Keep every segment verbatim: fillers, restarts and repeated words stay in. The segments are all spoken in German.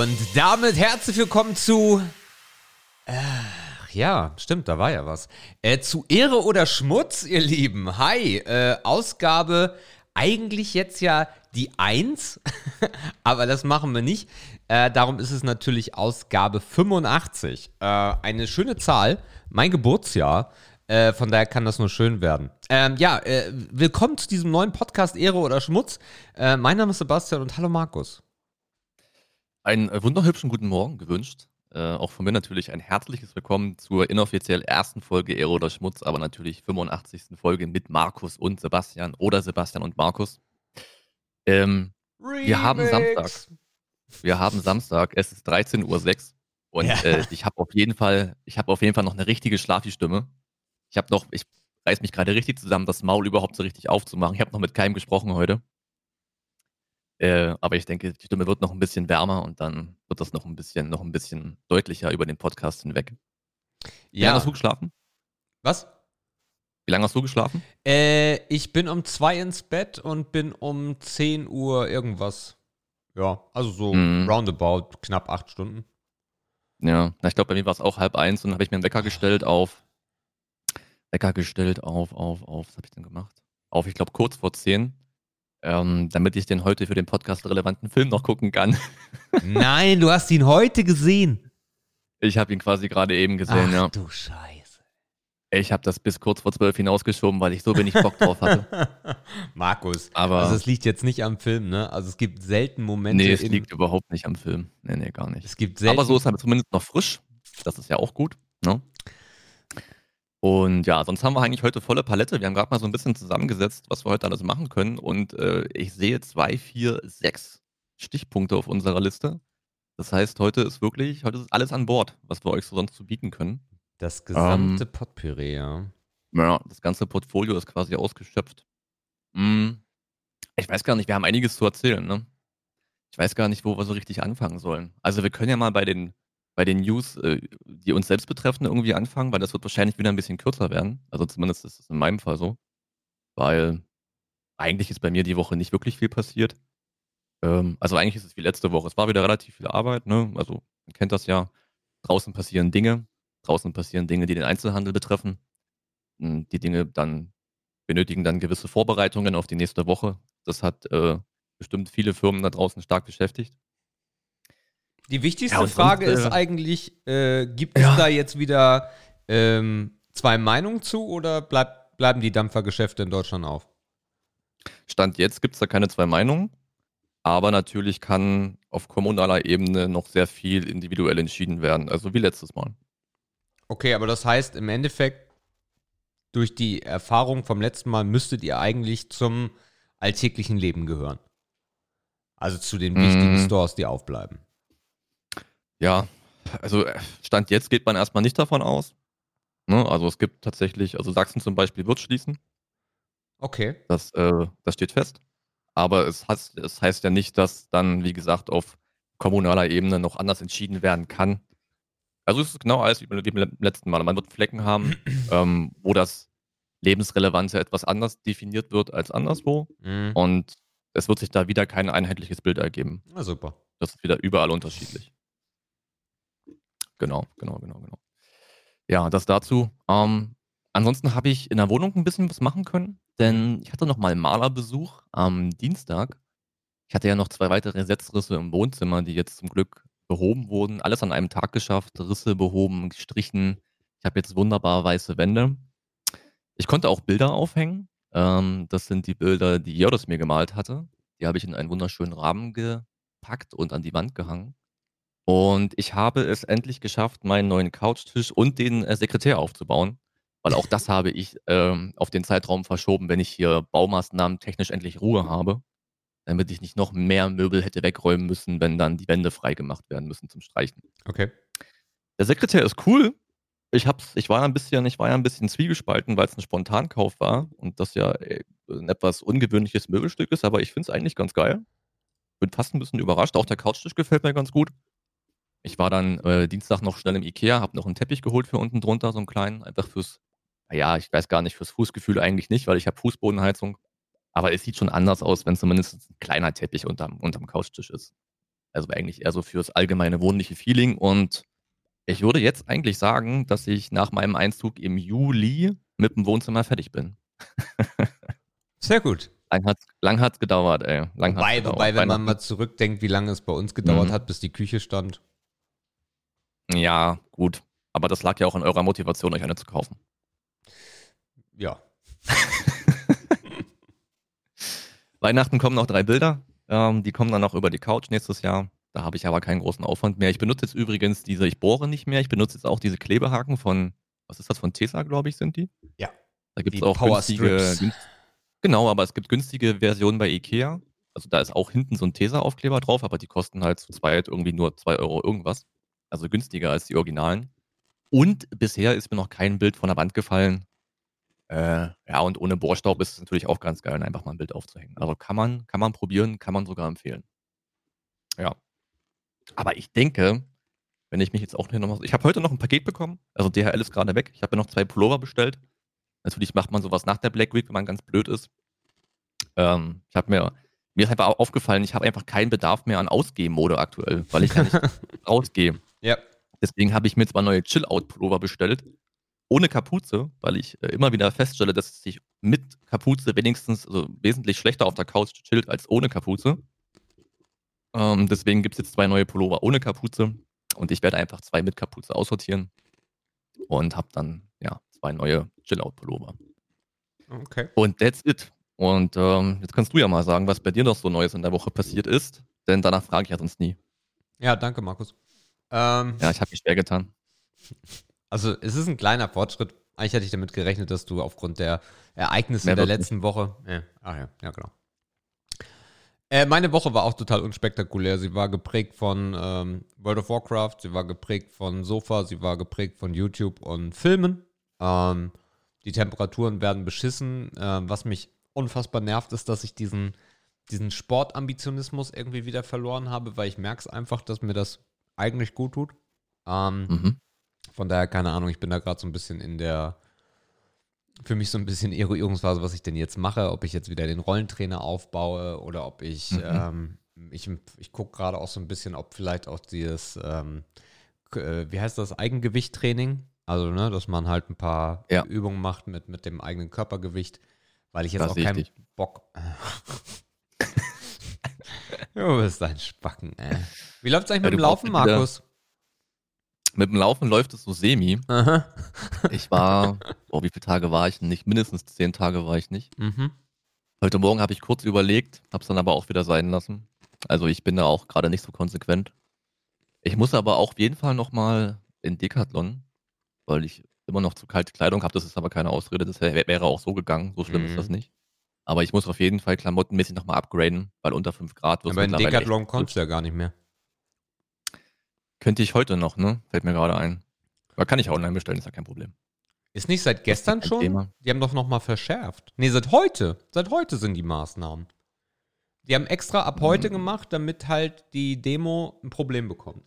Und damit herzlich willkommen zu... Ach ja, stimmt, da war ja was. Äh, zu Ehre oder Schmutz, ihr Lieben. Hi, äh, Ausgabe eigentlich jetzt ja die eins, aber das machen wir nicht. Äh, darum ist es natürlich Ausgabe fünfundachtzig. Äh, eine schöne Zahl, mein Geburtsjahr. Äh, von daher kann das nur schön werden. Ähm, ja, äh, willkommen zu diesem neuen Podcast Ehre oder Schmutz. Äh, mein Name ist Sebastian und hallo Markus. Einen äh, wunderhübschen guten Morgen gewünscht. Äh, auch von mir natürlich ein herzliches Willkommen zur inoffiziell ersten Folge Ehre oder Schmutz, aber natürlich fünfundachtzigsten Folge mit Markus und Sebastian oder Sebastian und Markus. Ähm, wir haben Samstag. Wir haben Samstag. Es ist dreizehn Uhr sechs und Ja. äh, ich habe auf jeden Fall, ich habe auf jeden Fall noch eine richtige Schlafi-Stimme. Ich habe noch, ich reiß mich gerade richtig zusammen, das Maul überhaupt so richtig aufzumachen. Ich habe noch mit keinem gesprochen heute. Äh, aber ich denke, die Stimme wird noch ein bisschen wärmer und dann wird das noch ein bisschen, noch ein bisschen deutlicher über den Podcast hinweg. Wie lange hast du Ja, geschlafen? was? Wie lange hast du geschlafen? Äh, ich bin um zwei ins Bett und bin um zehn Uhr irgendwas. Ja, also so Mhm. roundabout knapp acht Stunden. Ja, na, ich glaube, bei mir war es auch halb eins und dann habe ich mir einen Wecker gestellt auf, Wecker gestellt auf, auf, auf, was habe ich denn gemacht? Auf, ich glaube, kurz vor zehn, ähm, damit ich den heute für den Podcast relevanten Film noch gucken kann. Nein, du hast ihn heute gesehen. Ich habe ihn quasi gerade eben gesehen, Ach ja. du Scheiße. Ich habe das bis kurz vor zwölf hinausgeschoben, weil ich so wenig Bock drauf hatte. Markus, Aber also es liegt jetzt nicht am Film, ne? Also es gibt selten Momente nee, es in... liegt überhaupt nicht am Film. Nee, nee, gar nicht. Es gibt selten... Aber so ist er zumindest noch frisch. Das ist ja auch gut, ne? Und ja, sonst haben wir eigentlich heute volle Palette. Wir haben gerade mal so ein bisschen zusammengesetzt, was wir heute alles machen können. Und äh, ich sehe zwei, vier, sechs Stichpunkte auf unserer Liste. Das heißt, heute ist wirklich, heute ist alles an Bord, was wir euch so sonst zu bieten können. Das gesamte Ähm, Potpourri, ja. ja, das ganze Portfolio ist quasi ausgeschöpft. Hm, ich weiß gar nicht, wir haben einiges zu erzählen, ne? Ich weiß gar nicht, wo wir so richtig anfangen sollen. Also wir können ja mal bei den, bei den News, äh, die uns selbst betreffen, irgendwie anfangen, weil das wird wahrscheinlich wieder ein bisschen kürzer werden. Also zumindest ist es in meinem Fall so. Weil eigentlich ist bei mir die Woche nicht wirklich viel passiert. Ähm, also eigentlich ist es wie letzte Woche. Es war wieder relativ viel Arbeit, ne? Also man kennt das ja. Draußen passieren Dinge. Draußen passieren Dinge, die den Einzelhandel betreffen. Hm, Die Dinge dann benötigen dann gewisse Vorbereitungen auf die nächste Woche. Das hat äh, bestimmt viele Firmen da draußen stark beschäftigt. Die Ja, wichtigste und Frage sonst, ist äh, eigentlich, äh, gibt es ja. da jetzt wieder ähm, zwei Meinungen zu oder bleib, bleiben die Dampfergeschäfte in Deutschland auf? Stand jetzt gibt es da keine zwei Meinungen, aber natürlich kann auf kommunaler Ebene noch sehr viel individuell entschieden werden, also wie letztes Mal. Okay, aber das heißt im Endeffekt, durch die Erfahrung vom letzten Mal müsstet ihr eigentlich zum alltäglichen Leben gehören. Also zu den wichtigen Mm, Stores, die aufbleiben. ja, also äh, Stand jetzt geht man erstmal nicht davon aus. Ne? Also es gibt tatsächlich, also Sachsen zum Beispiel wird schließen, Okay. das, äh, das steht fest. Aber es, hat, es heißt ja nicht, dass dann, wie gesagt, auf kommunaler Ebene noch anders entschieden werden kann. Also es ist genau alles wie beim wie beim letzten Mal. Man wird Flecken haben, ähm, wo das Lebensrelevante etwas anders definiert wird als anderswo. Mhm. Und es wird sich da wieder kein einheitliches Bild ergeben. Na super. Das ist wieder überall unterschiedlich. Genau, genau, genau, genau. Ja, das dazu. Ähm, ansonsten habe ich in der Wohnung ein bisschen was machen können, denn ich hatte noch mal Malerbesuch am Dienstag. Ich hatte ja noch zwei weitere Setzrisse im Wohnzimmer, die jetzt zum Glück behoben wurden. Alles an einem Tag geschafft, Risse behoben, gestrichen. Ich habe jetzt wunderbar weiße Wände. Ich konnte auch Bilder aufhängen. Ähm, das sind die Bilder, die Jördis mir gemalt hatte. Die habe ich in einen wunderschönen Rahmen gepackt und an die Wand gehangen. Und ich habe es endlich geschafft, meinen neuen Couchtisch und den äh, Sekretär aufzubauen, weil auch das habe ich ähm, auf den Zeitraum verschoben, wenn ich hier Baumaßnahmen technisch endlich Ruhe habe, damit ich nicht noch mehr Möbel hätte wegräumen müssen, wenn dann die Wände freigemacht werden müssen zum Streichen. Okay. Der Sekretär ist cool. Ich hab's, ich war ja ein bisschen, ich war ja ein bisschen zwiegespalten, weil es ein Spontankauf war und das ja äh, ein etwas ungewöhnliches Möbelstück ist, aber ich finde es eigentlich ganz geil. Bin fast ein bisschen überrascht. Auch der Couchtisch gefällt mir ganz gut. Ich war dann äh, Dienstag noch schnell im Ikea, habe noch einen Teppich geholt für unten drunter, so einen kleinen, einfach fürs, naja, ich weiß gar nicht, fürs Fußgefühl eigentlich nicht, weil ich habe Fußbodenheizung. Aber es sieht schon anders aus, wenn zumindest ein kleiner Teppich unterm, unterm Couchtisch ist. Also eigentlich eher so fürs allgemeine wohnliche Feeling. Und ich würde jetzt eigentlich sagen, dass ich nach meinem Einzug im Juli mit dem Wohnzimmer fertig bin. Sehr gut. Lang hat's, lang hat's gedauert, ey. Lang hat's Wobei, gedauert. wobei, wenn man Weihnachten- mal zurückdenkt, wie lange es bei uns gedauert Mhm. hat, bis die Küche stand. Ja, gut. Aber das lag ja auch an eurer Motivation, euch eine zu kaufen. Ja. Weihnachten kommen noch drei Bilder. Ähm, die kommen dann noch über die Couch nächstes Jahr. Da habe ich aber keinen großen Aufwand mehr. Ich benutze jetzt übrigens diese, ich bohre nicht mehr. Ich benutze jetzt auch diese Klebehaken von, was ist das, von Tesa, glaube ich, sind die? Ja. Da gibt es Die auch Power günstige, Strips. günst- genau, aber es gibt günstige Versionen bei Ikea. Also da ist auch hinten so ein Tesa-Aufkleber drauf, aber die kosten halt zu zweit irgendwie nur zwei Euro irgendwas. Also günstiger als die Originalen. Und bisher ist mir noch kein Bild von der Wand gefallen. Äh, ja, und ohne Bohrstaub ist es natürlich auch ganz geil, einfach mal ein Bild aufzuhängen. Also kann man, kann man probieren, kann man sogar empfehlen. Ja. Aber ich denke, wenn ich mich jetzt auch noch. Ich habe heute noch ein Paket bekommen. Also D H L ist gerade weg. Ich habe mir noch zwei Pullover bestellt. Natürlich macht man sowas nach der Black Week, wenn man ganz blöd ist. Ähm, ich habe mir. Mir ist einfach au- aufgefallen, ich habe einfach keinen Bedarf mehr an Ausgehmode aktuell, weil ich ja nicht rausgehe. Ja. Deswegen habe ich mir zwei neue Chill-Out-Pullover bestellt. Ohne Kapuze, weil ich äh, immer wieder feststelle, dass es sich mit Kapuze wenigstens also wesentlich schlechter auf der Couch chillt als ohne Kapuze. Ähm, deswegen gibt es jetzt zwei neue Pullover ohne Kapuze. Und ich werde einfach zwei mit Kapuze aussortieren. Und habe dann ja zwei neue Chill-Out-Pullover. Okay. Und that's it. Und ähm, jetzt kannst du ja mal sagen, was bei dir noch so Neues in der Woche passiert ist. Denn danach frage ich ja sonst nie. Ja, danke, Markus. Ähm, Ja, ich habe mich schwer getan. Also, es ist ein kleiner Fortschritt. Eigentlich hätte ich damit gerechnet, dass du aufgrund der Ereignisse Mehr der wird's letzten Woche. Ja, ach ja, ja, genau. Äh, meine Woche war auch total unspektakulär. Sie war geprägt von ähm, World of Warcraft, sie war geprägt von Sofa, sie war geprägt von YouTube und Filmen. Ähm, die Temperaturen werden beschissen. Ähm, was mich unfassbar nervt, ist, dass ich diesen, diesen Sportambitionismus irgendwie wieder verloren habe, weil ich merke es einfach, dass mir das eigentlich gut tut. Ähm, Mhm. Von daher, keine Ahnung, ich bin da gerade so ein bisschen in der, für mich so ein bisschen Eruierungsphase, was ich denn jetzt mache, ob ich jetzt wieder den Rollentrainer aufbaue oder ob ich, Mhm. ähm, ich, ich gucke gerade auch so ein bisschen, ob vielleicht auch dieses, ähm, k- äh, wie heißt das, Eigengewichttraining, also, ne, dass man halt ein paar Ja. Übungen macht mit, mit dem eigenen Körpergewicht, weil ich jetzt Das auch sehe ich keinen dich. Bock. Du bist ein Spacken, ey. Wie läuft's eigentlich Ja, mit dem du brauchst Laufen, ja wieder- Markus? Mit dem Laufen läuft es so semi. Aha. Ich war, oh, wie viele Tage war ich nicht? Mindestens zehn Tage war ich nicht. Mhm. Heute Morgen habe ich kurz überlegt, habe es dann aber auch wieder sein lassen. Also ich bin da auch gerade nicht so konsequent. Ich muss aber auch auf jeden Fall nochmal in Decathlon, weil ich immer noch zu kalte Kleidung habe. Das ist aber keine Ausrede. Das wär, wäre auch so gegangen. So schlimm Mhm. ist das nicht. Aber ich muss auf jeden Fall klamottenmäßig nochmal upgraden, weil unter fünf Grad wird es Aber in mittlerweile echt Decathlon konntest du ja gar nicht mehr. Könnte ich heute noch, ne? Fällt mir gerade ein. Aber kann ich auch online bestellen, ist ja kein Problem. Ist nicht seit gestern kein schon? Thema. Die haben doch nochmal verschärft. Nee, seit heute. Seit heute sind die Maßnahmen. Die haben extra ab heute Hm. gemacht, damit halt die Demo ein Problem bekommt.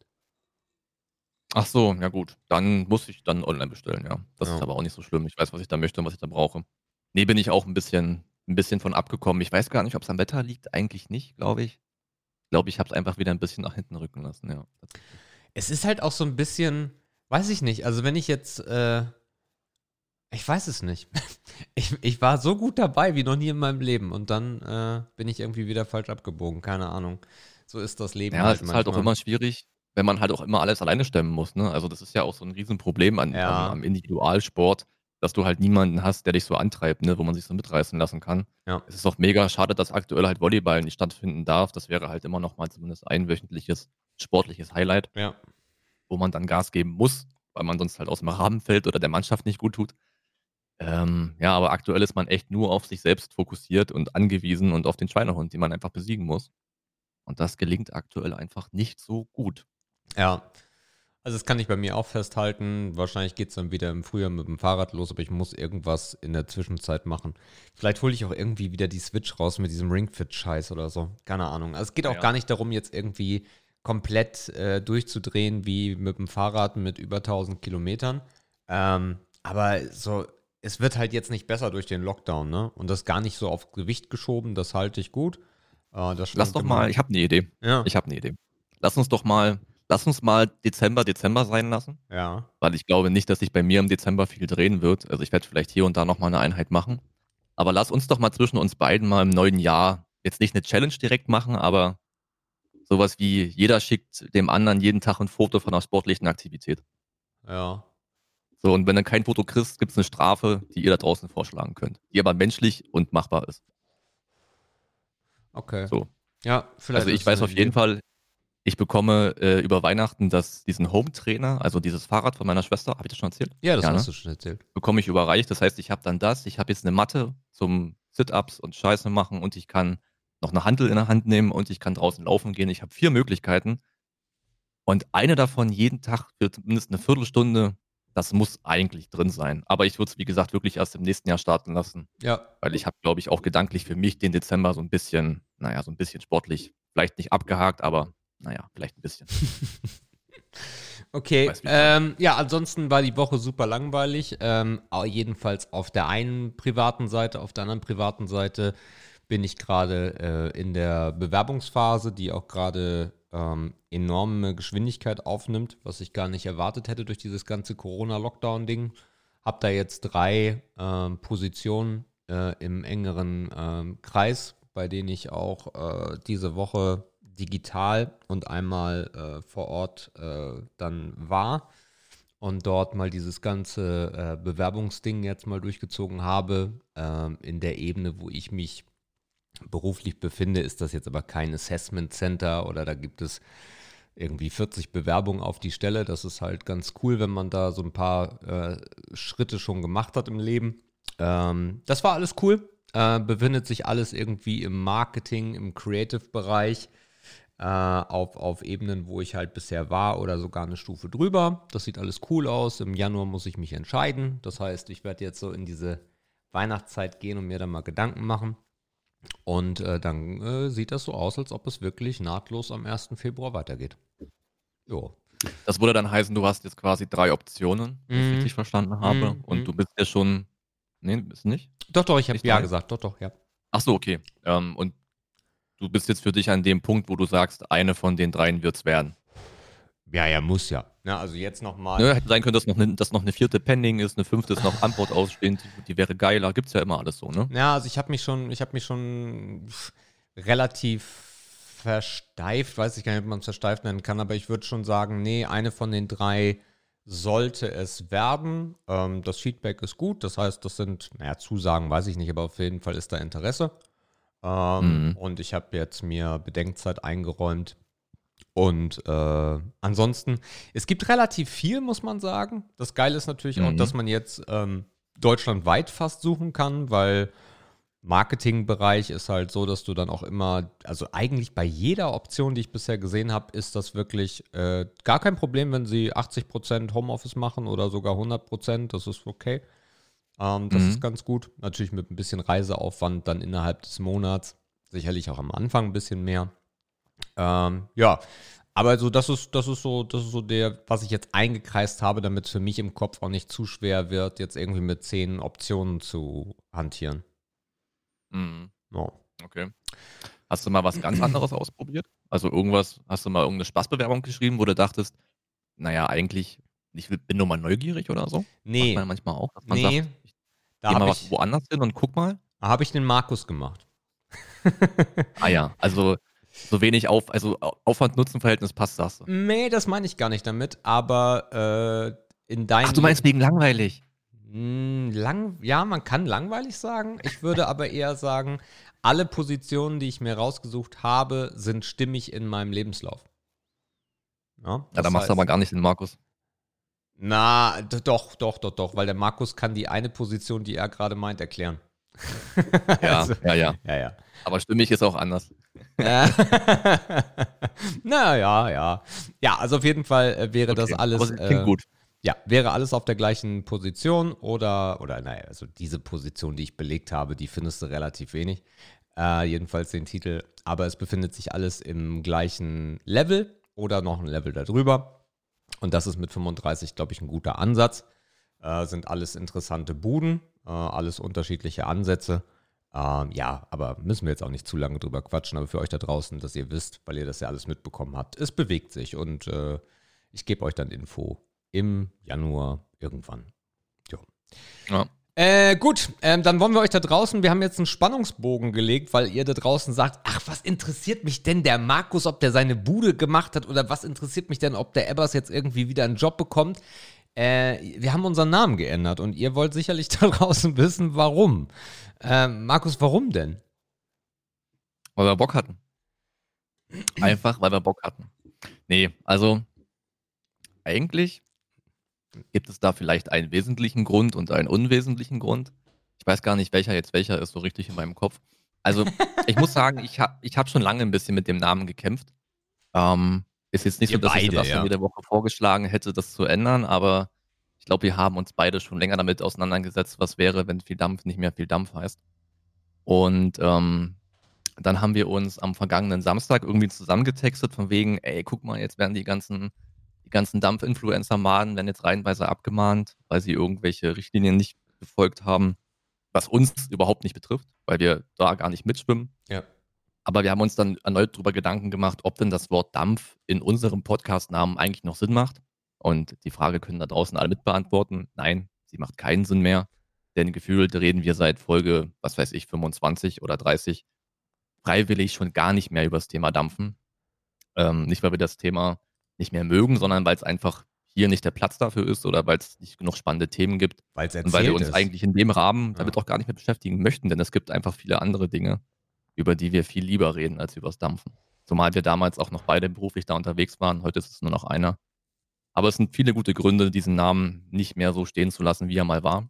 Ach so, ja gut. Dann muss ich dann online bestellen, ja. Das Ja. ist aber auch nicht so schlimm. Ich weiß, was ich da möchte und was ich da brauche. Nee, bin ich auch ein bisschen, ein bisschen von abgekommen. Ich weiß gar nicht, ob es am Wetter liegt. Eigentlich nicht, glaube ich. Ich glaube, ich habe es einfach wieder ein bisschen nach hinten rücken lassen, ja. Es ist halt auch so ein bisschen, weiß ich nicht, also wenn ich jetzt, äh, ich weiß es nicht. Ich, ich war so gut dabei wie noch nie in meinem Leben und dann äh, bin ich irgendwie wieder falsch abgebogen, keine Ahnung. So ist das Leben Ja, halt es ist halt auch manchmal. immer schwierig, wenn man halt auch immer alles alleine stemmen muss, ne? Also das ist ja auch so ein Riesenproblem an, Ja. am, am Individualsport, dass du halt niemanden hast, der dich so antreibt, ne? Wo man sich so mitreißen lassen kann. Ja. Es ist auch mega schade, dass aktuell halt Volleyball nicht stattfinden darf. Das wäre halt immer noch mal zumindest ein wöchentliches sportliches Highlight, Ja. wo man dann Gas geben muss, weil man sonst halt aus dem Rahmen fällt oder der Mannschaft nicht gut tut. Ähm, ja, aber aktuell ist man echt nur auf sich selbst fokussiert und angewiesen und auf den Schweinehund, den man einfach besiegen muss. Und das gelingt aktuell einfach nicht so gut. Ja, also das kann ich bei mir auch festhalten. Wahrscheinlich geht es dann wieder im Frühjahr mit dem Fahrrad los, aber ich muss irgendwas in der Zwischenzeit machen. Vielleicht hole ich auch irgendwie wieder die Switch raus mit diesem Ringfit-Scheiß oder so. Keine Ahnung. Also es geht auch Ja. gar nicht darum, jetzt irgendwie komplett äh, durchzudrehen wie mit dem Fahrrad mit über tausend Kilometern. Ähm, aber so, es wird halt jetzt nicht besser durch den Lockdown, ne? Und das gar nicht so auf Gewicht geschoben, das halte ich gut. Äh, das Lass schwankt doch immer. mal, ich habe eine Idee. Ja. Ich habe eine Idee. lass uns doch mal, lass uns mal Dezember, Dezember sein lassen. Ja. Weil ich glaube nicht, dass sich bei mir im Dezember viel drehen wird. Also ich werde vielleicht hier und da nochmal eine Einheit machen. Aber lass uns doch mal zwischen uns beiden mal im neuen Jahr jetzt nicht eine Challenge direkt machen, aber sowas wie jeder schickt dem anderen jeden Tag ein Foto von einer sportlichen Aktivität. Ja. So, und wenn du kein Foto kriegst, gibt es eine Strafe, die ihr da draußen vorschlagen könnt, die aber menschlich und machbar ist. Okay. So. Ja, vielleicht. Also ich ist weiß eine auf jeden Idee. Fall, ich bekomme äh, über Weihnachten das, diesen Home-Trainer, also dieses Fahrrad von meiner Schwester, habe ich das schon erzählt? Ja, das Ja, hast ne? du schon erzählt. Bekomme ich überreicht. Das heißt, ich habe dann das, ich habe jetzt eine Matte zum Sit-Ups und Scheiße machen und ich kann noch eine Hantel in der Hand nehmen und ich kann draußen laufen gehen. Ich habe vier Möglichkeiten und eine davon jeden Tag für zumindest eine Viertelstunde, das muss eigentlich drin sein. Aber ich würde es, wie gesagt, wirklich erst im nächsten Jahr starten lassen, Ja. weil ich habe, glaube ich, auch gedanklich für mich den Dezember so ein bisschen, naja, so ein bisschen sportlich, vielleicht nicht abgehakt, aber naja, vielleicht ein bisschen. Okay, Weißt, wie ich meine. ähm, ja, ansonsten war die Woche super langweilig. Ähm, au- jedenfalls auf der einen privaten Seite, auf der anderen privaten Seite bin ich gerade äh, in der Bewerbungsphase, die auch gerade ähm, enorme Geschwindigkeit aufnimmt, was ich gar nicht erwartet hätte durch dieses ganze Corona-Lockdown-Ding. Hab da jetzt drei ähm, Positionen äh, im engeren ähm, Kreis, bei denen ich auch äh, diese Woche digital und einmal äh, vor Ort äh, dann war und dort mal dieses ganze äh, Bewerbungsding jetzt mal durchgezogen habe. Ähm, in der Ebene, wo ich mich beruflich befinde, ist das jetzt aber kein Assessment Center oder da gibt es irgendwie vierzig Bewerbungen auf die Stelle. Das ist halt ganz cool, wenn man da so ein paar äh, Schritte schon gemacht hat im Leben. Ähm, das war alles cool. Äh, befindet sich alles irgendwie im Marketing, im Creative-Bereich äh, auf, auf Ebenen, wo ich halt bisher war oder sogar eine Stufe drüber. Das sieht alles cool aus. Im Januar muss ich mich entscheiden. Das heißt, ich werde jetzt so in diese Weihnachtszeit gehen und mir dann mal Gedanken machen. Und äh, dann äh, sieht das so aus, als ob es wirklich nahtlos am ersten Februar weitergeht. Jo. Das würde dann heißen, du hast jetzt quasi drei Optionen, wenn ich es Mm, richtig verstanden habe. mm, Und mm. du bist ja schon. Nee, bist du nicht? Doch, doch, ich habe Nicht ja drei? gesagt. Doch, doch, ja. Ach so, okay. Ähm, und du bist jetzt für dich an dem Punkt, wo du sagst, eine von den dreien wird's werden. Ja, ja, muss ja. Ja, also jetzt nochmal. Ne, hätte sein können, dass noch, eine, dass noch eine vierte pending ist, eine fünfte ist noch Antwort ausstehend, die, die wäre geiler. Gibt's ja immer alles so, ne? Ja, also ich habe mich schon, ich habe mich schon relativ versteift, weiß ich gar nicht, ob man es versteift nennen kann, aber ich würde schon sagen, nee, eine von den drei sollte es werden. Ähm, das Feedback ist gut, das heißt, das sind, naja, Zusagen weiß ich nicht, aber auf jeden Fall ist da Interesse. Ähm, Mhm. und ich habe jetzt mir Bedenkzeit eingeräumt. Und äh, ansonsten, es gibt relativ viel, muss man sagen. Das Geile ist natürlich auch, Mhm. dass man jetzt ähm, deutschlandweit fast suchen kann, weil Marketingbereich ist halt so, dass du dann auch immer, also eigentlich bei jeder Option, die ich bisher gesehen habe, ist das wirklich äh, gar kein Problem, wenn sie achtzig Prozent Homeoffice machen oder sogar hundert Prozent. Das ist okay. Ähm, das Mhm. ist ganz gut. Natürlich mit ein bisschen Reiseaufwand dann innerhalb des Monats. Sicherlich auch am Anfang ein bisschen mehr. Ähm, ja, aber also das ist, das ist so, das ist so der, was ich jetzt eingekreist habe, damit es für mich im Kopf auch nicht zu schwer wird, jetzt irgendwie mit zehn Optionen zu hantieren. Mhm. Ja. Okay. Hast du mal was ganz anderes ausprobiert? Also irgendwas, hast du mal irgendeine Spaßbewerbung geschrieben, wo du dachtest, naja, eigentlich, ich will- bin nur mal neugierig oder so? Macht Nee, man manchmal auch, dass man nee, sagt, ich da geh mal habe was ich, woanders hin und guck mal. da hab ich den Markus gemacht. Ah ja, also so wenig auf, also Au- Aufwand-Nutzen-Verhältnis passt, sagst du. Nee, das meine ich gar nicht damit, aber äh, in Ach, dein du meinst Le- wegen langweilig. Hm, lang, ja, man kann langweilig sagen. Ich würde aber eher sagen, alle Positionen, die ich mir rausgesucht habe, sind stimmig in meinem Lebenslauf. Ja, Ja, da das machst du aber heißt, gar nicht den Markus. na, d- doch, doch, doch, doch, weil der Markus kann die eine Position, die er gerade meint, erklären. Ja, Also, ja, ja. ja, ja. Aber stimmig ist auch anders. Äh, Na ja, ja. Ja, also auf jeden Fall äh, wäre das Okay, alles, aber es klingt äh, gut. ja, wäre alles auf der gleichen Position oder, oder naja, also diese Position, die ich belegt habe, die findest du relativ wenig. Äh, jedenfalls den Titel. Aber es befindet sich alles im gleichen Level oder noch ein Level darüber. Und das ist mit fünfunddreißig, glaube ich, ein guter Ansatz. Äh, sind alles interessante Buden, äh, alles unterschiedliche Ansätze. Ähm, ja, aber müssen wir jetzt auch nicht zu lange drüber quatschen, aber für euch da draußen, dass ihr wisst, weil ihr das ja alles mitbekommen habt, es bewegt sich und äh, ich gebe euch dann Info im Januar irgendwann. Jo. Ja. Äh, gut, ähm, dann wollen wir euch da draußen, wir haben jetzt einen Spannungsbogen gelegt, weil ihr da draußen sagt, ach, was interessiert mich denn der Markus, ob der seine Bude gemacht hat oder was interessiert mich denn, ob der Ebbers jetzt irgendwie wieder einen Job bekommt. Äh, wir haben unseren Namen geändert und ihr wollt sicherlich da draußen wissen, warum. Äh, Markus, warum denn? Weil wir Bock hatten. Einfach, weil wir Bock hatten. Nee, also eigentlich gibt es da vielleicht einen wesentlichen Grund und einen unwesentlichen Grund. Ich weiß gar nicht, welcher jetzt welcher ist, so richtig in meinem Kopf. Also, ich muss sagen, ich habe ich hab schon lange ein bisschen mit dem Namen gekämpft. Ähm, ist jetzt nicht Ihr so, dass ich beide, Sebastian ja. jede Woche vorgeschlagen hätte, das zu ändern, aber ich glaube, wir haben uns beide schon länger damit auseinandergesetzt, was wäre, wenn viel Dampf nicht mehr viel Dampf heißt. Und ähm, dann haben wir uns am vergangenen Samstag irgendwie zusammengetextet von wegen, ey, guck mal, jetzt werden die ganzen, die ganzen Dampf-Influencer-Maden werden jetzt reihenweise abgemahnt, weil sie irgendwelche Richtlinien nicht befolgt haben, was uns überhaupt nicht betrifft, weil wir da gar nicht mitschwimmen. Ja. Aber wir haben uns dann erneut darüber Gedanken gemacht, ob denn das Wort Dampf in unserem Podcast-Namen eigentlich noch Sinn macht. Und die Frage können da draußen alle mitbeantworten. Nein, sie macht keinen Sinn mehr. Denn gefühlt reden wir seit Folge, was weiß ich, fünfundzwanzig oder dreißig, freiwillig schon gar nicht mehr über das Thema Dampfen. Ähm, nicht, weil wir das Thema nicht mehr mögen, sondern weil es einfach hier nicht der Platz dafür ist oder weil es nicht genug spannende Themen gibt. Weil es Und weil wir erzählt uns ist. eigentlich in dem Rahmen Ja. damit auch gar nicht mehr beschäftigen möchten, denn es gibt einfach viele andere Dinge, über die wir viel lieber reden als über das Dampfen. Zumal wir damals auch noch beide beruflich da unterwegs waren. Heute ist es nur noch einer. Aber es sind viele gute Gründe, diesen Namen nicht mehr so stehen zu lassen, wie er mal war.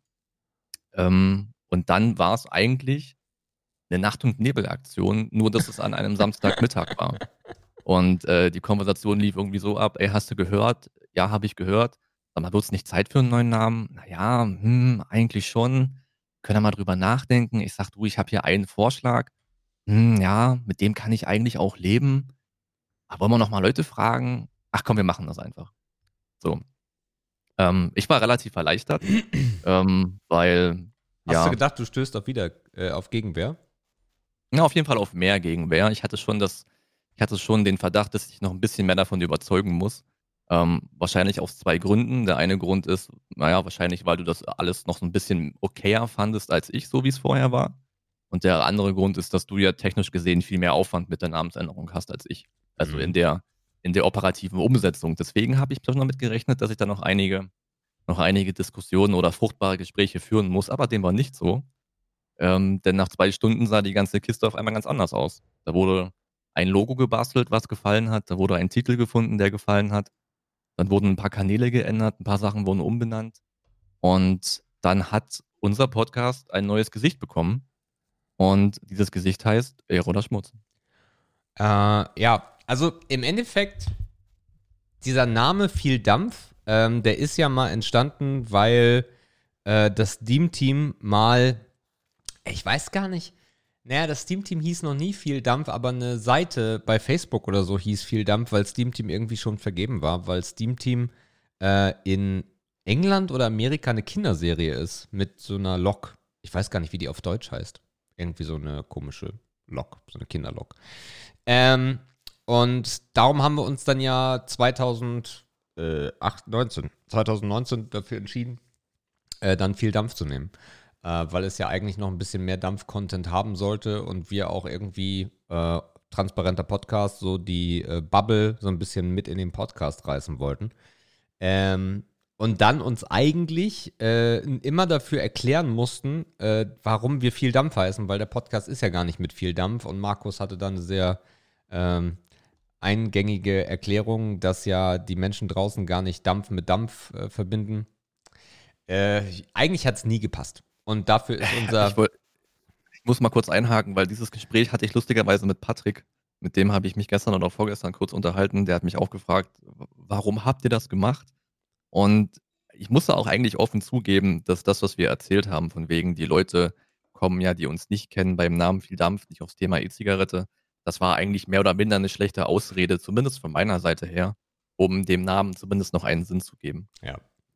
Ähm, und dann war es eigentlich eine Nacht- und Nebelaktion, nur dass es an einem Samstagmittag war. Und äh, die Konversation lief irgendwie so ab, ey, hast du gehört? Ja, habe ich gehört. Sag mal, wird es nicht Zeit für einen neuen Namen? Naja, hm, eigentlich schon. Können wir mal drüber nachdenken. Ich sag, du, ich habe hier einen Vorschlag. Hm, ja, mit dem kann ich eigentlich auch leben. Aber wollen wir noch mal Leute fragen? Ach komm, wir machen das einfach. So. Ähm, ich war relativ erleichtert, ähm, weil, Hast ja, du gedacht, du stößt auf wieder äh, auf Gegenwehr? ja, auf jeden Fall auf mehr Gegenwehr. Ich hatte schon das, ich hatte schon den Verdacht, dass ich noch ein bisschen mehr davon überzeugen muss. Ähm, wahrscheinlich aus zwei Gründen. Der eine Grund ist, naja, wahrscheinlich, weil du das alles noch so ein bisschen okayer fandest als ich, so wie es vorher war. Und der andere Grund ist, dass du ja technisch gesehen viel mehr Aufwand mit der Namensänderung hast als ich. Also Mhm. in der, in der operativen Umsetzung. Deswegen habe ich schon damit gerechnet, dass ich da noch einige, noch einige Diskussionen oder fruchtbare Gespräche führen muss, aber dem war nicht so. Ähm, denn nach zwei Stunden sah die ganze Kiste auf einmal ganz anders aus. Da wurde ein Logo gebastelt, was gefallen hat. Da wurde ein Titel gefunden, der gefallen hat. Dann wurden ein paar Kanäle geändert, ein paar Sachen wurden umbenannt. Und dann hat unser Podcast ein neues Gesicht bekommen. Und dieses Gesicht heißt Ehre oder Schmutz. Äh, ja, also im Endeffekt, dieser Name viel Dampf, ähm, der ist ja mal entstanden, weil äh, das Steam-Team mal, ich weiß gar nicht, naja, das Steam-Team hieß noch nie viel Dampf, aber eine Seite bei Facebook oder so hieß viel Dampf, weil Steam-Team irgendwie schon vergeben war, weil Steam-Team äh, in England oder Amerika eine Kinderserie ist mit so einer Lok. Ich weiß gar nicht, wie die auf Deutsch heißt. Irgendwie so eine komische Lok, so eine Kinderlok. Ähm, und darum haben wir uns dann ja zweitausendneunzehn dafür entschieden, äh, dann viel Dampf zu nehmen. Äh, weil es ja eigentlich noch ein bisschen mehr Dampf-Content haben sollte und wir auch irgendwie äh, transparenter Podcast, so die äh, Bubble so ein bisschen mit in den Podcast reißen wollten. Ähm, und dann uns eigentlich äh, immer dafür erklären mussten, äh, warum wir viel Dampf heißen, weil der Podcast ist ja gar nicht mit viel Dampf und Markus hatte dann eine sehr ähm, eingängige Erklärung, dass ja die Menschen draußen gar nicht Dampf mit Dampf äh, verbinden. Äh, eigentlich hat es nie gepasst. Und dafür ist unser. Ich, woll, ich muss mal kurz einhaken, weil dieses Gespräch hatte ich lustigerweise mit Patrick. Mit dem habe ich mich gestern oder vorgestern kurz unterhalten. Der hat mich auch gefragt, warum habt ihr das gemacht? Und ich musste auch eigentlich offen zugeben, dass das, was wir erzählt haben, von wegen, die Leute kommen ja, die uns nicht kennen, beim Namen viel Dampf, nicht aufs Thema E-Zigarette, das war eigentlich mehr oder minder eine schlechte Ausrede, zumindest von meiner Seite her, um dem Namen zumindest noch einen Sinn zu geben. Ja.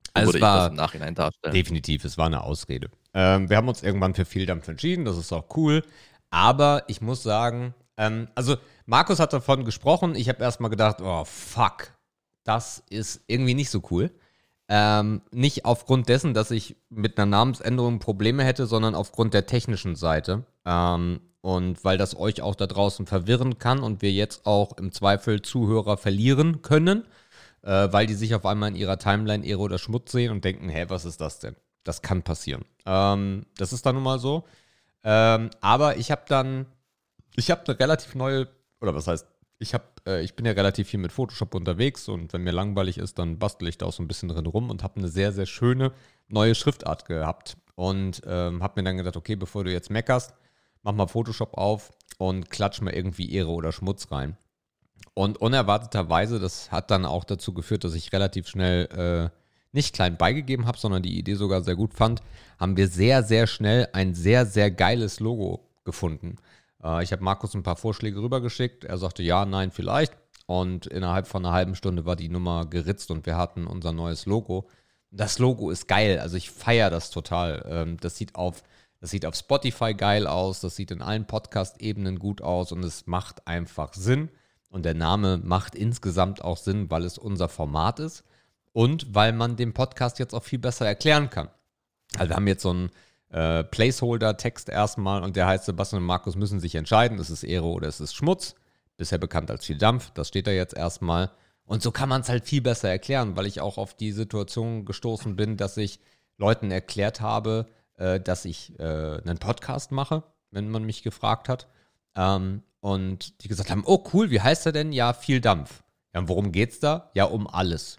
So Also würde es ich das war im Nachhinein darstellen. definitiv, es war eine Ausrede. Ähm, wir haben uns irgendwann für Vieldampf entschieden, das ist auch cool. Aber ich muss sagen, ähm, also Markus hat davon gesprochen, ich habe erstmal gedacht, oh fuck, das ist irgendwie nicht so cool. Ähm, nicht aufgrund dessen, dass ich mit einer Namensänderung Probleme hätte, sondern aufgrund der technischen Seite. Ähm, und weil das euch auch da draußen verwirren kann und wir jetzt auch im Zweifel Zuhörer verlieren können, äh, weil die sich auf einmal in ihrer Timeline Ehre oder Schmutz sehen und denken, hä, was ist das denn? Das kann passieren. Ähm, das ist dann nun mal so. Ähm, aber ich habe dann, ich habe eine relativ neue, oder was heißt, ich habe, äh, ich bin ja relativ viel mit Photoshop unterwegs und wenn mir langweilig ist, dann bastel ich da auch so ein bisschen drin rum und habe eine sehr, sehr schöne neue Schriftart gehabt und ähm, habe mir dann gedacht, okay, bevor du jetzt meckerst, mach mal Photoshop auf und klatsch mal irgendwie Ehre oder Schmutz rein. Und unerwarteterweise, das hat dann auch dazu geführt, dass ich relativ schnell äh, nicht klein beigegeben habe, sondern die Idee sogar sehr gut fand, haben wir sehr, sehr schnell ein sehr, sehr geiles Logo gefunden. Äh, ich habe Markus ein paar Vorschläge rübergeschickt. Er sagte ja, nein, vielleicht. Und innerhalb von einer halben Stunde war die Nummer geritzt und wir hatten unser neues Logo. Das Logo ist geil, also ich feiere das total. Ähm, das sieht auf, das sieht auf Spotify geil aus, das sieht in allen Podcast-Ebenen gut aus und es macht einfach Sinn. Und der Name macht insgesamt auch Sinn, weil es unser Format ist und weil man den Podcast jetzt auch viel besser erklären kann. Also wir haben jetzt so einen äh, Placeholder-Text erstmal und der heißt, Sebastian und Markus müssen sich entscheiden, ist es Ehre oder ist es Schmutz, bisher bekannt als viel Dampf, das steht da jetzt erstmal. Und so kann man es halt viel besser erklären, weil ich auch auf die Situation gestoßen bin, dass ich Leuten erklärt habe, äh, dass ich äh, einen Podcast mache, wenn man mich gefragt hat. Ähm, und die gesagt haben, oh cool, wie heißt er denn? Ja, viel Dampf. Ja, und worum geht's da? Ja, um alles.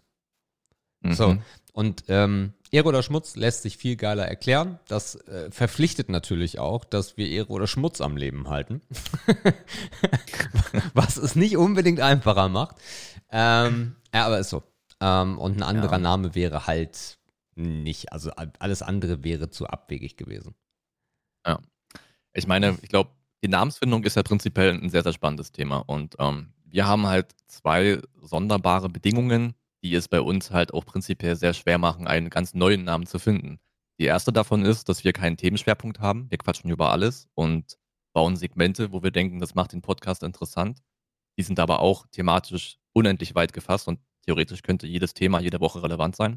Mhm. So, und ähm, Ehre oder Schmutz lässt sich viel geiler erklären. Das äh, verpflichtet natürlich auch, dass wir Ehre oder Schmutz am Leben halten. Was es nicht unbedingt einfacher macht. Ähm, ja, aber ist so. Ähm, und ein anderer Ja. Name wäre halt nicht, also alles andere wäre zu abwegig gewesen. Ja. Ich meine, ich glaube, die Namensfindung ist ja prinzipiell ein sehr, sehr spannendes Thema. Und ähm, wir haben halt zwei sonderbare Bedingungen, die es bei uns halt auch prinzipiell sehr schwer machen, einen ganz neuen Namen zu finden. Die erste davon ist, dass wir keinen Themenschwerpunkt haben. Wir quatschen über alles und bauen Segmente, wo wir denken, das macht den Podcast interessant. Die sind aber auch thematisch unendlich weit gefasst und theoretisch könnte jedes Thema jede Woche relevant sein.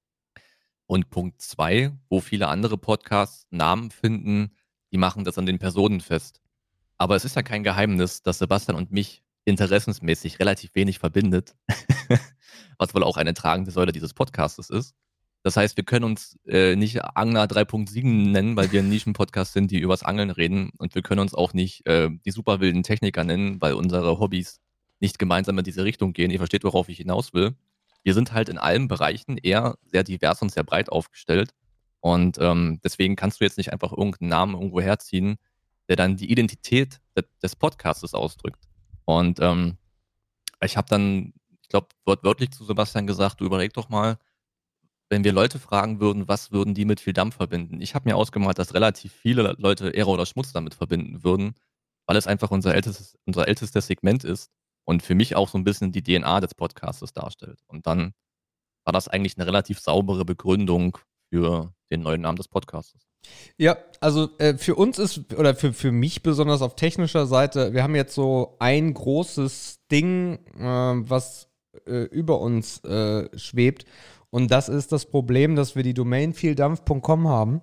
Und Punkt zwei, wo viele andere Podcasts Namen finden, die machen das an den Personen fest. Aber es ist ja kein Geheimnis, dass Sebastian und mich interessensmäßig relativ wenig verbindet, was wohl auch eine tragende Säule dieses Podcastes ist. Das heißt, wir können uns äh, nicht Angler drei Punkt sieben nennen, weil wir ein Nischenpodcast sind, die übers Angeln reden. Und wir können uns auch nicht äh, die super wilden Techniker nennen, weil unsere Hobbys nicht gemeinsam in diese Richtung gehen. Ihr versteht, worauf ich hinaus will. Wir sind halt in allen Bereichen eher sehr divers und sehr breit aufgestellt. Und ähm, deswegen kannst du jetzt nicht einfach irgendeinen Namen irgendwo herziehen, der dann die Identität de- des Podcastes ausdrückt. Und ähm, ich habe dann, ich glaube, wortwörtlich zu Sebastian gesagt, du überleg doch mal, wenn wir Leute fragen würden, was würden die mit viel Dampf verbinden? Ich habe mir ausgemalt, dass relativ viele Leute Ehre oder Schmutz damit verbinden würden, weil es einfach unser ältestes, unser ältestes Segment ist und für mich auch so ein bisschen die D N A des Podcastes darstellt. Und dann war das eigentlich eine relativ saubere Begründung für den neuen Namen des Podcastes. Ja, also äh, für uns ist, oder für, für mich besonders auf technischer Seite, wir haben jetzt so ein großes Ding, äh, was äh, über uns äh, schwebt. Und das ist das Problem, dass wir die Domain vieldampf punkt com haben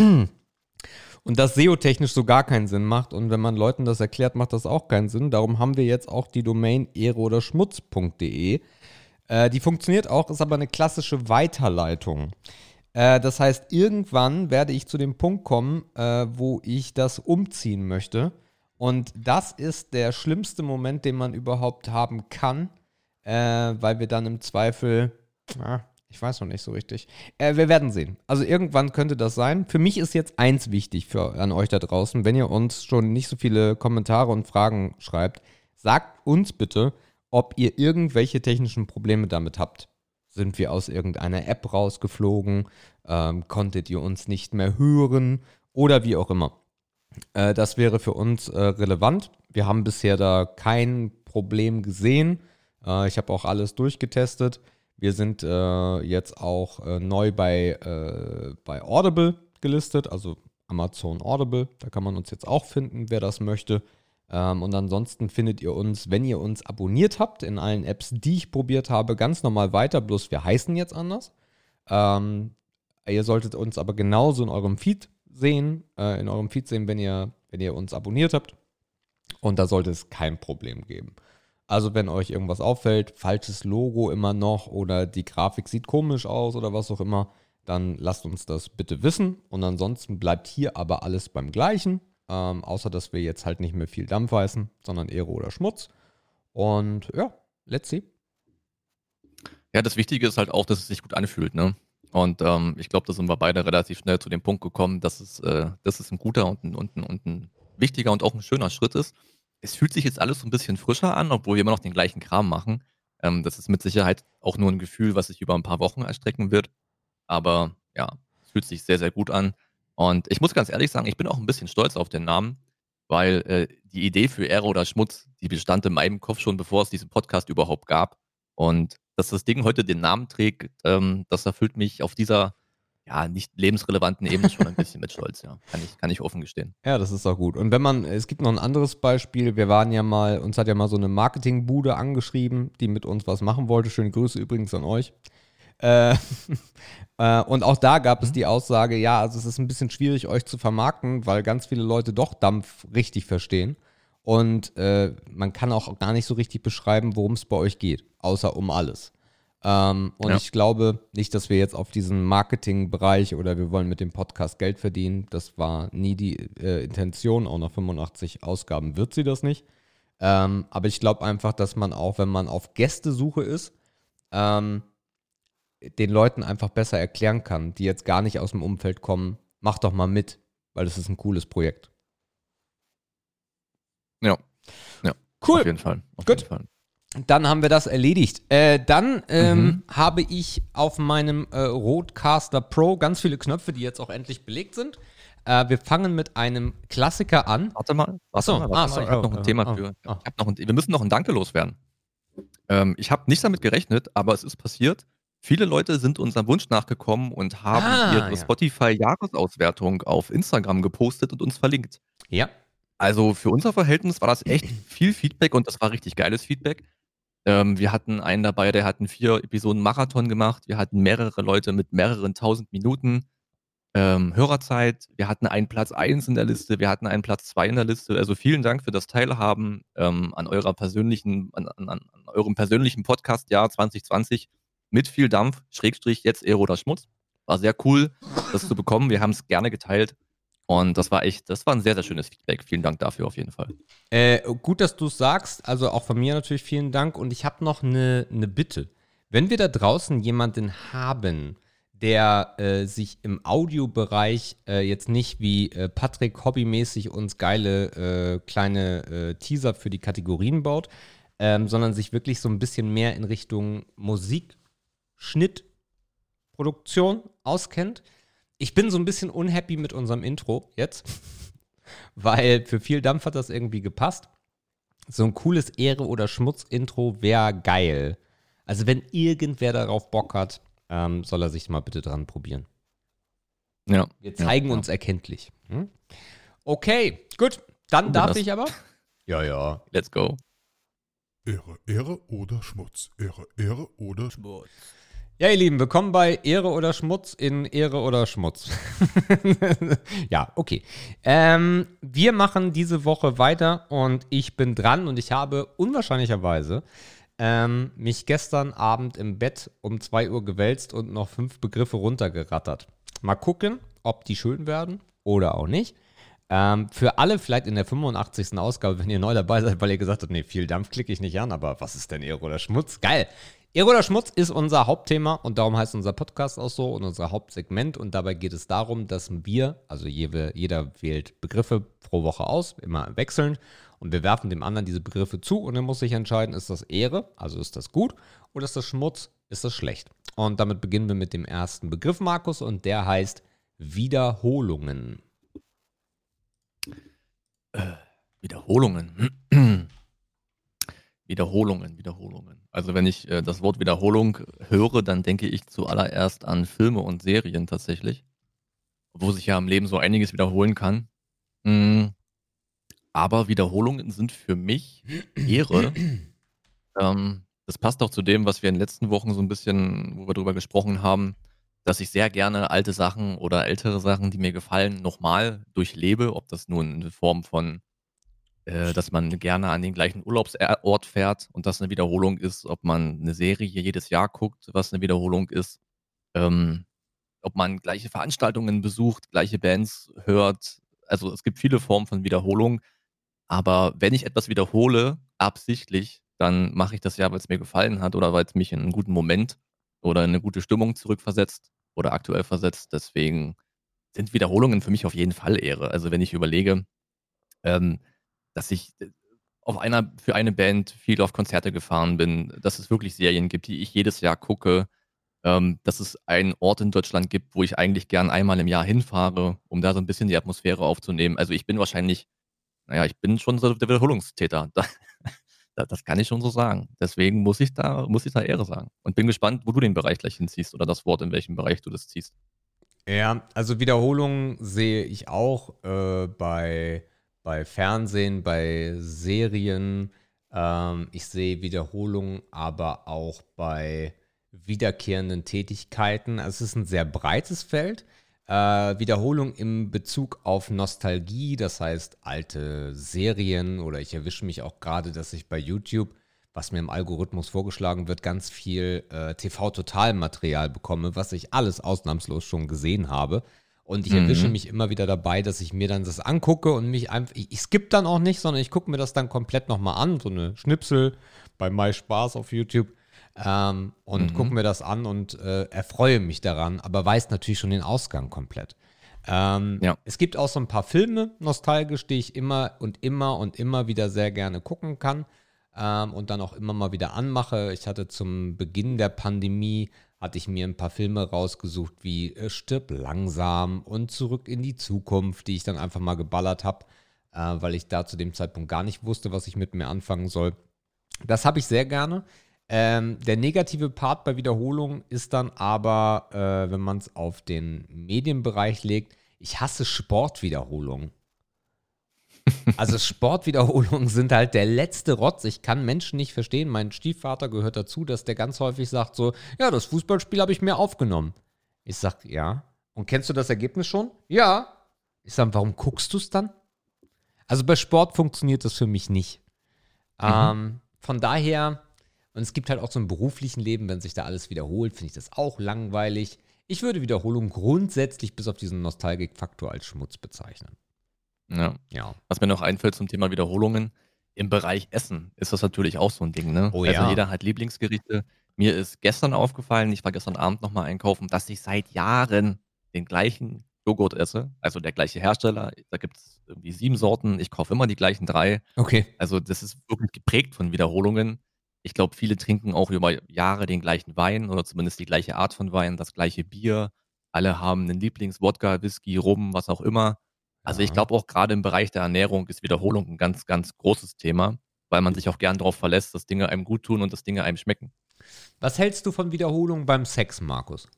und das S E O-technisch so gar keinen Sinn macht. Und wenn man Leuten das erklärt, macht das auch keinen Sinn. Darum haben wir jetzt auch die Domain ehre oder schmutz punkt de. Äh, die funktioniert auch, ist aber eine klassische Weiterleitung. Äh, das heißt, irgendwann werde ich zu dem Punkt kommen, äh, wo ich das umziehen möchte. Und das ist der schlimmste Moment, den man überhaupt haben kann, äh, weil wir dann im Zweifel... Ah, ich weiß noch nicht so richtig. Äh, wir werden sehen. Also irgendwann könnte das sein. Für mich ist jetzt eins wichtig für, an euch da draußen. Wenn ihr uns schon nicht so viele Kommentare und Fragen schreibt, sagt uns bitte, ob ihr irgendwelche technischen Probleme damit habt. Sind wir aus irgendeiner App rausgeflogen? Ähm, konntet ihr uns nicht mehr hören? Oder wie auch immer. Äh, das wäre für uns äh, relevant. Wir haben bisher da kein Problem gesehen. Äh, ich habe auch alles durchgetestet. Wir sind äh, jetzt auch äh, neu bei, äh, bei Audible gelistet, also Amazon Audible. Da kann man uns jetzt auch finden, wer das möchte. Ähm, und ansonsten findet ihr uns, wenn ihr uns abonniert habt, in allen Apps, die ich probiert habe, ganz normal weiter, bloß wir heißen jetzt anders. Ähm, ihr solltet uns aber genauso in eurem Feed sehen, äh, in eurem Feed sehen, wenn ihr, wenn ihr uns abonniert habt. Und da sollte es kein Problem geben. Also wenn euch irgendwas auffällt, falsches Logo immer noch oder die Grafik sieht komisch aus oder was auch immer, dann lasst uns das bitte wissen. Und ansonsten bleibt hier aber alles beim Gleichen. Ähm, außer, dass wir jetzt halt nicht mehr viel Dampf heißen, sondern Ehre oder Schmutz. Und ja, let's see. Ja, das Wichtige ist halt auch, dass es sich gut anfühlt, ne? Und ähm, ich glaube, da sind wir beide relativ schnell zu dem Punkt gekommen, dass es, äh, dass es ein guter und ein, und, ein, und ein wichtiger und auch ein schöner Schritt ist. Es fühlt sich jetzt alles so ein bisschen frischer an, obwohl wir immer noch den gleichen Kram machen. Ähm, das ist mit Sicherheit auch nur ein Gefühl, was sich über ein paar Wochen erstrecken wird. Aber ja, es fühlt sich sehr, sehr gut an. Und ich muss ganz ehrlich sagen, ich bin auch ein bisschen stolz auf den Namen, weil äh, die Idee für Ehre oder Schmutz, die bestand in meinem Kopf schon, bevor es diesen Podcast überhaupt gab. Und dass das Ding heute den Namen trägt, ähm, das erfüllt mich auf dieser ja nicht lebensrelevanten Ebene schon ein bisschen mit Stolz, ja. Kann ich, kann ich offen gestehen. Ja, das ist auch gut. Und wenn man, es gibt noch ein anderes Beispiel, wir waren ja mal, uns hat ja mal so eine Marketingbude angeschrieben, die mit uns was machen wollte. Schöne Grüße übrigens an euch. Äh, äh, und auch da gab es die Aussage, ja, also es ist ein bisschen schwierig, euch zu vermarkten, weil ganz viele Leute doch Dampf richtig verstehen. Und äh, man kann auch gar nicht so richtig beschreiben, worum es bei euch geht, außer um alles. Ähm, und Ja. ich glaube nicht, dass wir jetzt auf diesen Marketingbereich oder wir wollen mit dem Podcast Geld verdienen. Das war nie die äh, Intention. Auch nach fünfundachtzig Ausgaben wird sie das nicht. Ähm, aber ich glaube einfach, dass man auch, wenn man auf Gästesuche ist, ähm, den Leuten einfach besser erklären kann, die jetzt gar nicht aus dem Umfeld kommen, mach doch mal mit, weil das ist ein cooles Projekt. Ja. Ja. Cool. Auf jeden Fall. Auf Gut. jeden Fall. Dann haben wir das erledigt. Äh, dann ähm, Mhm. habe ich auf meinem äh, Rodecaster Pro ganz viele Knöpfe, die jetzt auch endlich belegt sind. Äh, wir fangen mit einem Klassiker an. Warte mal, warte Achso, mal, warte ah, mal. sorry. Ich habe Oh, noch ein oh, Thema oh, für. oh. Ich hab noch ein, wir müssen noch ein Danke loswerden. Ähm, ich habe nicht damit gerechnet, aber es ist passiert. Viele Leute sind unserem Wunsch nachgekommen und haben Ah, ihre ja. Spotify-Jahresauswertung auf Instagram gepostet und uns verlinkt. Ja. Also für unser Verhältnis war das echt viel Feedback und das war richtig geiles Feedback. Ähm, wir hatten einen dabei, der hat einen vier Episoden Marathon gemacht. Wir hatten mehrere Leute mit mehreren tausend Minuten ähm, Hörerzeit. Wir hatten einen Platz eins in der Liste. Wir hatten einen Platz zwei in der Liste. Also vielen Dank für das Teilhaben ähm, an eurer persönlichen, an, an, an eurem persönlichen Podcast-Jahr zwanzig zwanzig mit viel Dampf, Schrägstrich, jetzt Ehre oder Schmutz. War sehr cool, das zu bekommen. Wir haben es gerne geteilt. Und das war echt, das war ein sehr, sehr schönes Feedback. Vielen Dank dafür auf jeden Fall. Äh, gut, dass du es sagst. Also auch von mir natürlich vielen Dank. Und ich habe noch eine ne Bitte. Wenn wir da draußen jemanden haben, der äh, sich im Audiobereich äh, jetzt nicht wie äh, Patrick hobbymäßig uns geile äh, kleine äh, Teaser für die Kategorien baut, ähm, sondern sich wirklich so ein bisschen mehr in Richtung Musikschnittproduktion auskennt. Ich bin so ein bisschen unhappy mit unserem Intro jetzt, weil für viel Dampf hat das irgendwie gepasst. So ein cooles Ehre- oder Schmutz-Intro wäre geil. Also wenn irgendwer darauf Bock hat, ähm, soll er sich mal bitte dran probieren. Ja. Wir zeigen ja, uns erkenntlich. Hm? Okay, gut. Dann Du darf das. ich aber. Ja, ja. Let's go. Ehre, Ehre oder Schmutz. Ehre, Ehre oder Schmutz. Ja, ihr Lieben, willkommen bei Ehre oder Schmutz in Ehre oder Schmutz. Ja, okay. Ähm, wir machen diese Woche weiter und ich bin dran und ich habe unwahrscheinlicherweise ähm, mich gestern Abend im Bett um zwei Uhr gewälzt und noch fünf Begriffe runtergerattert. Mal gucken, ob die schön werden oder auch nicht. Ähm, für alle vielleicht in der fünfundachtzigsten Ausgabe, wenn ihr neu dabei seid, weil ihr gesagt habt, nee, viel Dampf klicke ich nicht an, aber was ist denn Ehre oder Schmutz? Geil! Ehre oder Schmutz ist unser Hauptthema und darum heißt unser Podcast auch so und unser Hauptsegment und dabei geht es darum, dass wir, also jede, jeder wählt Begriffe pro Woche aus, immer wechselnd und wir werfen dem anderen diese Begriffe zu und er muss sich entscheiden, ist das Ehre, also ist das gut oder ist das Schmutz, ist das schlecht. Und damit beginnen wir mit dem ersten Begriff, Markus, und der heißt Wiederholungen. Äh, Wiederholungen. Wiederholungen, Wiederholungen. Also wenn ich äh, das Wort Wiederholung höre, dann denke ich zuallererst an Filme und Serien tatsächlich, wo sich ja im Leben so einiges wiederholen kann. Mm, aber Wiederholungen sind für mich Ehre. Ähm, das passt auch zu dem, was wir in den letzten Wochen so ein bisschen, wo wir drüber gesprochen haben, dass ich sehr gerne alte Sachen oder ältere Sachen, die mir gefallen, nochmal durchlebe, ob das nun in Form von äh, dass man gerne an den gleichen Urlaubsort fährt und das eine Wiederholung ist, ob man eine Serie jedes Jahr guckt, was eine Wiederholung ist, ähm, ob man gleiche Veranstaltungen besucht, gleiche Bands hört. Also, es gibt viele Formen von Wiederholung, aber wenn ich etwas wiederhole, absichtlich, dann mache ich das ja, weil es mir gefallen hat oder weil es mich in einen guten Moment oder in eine gute Stimmung zurückversetzt oder aktuell versetzt. Deswegen sind Wiederholungen für mich auf jeden Fall Ehre. Also, wenn ich überlege, ähm dass ich äh, auf einer für eine Band viel auf Konzerte gefahren bin, dass es wirklich Serien gibt, die ich jedes Jahr gucke, ähm, dass es einen Ort in Deutschland gibt, wo ich eigentlich gern einmal im Jahr hinfahre, um da so ein bisschen die Atmosphäre aufzunehmen. Also, ich bin wahrscheinlich naja, ich bin schon so der Wiederholungstäter. Da da das kann ich schon so sagen. Deswegen muss ich da muss ich da Ehre sagen und bin gespannt, wo du den Bereich gleich hinziehst oder das Wort, in welchem Bereich du das ziehst. Ja, also Wiederholungen sehe ich auch äh, bei, bei Fernsehen, bei Serien. Ähm, ich sehe Wiederholungen aber auch bei wiederkehrenden Tätigkeiten. Also es ist ein sehr breites Feld. Äh, Wiederholung im Bezug auf Nostalgie, das heißt alte Serien, oder ich erwische mich auch gerade, dass ich bei YouTube, was mir im Algorithmus vorgeschlagen wird, ganz viel äh, T V-Total-Material bekomme, was ich alles ausnahmslos schon gesehen habe. Und ich erwische Mhm. mich immer wieder dabei, dass ich mir dann das angucke und mich einfach, ich, ich skippe dann auch nicht, sondern ich gucke mir das dann komplett nochmal an, so eine Schnipsel bei MySpaß auf YouTube, ähm, und gucke Mhm. mir das an und äh, erfreue mich daran, aber weiß natürlich schon den Ausgang komplett. Ähm, Ja. es gibt auch so ein paar Filme, nostalgisch, die ich immer und immer und immer wieder sehr gerne gucken kann, ähm, und dann auch immer mal wieder anmache. Ich hatte zum Beginn der Pandemie, hatte ich mir ein paar Filme rausgesucht, wie äh, Stirb langsam und Zurück in die Zukunft, die ich dann einfach mal geballert habe, äh, weil ich da zu dem Zeitpunkt gar nicht wusste, was ich mit mir anfangen soll. Das habe ich sehr gerne. Ähm, der negative Part bei Wiederholungen ist dann aber, äh, wenn man es auf den Medienbereich legt, ich hasse Sportwiederholungen. Also Sportwiederholungen sind halt der letzte Rotz. Ich kann Menschen nicht verstehen. Mein Stiefvater gehört dazu, dass der ganz häufig sagt so, ja, das Fußballspiel habe ich mir aufgenommen. Ich sag, ja. Und kennst du das Ergebnis schon? Ja. Ich sag, warum guckst du es dann? Also bei Sport funktioniert das für mich nicht. Mhm. Ähm, von daher, und es gibt halt auch so im beruflichen Leben, wenn sich da alles wiederholt, finde ich das auch langweilig. Ich würde Wiederholung grundsätzlich bis auf diesen Nostalgik-Faktor als Schmutz bezeichnen. Ja. Ja. Was mir noch einfällt zum Thema Wiederholungen, im Bereich Essen ist das natürlich auch so ein Ding, ne? Oh Also, ja. jeder hat Lieblingsgerichte. Mir ist gestern aufgefallen, ich war gestern Abend noch mal einkaufen, dass ich seit Jahren den gleichen Joghurt esse, also der gleiche Hersteller. Da gibt's irgendwie sieben Sorten. Ich kaufe immer die gleichen drei. Okay. Also, das ist wirklich geprägt von Wiederholungen. Ich glaube, viele trinken auch über Jahre den gleichen Wein oder zumindest die gleiche Art von Wein, das gleiche Bier. Alle haben 'nen Lieblings-Wodka, Whisky, Rum, was auch immer. Also, ich Ja. glaube auch gerade im Bereich der Ernährung ist Wiederholung ein ganz, ganz großes Thema, weil man sich auch gern darauf verlässt, dass Dinge einem gut tun und dass Dinge einem schmecken. Was hältst du von Wiederholung beim Sex, Markus?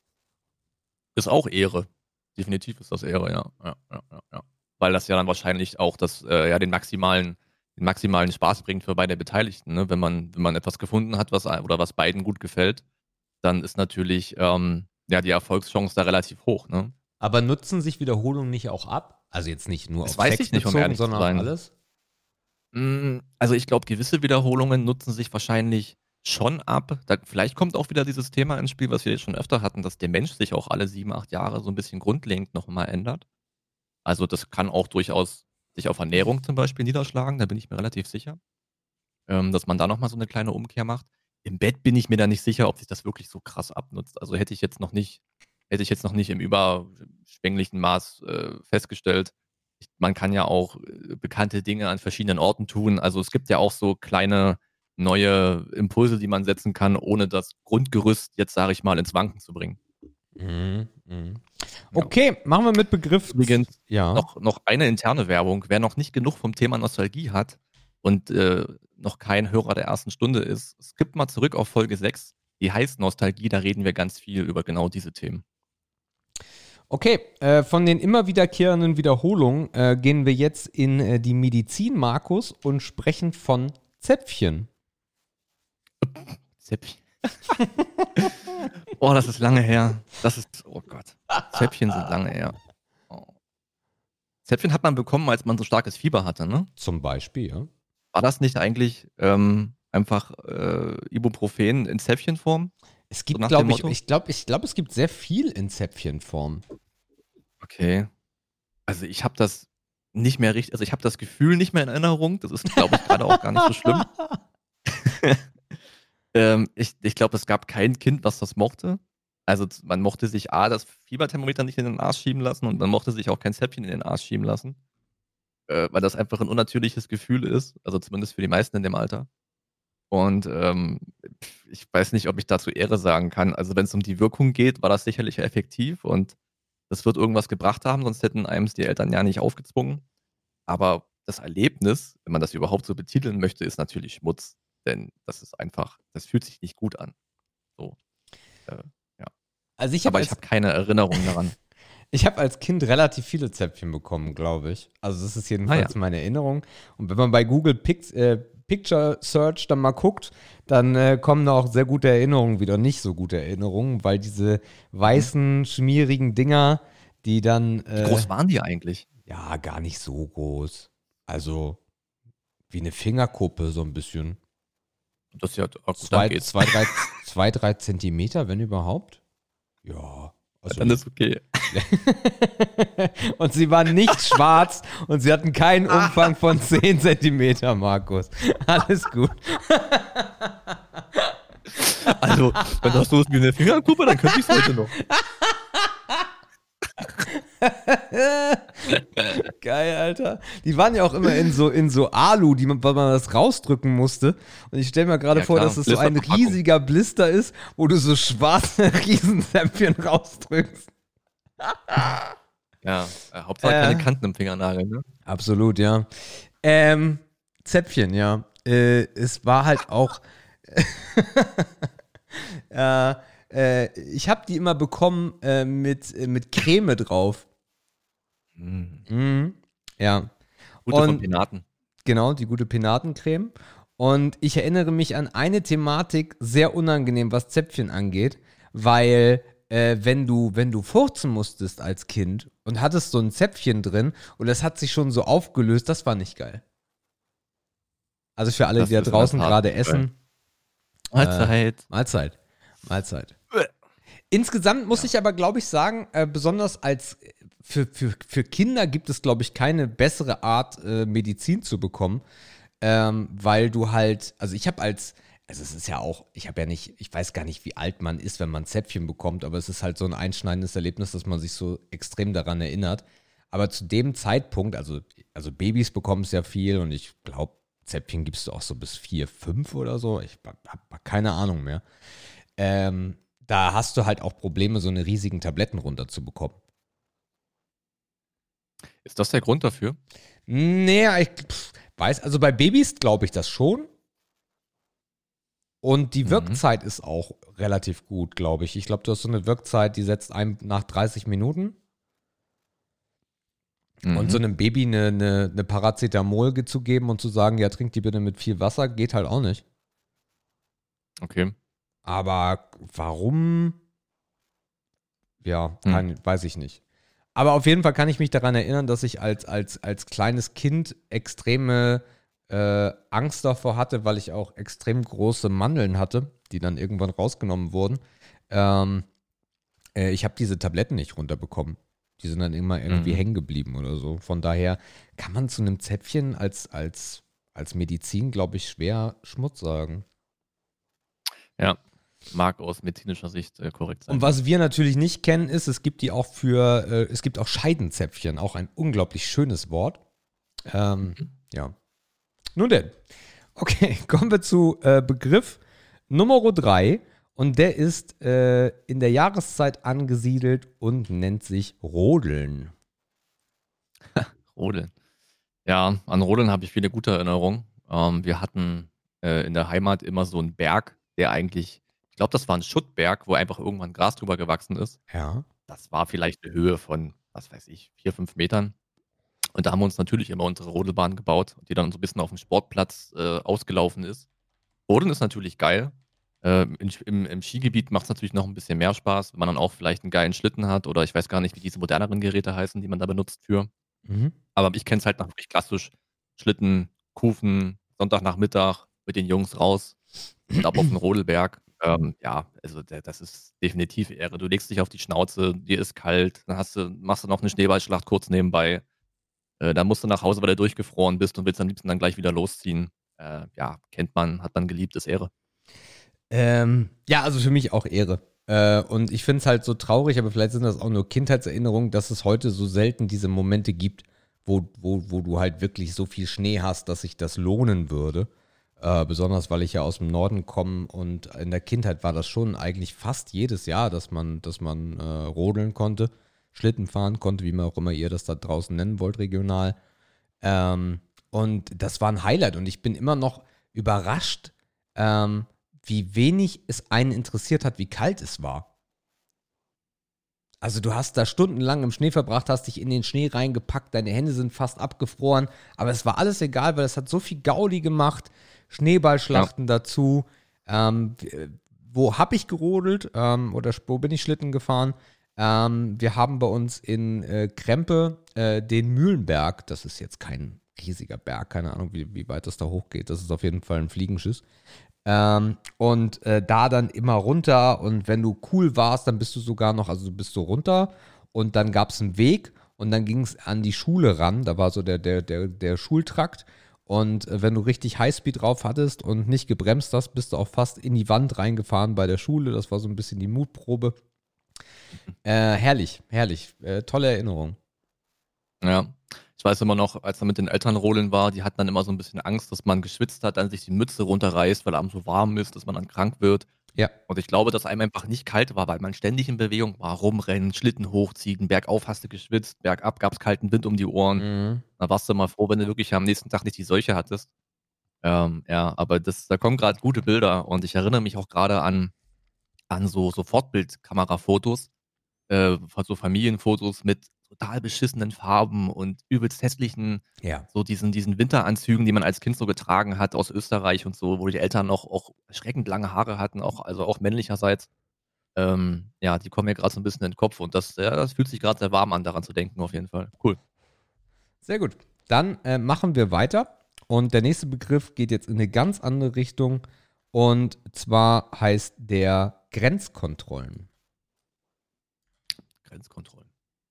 Ist auch Ehre. Definitiv ist das Ehre, ja. Ja, ja, ja, ja. Weil das ja dann wahrscheinlich auch das, äh, ja, den maximalen den maximalen Spaß bringt für beide Beteiligten, ne? Wenn man wenn man etwas gefunden hat, was ei oder was beiden gut gefällt, dann ist natürlich, ähm, ja, die Erfolgschance da relativ hoch, ne? Aber nutzen sich Wiederholungen nicht auch ab? Also jetzt nicht nur Das auf weiß Sex ich nicht, um bezogen, ehrlich zu sondern auf sein. alles? Hm, also, ich glaube, gewisse Wiederholungen nutzen sich wahrscheinlich schon ab. Da vielleicht kommt auch wieder dieses Thema ins Spiel, was wir jetzt schon öfter hatten, dass der Mensch sich auch alle sieben, acht Jahre so 'n bisschen grundlegend noch mal ändert. Also, das kann auch durchaus sich auf Ernährung zum Beispiel niederschlagen, da bin ich mir relativ sicher, ähm, dass man da noch mal so 'ne kleine Umkehr macht. Im Bett bin ich mir da nicht sicher, ob sich das wirklich so krass abnutzt. Also, hätte ich jetzt noch nicht hätte ich jetzt noch nicht im überschwänglichen Maß, äh, festgestellt. Ich man kann ja auch, äh, bekannte Dinge an verschiedenen Orten tun. Also, es gibt ja auch so kleine neue Impulse, die man setzen kann, ohne das Grundgerüst jetzt, sage ich mal, ins Wanken zu bringen. Mhm, mhm. Ja. Okay, machen wir mit Begriff. Übrigens Ja. noch noch eine interne Werbung. Wer noch nicht genug vom Thema Nostalgie hat, und äh, noch kein Hörer der ersten Stunde ist, skippt mal zurück auf Folge sechs. Die heißt Nostalgie, da reden wir ganz viel über genau diese Themen. Okay, äh, von den immer wiederkehrenden Wiederholungen äh, gehen wir jetzt in äh, die Medizin, Markus, und sprechen von Zäpfchen. Zäpfchen. Oh, das ist lange her. Das ist, oh Gott. Zäpfchen sind lange her. Oh. Zäpfchen hat man bekommen, als man so starkes Fieber hatte, ne? Zum Beispiel, ja. War das nicht eigentlich ähm, einfach äh, Ibuprofen in Zäpfchenform? Es gibt, nach glaube dem ich, Motto? ich glaube, ich glaube, es gibt sehr viel in Zäpfchenform. Okay. Also ich habe das nicht mehr richtig, also ich habe das Gefühl nicht mehr in Erinnerung. Das ist, glaube ich, gerade auch gar nicht so schlimm. ähm, ich ich glaube, es gab kein Kind, was das mochte. Also z- man mochte sich A, das Fieberthermometer nicht in den Arsch schieben lassen und man mochte sich auch kein Zäpfchen in den Arsch schieben lassen. Äh, weil das einfach ein unnatürliches Gefühl ist. Also zumindest für die meisten in dem Alter. Und ähm, pf, ich weiß nicht, ob ich dazu Ehre sagen kann. Also wenn es um die Wirkung geht, war das sicherlich effektiv und das wird irgendwas gebracht haben, sonst hätten einem es die Eltern ja nicht aufgezwungen. Aber das Erlebnis, wenn man das überhaupt so betiteln möchte, ist natürlich Schmutz. Denn das ist einfach, das fühlt sich nicht gut an. So, äh, ja. Also ich habe Aber ich als, habe keine Erinnerung daran. ich hab als Kind relativ viele Zäpfchen bekommen, glaube ich. Also das ist jedenfalls Ah, meine Erinnerung. Und wenn man bei Google Pic äh, Picture Search dann mal guckt, dann äh, kommen da auch sehr gute Erinnerungen wieder, nicht so gute Erinnerungen, weil diese weißen, schmierigen Dinger, die dann Wie äh, groß waren die eigentlich? ja, gar nicht so groß. Also wie eine Fingerkuppe so ein bisschen. Das ist ja, ah, gut, dann Zwei, geht's. zwei, drei, zwei, drei Zentimeter, wenn überhaupt. Ja. Also Dann ist okay. und sie waren nicht schwarz und sie hatten keinen Umfang von zehn Zentimeter, Markus. Alles gut. Also, wenn das so ist wie eine Fingerkuppe, dann könnte ich es heute noch. Geil, Alter. Die waren ja auch immer in so, in so Alu, die man, weil man das rausdrücken musste. Und ich stelle mir gerade Ja, vor, klar, dass es so ein Blisterverpackung. riesiger Blister ist, wo du so schwarze Riesenzäpfchen rausdrückst. Ja, äh, Hauptsache Äh. keine Kanten im Fingernagel, ne? Absolut, ja. Ähm, Zäpfchen, ja. Äh, es war halt auch. äh, äh, ich habe die immer bekommen äh, mit, äh, mit Creme drauf. Mhm. Mhm. Ja, Gute von Und- Penaten. genau, die gute Penatencreme. Und ich erinnere mich an eine Thematik, sehr unangenehm, was Zäpfchen angeht, weil äh, wenn du, wenn du furzen musstest als Kind und hattest so ein Zäpfchen drin und es hat sich schon so aufgelöst, das war nicht geil. Also für alle, Das die da ist in der draußen Tat gerade nicht geil. essen, Mahlzeit. Mahlzeit. Mahlzeit. Bäh. Insgesamt muss ich aber, glaube ich, sagen, äh, besonders als für, für, für Kinder gibt es, glaube ich, keine bessere Art, äh, Medizin zu bekommen, ähm, weil du halt, also ich habe als, also es ist ja auch, ich habe ja nicht, ich weiß gar nicht, wie alt man ist, wenn man Zäpfchen bekommt, aber es ist halt so ein einschneidendes Erlebnis, dass man sich so extrem daran erinnert. Aber zu dem Zeitpunkt, also, also Babys bekommen es ja viel und ich glaube, Zäpfchen gibst du auch so bis vier, fünf oder so. Ich habe hab keine Ahnung mehr. Ähm, da hast du halt auch Probleme, so eine riesigen Tabletten runterzubekommen. Ist das der Grund dafür? Nee, ich pff, weiß, also bei Babys glaube ich das schon. Und die Mhm. Wirkzeit ist auch relativ gut, glaube ich. Ich glaube, du hast so eine Wirkzeit, die setzt ein nach dreißig Minuten. Mhm. Und so einem Baby eine, eine, eine Paracetamol ge- zu geben und zu sagen, ja, trink die bitte mit viel Wasser, geht halt auch nicht. Okay. Aber warum? Ja, Hm. kann, weiß ich nicht. Aber auf jeden Fall kann ich mich daran erinnern, dass ich als, als, als kleines Kind extreme äh, Angst davor hatte, weil ich auch extrem große Mandeln hatte, die dann irgendwann rausgenommen wurden. Ähm, äh, ich habe diese Tabletten nicht runterbekommen. Die sind dann immer irgendwie Mhm. hängen geblieben oder so. Von daher kann man zu einem Zäpfchen als, als, als Medizin, glaube ich, schwer Schmutz sagen. Ja, mag aus medizinischer Sicht äh, korrekt sein. Und was wir natürlich nicht kennen, ist, es gibt die auch für, äh, es gibt auch Scheidenzäpfchen, auch ein unglaublich schönes Wort. Ähm, Mhm. ja. Nun denn. Okay, kommen wir zu äh, Begriff Nummer drei. Und der ist äh, in der Jahreszeit angesiedelt und nennt sich Rodeln. Rodeln. Ja, an Rodeln habe ich viele gute Erinnerungen. Ähm, wir hatten äh, in der Heimat immer so einen Berg, der eigentlich, ich glaube, das war ein Schuttberg, wo einfach irgendwann Gras drüber gewachsen ist. Ja. Das war vielleicht eine Höhe von, was weiß ich, vier, fünf Metern. Und da haben wir uns natürlich immer unsere Rodelbahn gebaut, die dann so ein bisschen auf dem Sportplatz äh, ausgelaufen ist. Rodeln ist natürlich geil. Ähm, in, im, Im Skigebiet macht es natürlich noch ein bisschen mehr Spaß, wenn man dann auch vielleicht einen geilen Schlitten hat oder ich weiß gar nicht, wie diese moderneren Geräte heißen, die man da benutzt für. Mhm. Aber ich kenne es halt noch wirklich klassisch. Schlitten, Kufen, Sonntagnachmittag mit den Jungs raus und ab auf den Rodelberg. Ähm, ja, also der, das ist definitiv Ehre. Du legst dich auf die Schnauze, dir ist kalt, dann hast du, machst du noch eine Schneeballschlacht kurz nebenbei. Äh, dann musst du nach Hause, weil du durchgefroren bist und willst am liebsten dann gleich wieder losziehen. Äh, ja, kennt man, hat man geliebt, ist Ehre. Ähm, ja, also für mich auch Ehre. Äh, und ich finde es halt so traurig, aber vielleicht sind das auch nur Kindheitserinnerungen, dass es heute so selten diese Momente gibt, wo, wo, wo du halt wirklich so viel Schnee hast, dass sich das lohnen würde. Äh, besonders, weil ich ja aus dem Norden komme und in der Kindheit war das schon eigentlich fast jedes Jahr, dass man, dass man äh, rodeln konnte, Schlitten fahren konnte, wie man auch immer ihr das da draußen nennen wollt, regional. Ähm, und das war ein Highlight und ich bin immer noch überrascht, ähm, wie wenig es einen interessiert hat, wie kalt es war. Also du hast da stundenlang im Schnee verbracht, hast dich in den Schnee reingepackt, deine Hände sind fast abgefroren, aber es war alles egal, weil es hat so viel Gaudi gemacht, Schneeballschlachten dazu. Ähm, w- wo habe ich gerodelt ähm, oder wo bin ich Schlitten gefahren? Ähm, wir haben bei uns in äh, Krempe äh, den Mühlenberg, das ist jetzt kein riesiger Berg, keine Ahnung, wie, wie weit das da hochgeht, das ist auf jeden Fall ein Fliegenschiss. Ähm, und äh, da dann immer runter und wenn du cool warst, dann bist du sogar noch, also du bist so runter und dann gab es einen Weg und dann ging es an die Schule ran, da war so der, der, der, der Schultrakt und äh, wenn du richtig Highspeed drauf hattest und nicht gebremst hast, bist du auch fast in die Wand reingefahren bei der Schule, das war so ein bisschen die Mutprobe. Äh, herrlich, herrlich, äh, tolle Erinnerung. Ja. Ich weiß immer noch, als er mit den Eltern rodeln war, die hatten dann immer so ein bisschen Angst, dass man geschwitzt hat, dann sich die Mütze runterreißt, weil abends so warm ist, dass man dann krank wird. Ja. Und ich glaube, dass einem einfach nicht kalt war, weil man ständig in Bewegung war, rumrennen, Schlitten hochziehen, bergauf hast du geschwitzt, bergab gab es kalten Wind um die Ohren. Mhm. Da warst du mal froh, wenn du wirklich am nächsten Tag nicht die Seuche hattest. Ähm, ja, aber das, da kommen gerade gute Bilder und ich erinnere mich auch gerade an, an so, so Fortbildkamerafotos, äh, von so Familienfotos mit total beschissenen Farben und übelst hässlichen, Ja. so diesen, diesen Winteranzügen, die man als Kind so getragen hat aus Österreich und so, wo die Eltern noch auch erschreckend lange Haare hatten, auch, also auch männlicherseits. Ähm, ja, die kommen mir gerade so ein bisschen in den Kopf und das, ja, das fühlt sich gerade sehr warm an, daran zu denken, auf jeden Fall. Cool. Sehr gut. Dann äh, machen wir weiter. Und der nächste Begriff geht jetzt in eine ganz andere Richtung. Und zwar heißt der Grenzkontrollen. Grenzkontrollen.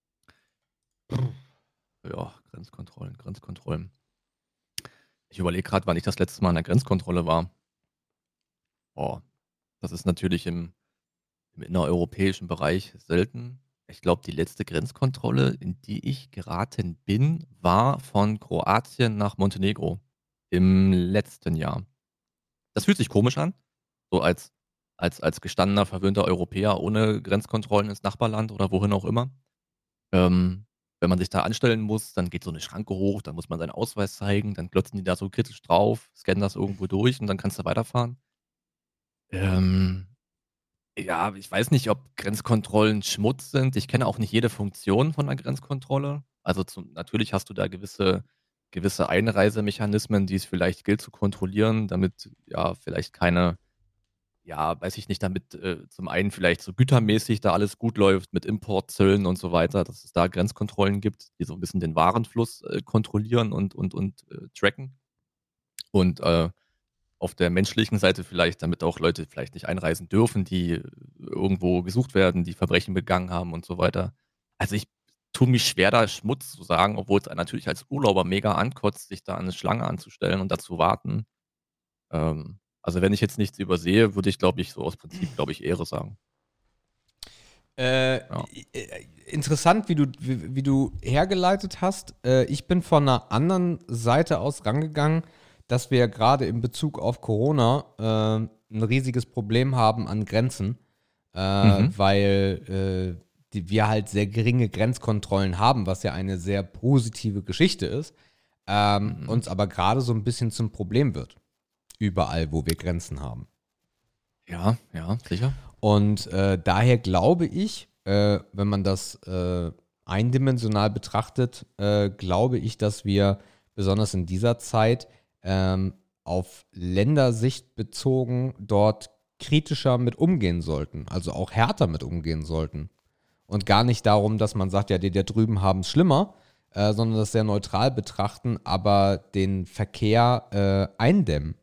Ja, Grenzkontrollen, Grenzkontrollen. Ich überlege gerade, wann ich das letzte Mal an der Grenzkontrolle war. Boah, das ist natürlich im, im innereuropäischen Bereich selten. Ich glaube, die letzte Grenzkontrolle, in die ich geraten bin, war von Kroatien nach Montenegro im letzten Jahr. Das fühlt sich komisch an, so als, als, als gestandener, verwöhnter Europäer ohne Grenzkontrollen ins Nachbarland oder wohin auch immer. Ähm, wenn man sich da anstellen muss, dann geht so eine Schranke hoch, dann muss man seinen Ausweis zeigen, dann glotzen die da so kritisch drauf, scannen das irgendwo durch und dann kannst du weiterfahren. Ähm, ja, ich weiß nicht, ob Grenzkontrollen Schmutz sind. Ich kenne auch nicht jede Funktion von 'ner Grenzkontrolle. Also, zum natürlich hast du da gewisse gewisse Einreisemechanismen, die es vielleicht gilt zu kontrollieren, damit, ja, vielleicht keine ja, weiß ich nicht, damit, äh, zum einen vielleicht so gütermäßig da alles gut läuft mit Importzöllen und so weiter, dass es da Grenzkontrollen gibt, die so 'n bisschen den Warenfluss, äh, kontrollieren und und und, äh, tracken. Und, äh auf der menschlichen Seite vielleicht, damit auch Leute vielleicht nicht einreisen dürfen, die äh, irgendwo gesucht werden, die Verbrechen begangen haben und so weiter. Also, ich tue mich schwer, da Schmutz zu sagen, obwohl es einen natürlich als Urlauber mega ankotzt, sich da an 'ne Schlange anzustellen und da zu warten. Ähm, also, wenn ich jetzt nichts übersehe, würde ich, glaube ich, so aus Prinzip, glaube ich, Ehre sagen. Äh, Ja. äh, interessant, wie du, wie, wie du hergeleitet hast. Äh, ich bin von einer anderen Seite aus rangegangen, dass wir ja gerade in Bezug auf Corona äh, ein riesiges Problem haben an Grenzen, äh, Mhm. weil äh, die, wir halt sehr geringe Grenzkontrollen haben, was ja eine sehr positive Geschichte ist. ähm, Mhm. uns aber gerade so ein bisschen zum Problem wird. Überall, wo wir Grenzen haben. Ja, ja, sicher. Und äh, daher glaube ich, äh, wenn man das äh, eindimensional betrachtet, äh, glaube ich, dass wir besonders in dieser Zeit ähm, auf Ländersicht bezogen dort kritischer mit umgehen sollten, also auch härter mit umgehen sollten. Und gar nicht darum, dass man sagt, ja, die da drüben haben es schlimmer, äh, sondern das sehr neutral betrachten, aber den Verkehr äh, eindämmen.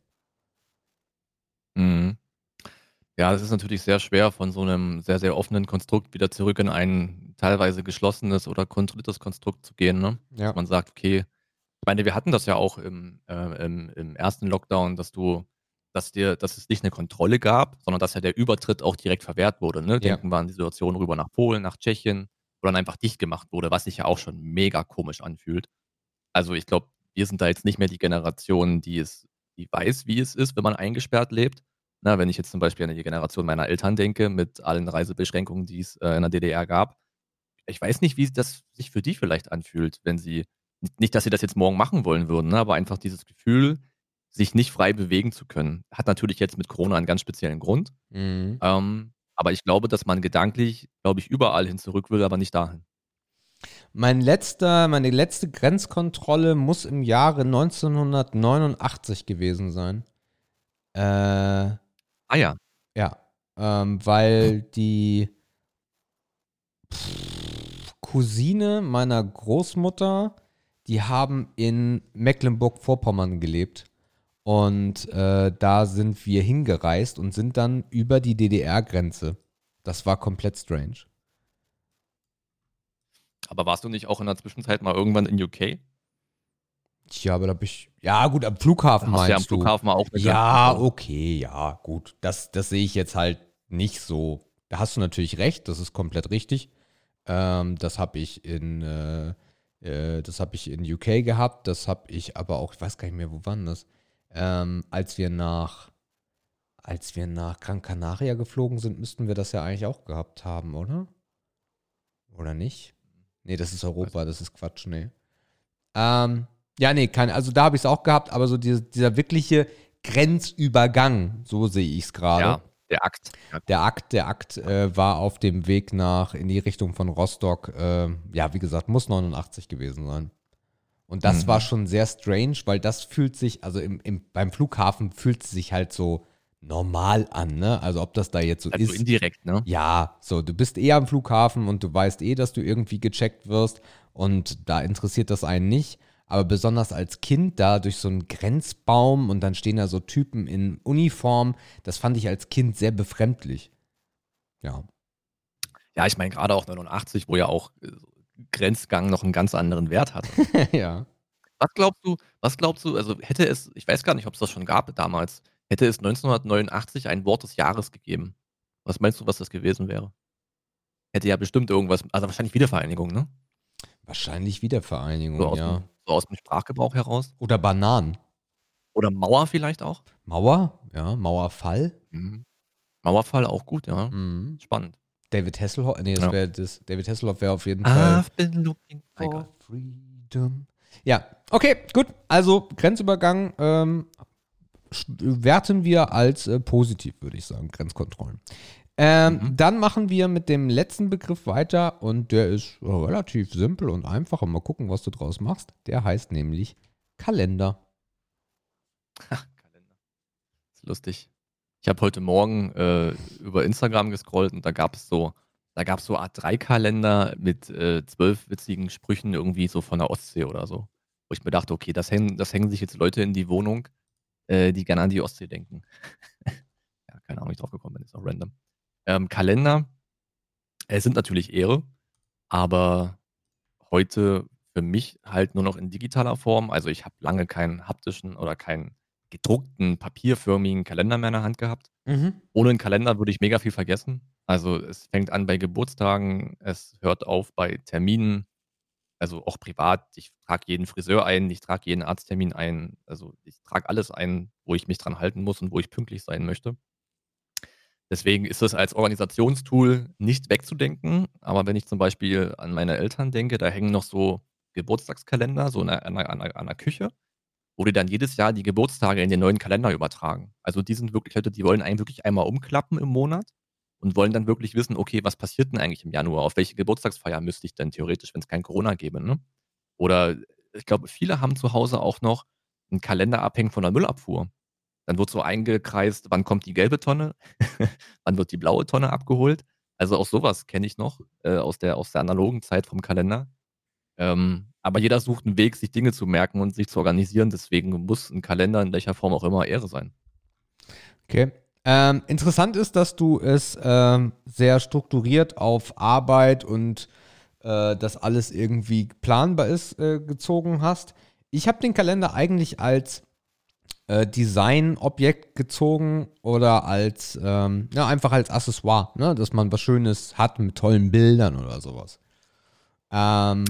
Mhm. Ja, es ist natürlich sehr schwer, von so einem sehr, sehr offenen Konstrukt wieder zurück in ein teilweise geschlossenes oder kontrolliertes Konstrukt zu gehen, ne? Dass Ja. man sagt: „Okay“, ich meine, wir hatten das ja auch im äh, im im ersten Lockdown, dass du dass dir dass es nicht eine Kontrolle gab, sondern dass ja der Übertritt auch direkt verwehrt wurde, ne? Ja. Denken wir an die Situation rüber nach Polen, nach Tschechien, wo dann einfach dicht gemacht wurde, was sich ja auch schon mega komisch anfühlt. Also, ich glaube, wir sind da jetzt nicht mehr die Generation, die es die weiß, wie es ist, wenn man eingesperrt lebt. Na, wenn ich jetzt zum Beispiel an die Generation meiner Eltern denke, mit allen Reisebeschränkungen, die es, äh, in der D D R gab. Ich weiß nicht, wie das sich für die vielleicht anfühlt, wenn sie nicht, dass sie das jetzt morgen machen wollen würden, ne, aber einfach dieses Gefühl, sich nicht frei bewegen zu können. Hat natürlich jetzt mit Corona einen ganz speziellen Grund. Mhm. Ähm, aber ich glaube, dass man gedanklich, glaube ich, überall hin zurück will, aber nicht dahin. Mein letzter, meine letzte Grenzkontrolle muss im Jahre neunzehnhundertneunundachtzig gewesen sein. Äh, Ah ja. ja, ähm, weil die pff, Cousine meiner Großmutter, die haben in Mecklenburg-Vorpommern gelebt. Und äh, da sind wir hingereist und sind dann über die D D R-Grenze. Das war komplett strange. Aber warst du nicht auch in der Zwischenzeit mal irgendwann in U K? Tja, aber da bin ich. Ja, gut, am Flughafen Da hast du ja am meinst du. Flughafen mal auch 'ne Ja, Grenzkontrolle. okay, ja, gut. Das, das sehe ich jetzt halt nicht so. Da hast du natürlich recht, das ist komplett richtig. Ähm, das habe ich in, äh, äh, das habe ich in U K gehabt, das habe ich aber auch, ich weiß gar nicht mehr, wo waren das? Ähm, als wir nach, als wir nach Gran Canaria geflogen sind, müssten wir das ja eigentlich auch gehabt haben, oder? Oder nicht? Nee, das ist Weiß Europa, nicht. das ist Quatsch, nee. Ähm, ja, nee, kein, also da habe ich es auch gehabt, aber so dieser, dieser wirkliche Grenzübergang, so sehe ich es gerade. Ja, der Akt. Ja. Der Akt, der Akt äh, war auf dem Weg nach in die Richtung von Rostock. Äh, ja, wie gesagt, muss neunundachtzig gewesen sein. Und das war Mhm. schon sehr strange, weil das fühlt sich, also im, im, beim Flughafen fühlt es sich halt so normal an, ne? Also ob das da jetzt so Halt so ist. indirekt, ne? Ja, so, du bist eh am Flughafen und du weißt eh, dass du irgendwie gecheckt wirst und da interessiert das einen nicht. Aber besonders als Kind da durch so einen Grenzbaum und dann stehen da so Typen in Uniform, das fand ich als Kind sehr befremdlich. Ja. Ja, ich meine grade auch neunundachtzig, wo ja auch, äh, Grenzgang noch 'n ganz anderen Wert hatte. Ja. Was glaubst du was glaubst du also, hätte es ich weiß gar nicht, ob's das schon gab damals. Hätte es neunzehnhundertneunundachtzig ein Wort des Jahres gegeben? Was meinst du, was das gewesen wäre? Hätte ja bestimmt irgendwas also, wahrscheinlich Wiedervereinigung, ne? Wahrscheinlich So Wiedervereinigung, aus'm ja. so aus'm Sprachgebrauch heraus? Oder Bananen. Oder Mauer vielleicht auch? Mauer, ja, Mauerfall. Mhm. Mauerfall auch gut, ja. Mhm. Spannend. David Hasselhoff, nee, das Ja. wäre das, David Hasselhoff wäre auf jeden Fall I've been looking ah, for egal. freedom. Ja, okay, gut. Also Grenzübergang ähm, sch- werten wir als äh, positiv, würde ich sagen, Grenzkontrollen. Ähm, Mhm. dann machen wir mit dem letzten Begriff weiter und der ist äh, relativ simpel und einfach. Und mal gucken, was du draus machst. Der heißt nämlich Kalender. Kalender. Ist lustig. Ich habe heute Morgen, äh, über Instagram gescrollt und da gab's so da gab's so A drei Kalender mit, äh, zwölf witzigen Sprüchen irgendwie so von der Ostsee oder so. Wo ich mir dachte: „Okay, das hängen das hängen sich jetzt Leute in die Wohnung, äh, die gerne an die Ostsee denken.“ Ja, keine Ahnung, wie ich drauf gekommen bin, ist auch random. Ähm, Kalender, äh, sind natürlich Ehre, aber heute für mich halt nur noch in digitaler Form. Also, ich habe lange keinen haptischen oder keinen gedruckten, papierförmigen Kalender mehr in der Hand gehabt. Mhm. Ohne 'n Kalender würde ich mega viel vergessen. Also, es fängt an bei Geburtstagen, es hört auf bei Terminen, also auch privat. Ich trage jeden Friseur ein, ich trage jeden Arzttermin ein. Also, ich trage alles ein, wo ich mich dran halten muss und wo ich pünktlich sein möchte. Deswegen ist es als Organisationstool nicht wegzudenken, aber wenn ich zum Beispiel an meine Eltern denke, da hängen noch so Geburtstagskalender, so in 'ner an 'ner an 'ner an 'ner Küche, wo die dann jedes Jahr die Geburtstage in den neuen Kalender übertragen. Also, die sind wirklich Leute, die wollen einen wirklich einmal umklappen im Monat und wollen dann wirklich wissen: „Okay, was passiert denn eigentlich im Januar? Auf welche Geburtstagsfeier müsste ich denn theoretisch, wenn's kein Corona gäbe“, ne? Oder ich glaube, viele haben zu Hause auch noch 'n Kalender abhängen von der Müllabfuhr. Dann wird so eingekreist, wann kommt die gelbe Tonne, wann wird die blaue Tonne abgeholt. Also, auch so was kenne ich noch, äh, aus der aus der analogen Zeit vom Kalender. Ähm, aber jeder sucht 'n Weg, sich Dinge zu merken und sich zu organisieren. Deswegen muss 'n Kalender in welcher Form auch immer Ehre sein. Okay. Ähm, interessant ist, dass du es, ähm, sehr strukturiert auf Arbeit und, äh, dass alles irgendwie planbar ist, äh, gezogen hast. Ich habe den Kalender eigentlich als, äh, Designobjekt gezogen oder als, ähm ja, einfach als Accessoire, ne, dass man was Schönes hat mit tollen Bildern oder so was. Ähm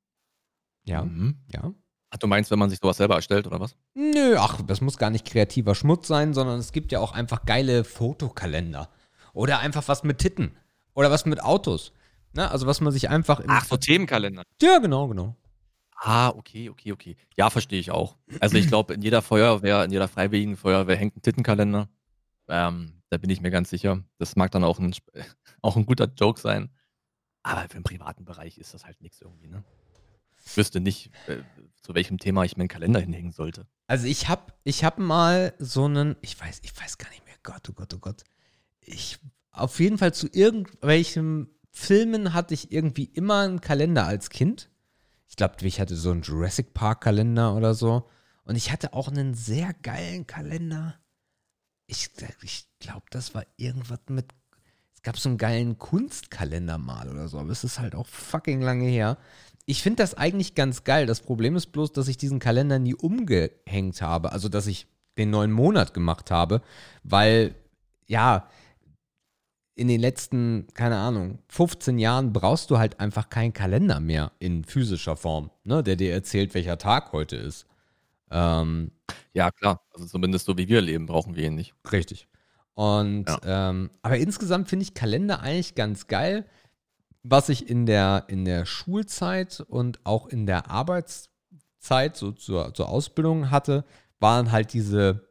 ja, Mhm. ja. Ach, du meinst, wenn man sich so was selber erstellt oder was? Nö, ach, das muss gar nicht kreativer Schmutz sein, sondern es gibt ja auch einfach geile Fotokalender. Oder einfach was mit Titten. Oder was mit Autos. Ne? Also was man sich einfach in. Ach, so Themenkalender. Ja, genau, genau. Ah, okay, okay, okay. Ja, verstehe ich auch. Also, ich glaube, in jeder Feuerwehr, in jeder freiwilligen Feuerwehr hängt 'n Tittenkalender. Ähm, da bin ich mir ganz sicher. Das mag dann auch 'n sp auch 'n guter Joke sein. Aber für 'n privaten Bereich ist das halt nix irgendwie, ne? Ich wüsste nicht, äh, zu welchem Thema ich mir 'n Kalender hinhängen sollte. Also ich habe ich hab mal so einen, ich weiß, ich weiß gar nicht mehr, Gott, oh Gott, oh Gott. Ich, auf jeden Fall zu irgendwelchen Filmen hatte ich irgendwie immer einen Kalender als Kind. Ich glaube, ich hatte so einen Jurassic Park Kalender oder so. Und ich hatte auch einen sehr geilen Kalender. Ich, ich glaube, das war irgendwas mit, es gab so einen geilen Kunstkalender mal oder so, aber es ist halt auch fucking lange her. Ich finde das eigentlich ganz geil. Das Problem ist bloß, dass ich diesen Kalender nie umgehängt habe. Also, dass ich den neuen Monat gemacht habe, weil, ja, in den letzten, keine Ahnung, fünfzehn Jahren brauchst du halt einfach keinen Kalender mehr in physischer Form, ne, der dir erzählt, welcher Tag heute ist. Ähm, Ja, klar. Also, zumindest so wie wir leben, brauchen wir ihn nicht. richtig. Und, Ja. ähm, aber insgesamt finde ich Kalender eigentlich ganz geil. Was ich in der, in der Schulzeit und auch in der Arbeitszeit, so zur, zur Ausbildung hatte, waren halt diese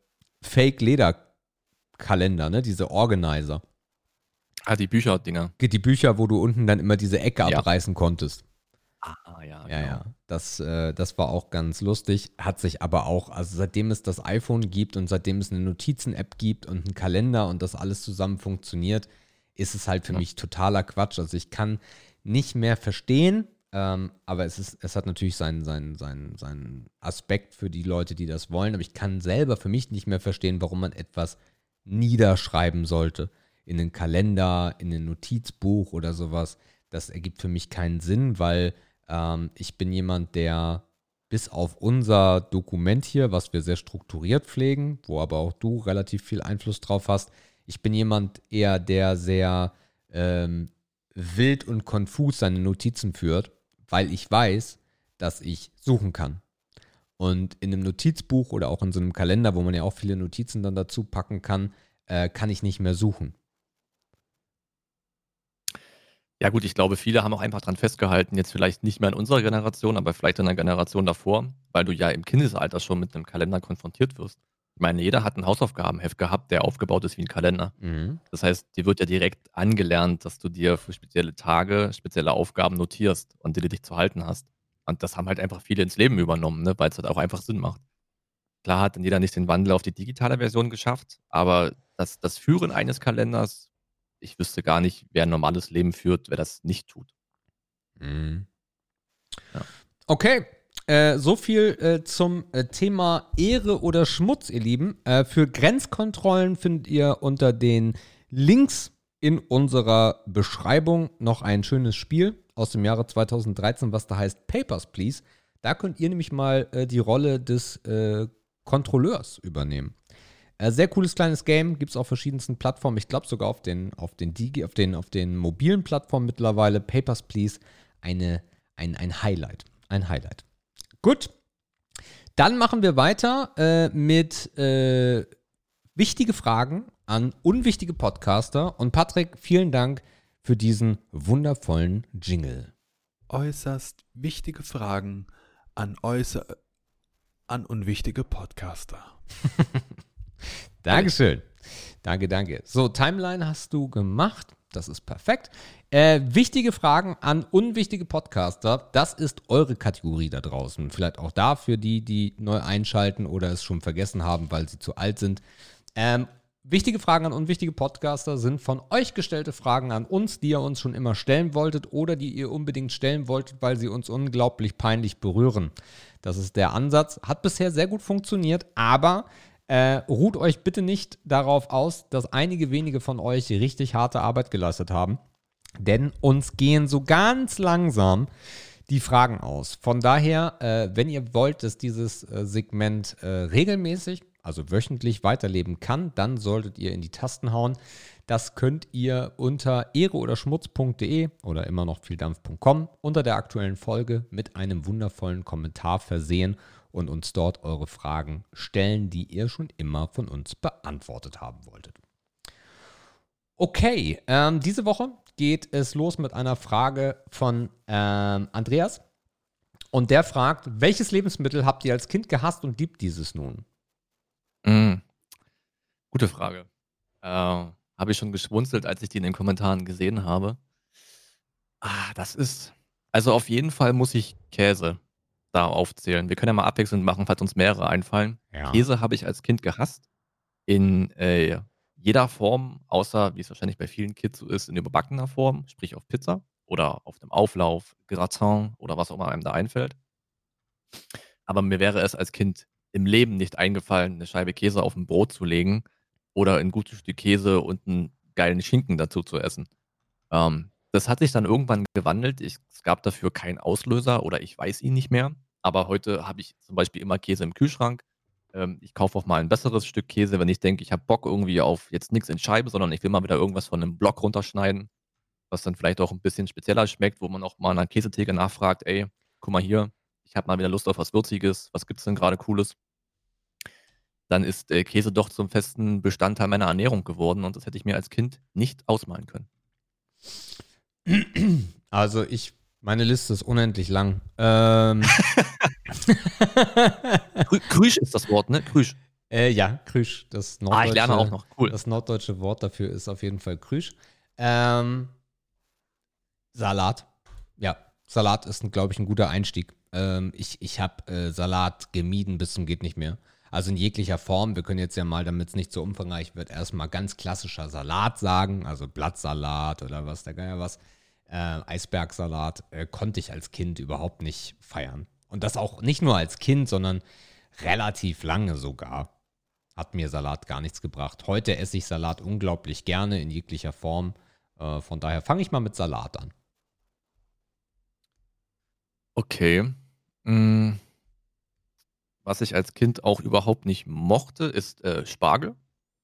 Fake-Leder-Kalender, ne? Diese Organizer. Ah, die Bücherdinger. Die Bücher, wo du unten dann immer diese Ecke Ja. abreißen konntest. Ah, ja, Ja, genau. ja. Das, äh, das war auch ganz lustig. Hat sich aber auch, also seitdem es das iPhone gibt und seitdem es eine Notizen-App gibt und einen Kalender und das alles zusammen funktioniert, ist es halt für Ja. mich totaler Quatsch. Also ich kann nicht mehr verstehen, ähm, aber es ist, es hat natürlich seinen, seinen, seinen, seinen Aspekt für die Leute, die das wollen. Aber ich kann selber für mich nicht mehr verstehen, warum man etwas niederschreiben sollte. In einen Kalender, in ein Notizbuch oder sowas. Das ergibt für mich keinen Sinn, weil ähm, ich bin jemand, der bis auf unser Dokument hier, was wir sehr strukturiert pflegen, wo aber auch du relativ viel Einfluss drauf hast, ich bin jemand eher, der sehr ähm, wild und konfus seine Notizen führt, weil ich weiß, dass ich suchen kann. Und in einem Notizbuch oder auch in so einem Kalender, wo man ja auch viele Notizen dann dazu packen kann, äh, kann ich nicht mehr suchen. Ja gut, ich glaube, viele haben auch einfach dran festgehalten, jetzt vielleicht nicht mehr in unserer Generation, aber vielleicht in der Generation davor, weil du ja im Kindesalter schon mit 'nem Kalender konfrontiert wirst. Ich meine, jeder hat 'n Hausaufgabenheft gehabt, der aufgebaut ist wie 'n Kalender. Mhm. Das heißt, dir wird ja direkt angelernt, dass du dir für spezielle Tage spezielle Aufgaben notierst, an die du dich zu halten hast. Und das haben halt einfach viele ins Leben übernommen, ne, weil's halt auch einfach Sinn macht. Klar hat dann jeder nicht den Wandel auf die digitale Version geschafft, aber das das Führen eines Kalenders, ich wüsste gar nicht, wer 'n normales Leben führt, wer das nicht tut. Mhm. Ja. Okay, äh, so viel äh, zum äh, Thema Ehre oder Schmutz, ihr Lieben. Äh, für Grenzkontrollen findet ihr unter den Links in unserer Beschreibung noch ein schönes Spiel aus dem Jahre zweitausenddreizehn, was da heißt Papers, Please. Da könnt ihr nämlich mal äh, die Rolle des äh, Kontrolleurs übernehmen. Äh, sehr cooles kleines Game, gibt es auf verschiedensten Plattformen. Ich glaube sogar auf den, auf den Digi, auf den, auf den mobilen Plattformen mittlerweile. Papers, Please, eine, ein, ein Highlight. Ein Highlight. Gut. Dann machen wir weiter äh, mit äh, wichtige Fragen an unwichtige Podcaster. Und Patrick, vielen Dank für diesen wundervollen Jingle. äußerst wichtige Fragen an äußer an unwichtige Podcaster. Dankeschön. Danke, danke. So, Timeline hast du gemacht. Das ist perfekt. Äh, wichtige Fragen an unwichtige Podcaster. Das ist eure Kategorie da draußen. Vielleicht auch da für die, die neu einschalten oder es schon vergessen haben, weil sie zu alt sind. Ähm, wichtige Fragen an unwichtige Podcaster sind von euch gestellte Fragen an uns, die ihr uns schon immer stellen wolltet oder die ihr unbedingt stellen wolltet, weil sie uns unglaublich peinlich berühren. Das ist der Ansatz. Hat bisher sehr gut funktioniert, aber Äh, ruht euch bitte nicht darauf aus, dass einige wenige von euch richtig harte Arbeit geleistet haben, denn uns gehen so ganz langsam die Fragen aus. Von daher, äh, wenn ihr wollt, dass dieses äh, Segment äh, regelmäßig, also wöchentlich weiterleben kann, dann solltet ihr in die Tasten hauen. Das könnt ihr unter ehreoderschmutz punkt de oder immer noch vieldampf punkt com unter der aktuellen Folge mit einem wundervollen Kommentar versehen und uns dort eure Fragen stellen, die ihr schon immer von uns beantwortet haben wolltet. Okay, ähm, diese Woche geht es los mit einer Frage von ähm, Andreas. Und der fragt, welches Lebensmittel habt ihr als Kind gehasst und liebt dieses nun? Mm, gute Frage. Äh, habe ich schon geschmunzelt, als ich die in den Kommentaren gesehen habe. Ah, das ist... Also auf jeden Fall muss ich Käse da aufzählen. Wir können ja mal abwechselnd machen, falls uns mehrere einfallen. Ja. Käse habe ich als Kind gehasst. In äh, jeder Form, außer, wie es wahrscheinlich bei vielen Kids so ist, in überbackener Form, sprich auf Pizza oder auf dem Auflauf, Gratin oder was auch immer einem da einfällt. Aber mir wäre es als Kind im Leben nicht eingefallen, eine Scheibe Käse auf ein Brot zu legen oder ein gutes Stück Käse und einen geilen Schinken dazu zu essen. Ähm, das hat sich dann irgendwann gewandelt. Ich, es gab dafür keinen Auslöser oder ich weiß ihn nicht mehr. Aber heute habe ich zum Beispiel immer Käse im Kühlschrank. Ähm, ich kaufe auch mal ein besseres Stück Käse, wenn ich denke, ich habe Bock irgendwie auf jetzt nichts in Scheibe, sondern ich will mal wieder irgendwas von einem Block runterschneiden, was dann vielleicht auch ein bisschen spezieller schmeckt, wo man auch mal an der Käsetheke nachfragt, ey, guck mal hier, ich habe mal wieder Lust auf was Würziges, was gibt's denn gerade Cooles? Dann ist äh, Käse doch zum festen Bestandteil meiner Ernährung geworden und das hätte ich mir als Kind nicht ausmalen können. Also ich, meine Liste ist unendlich lang. Ähm. Krü- Krüsch ist das Wort, ne? Krüsch. äh, ja, Krüsch. Das norddeutsche, Ah, ich lerne auch noch. Cool. Das norddeutsche Wort dafür ist auf jeden Fall Krüsch. Ähm, Salat. Ja, Salat ist, glaube ich, ein guter Einstieg. Ähm, ich ich habe äh, Salat gemieden bis zum geht nicht mehr. Also in jeglicher Form. Wir können jetzt ja mal, damit es nicht so umfangreich wird, erstmal ganz klassischer Salat sagen. Also Blattsalat oder was, der Geier was. Äh, Eisbergsalat äh, konnte ich als Kind überhaupt nicht feiern. Und das auch nicht nur als Kind, sondern relativ lange sogar. Hat mir Salat gar nichts gebracht. Heute esse ich Salat unglaublich gerne in jeglicher Form. Äh, von daher fange ich mal mit Salat an. Okay. Mm, Was ich als Kind auch überhaupt nicht mochte, ist äh, Spargel.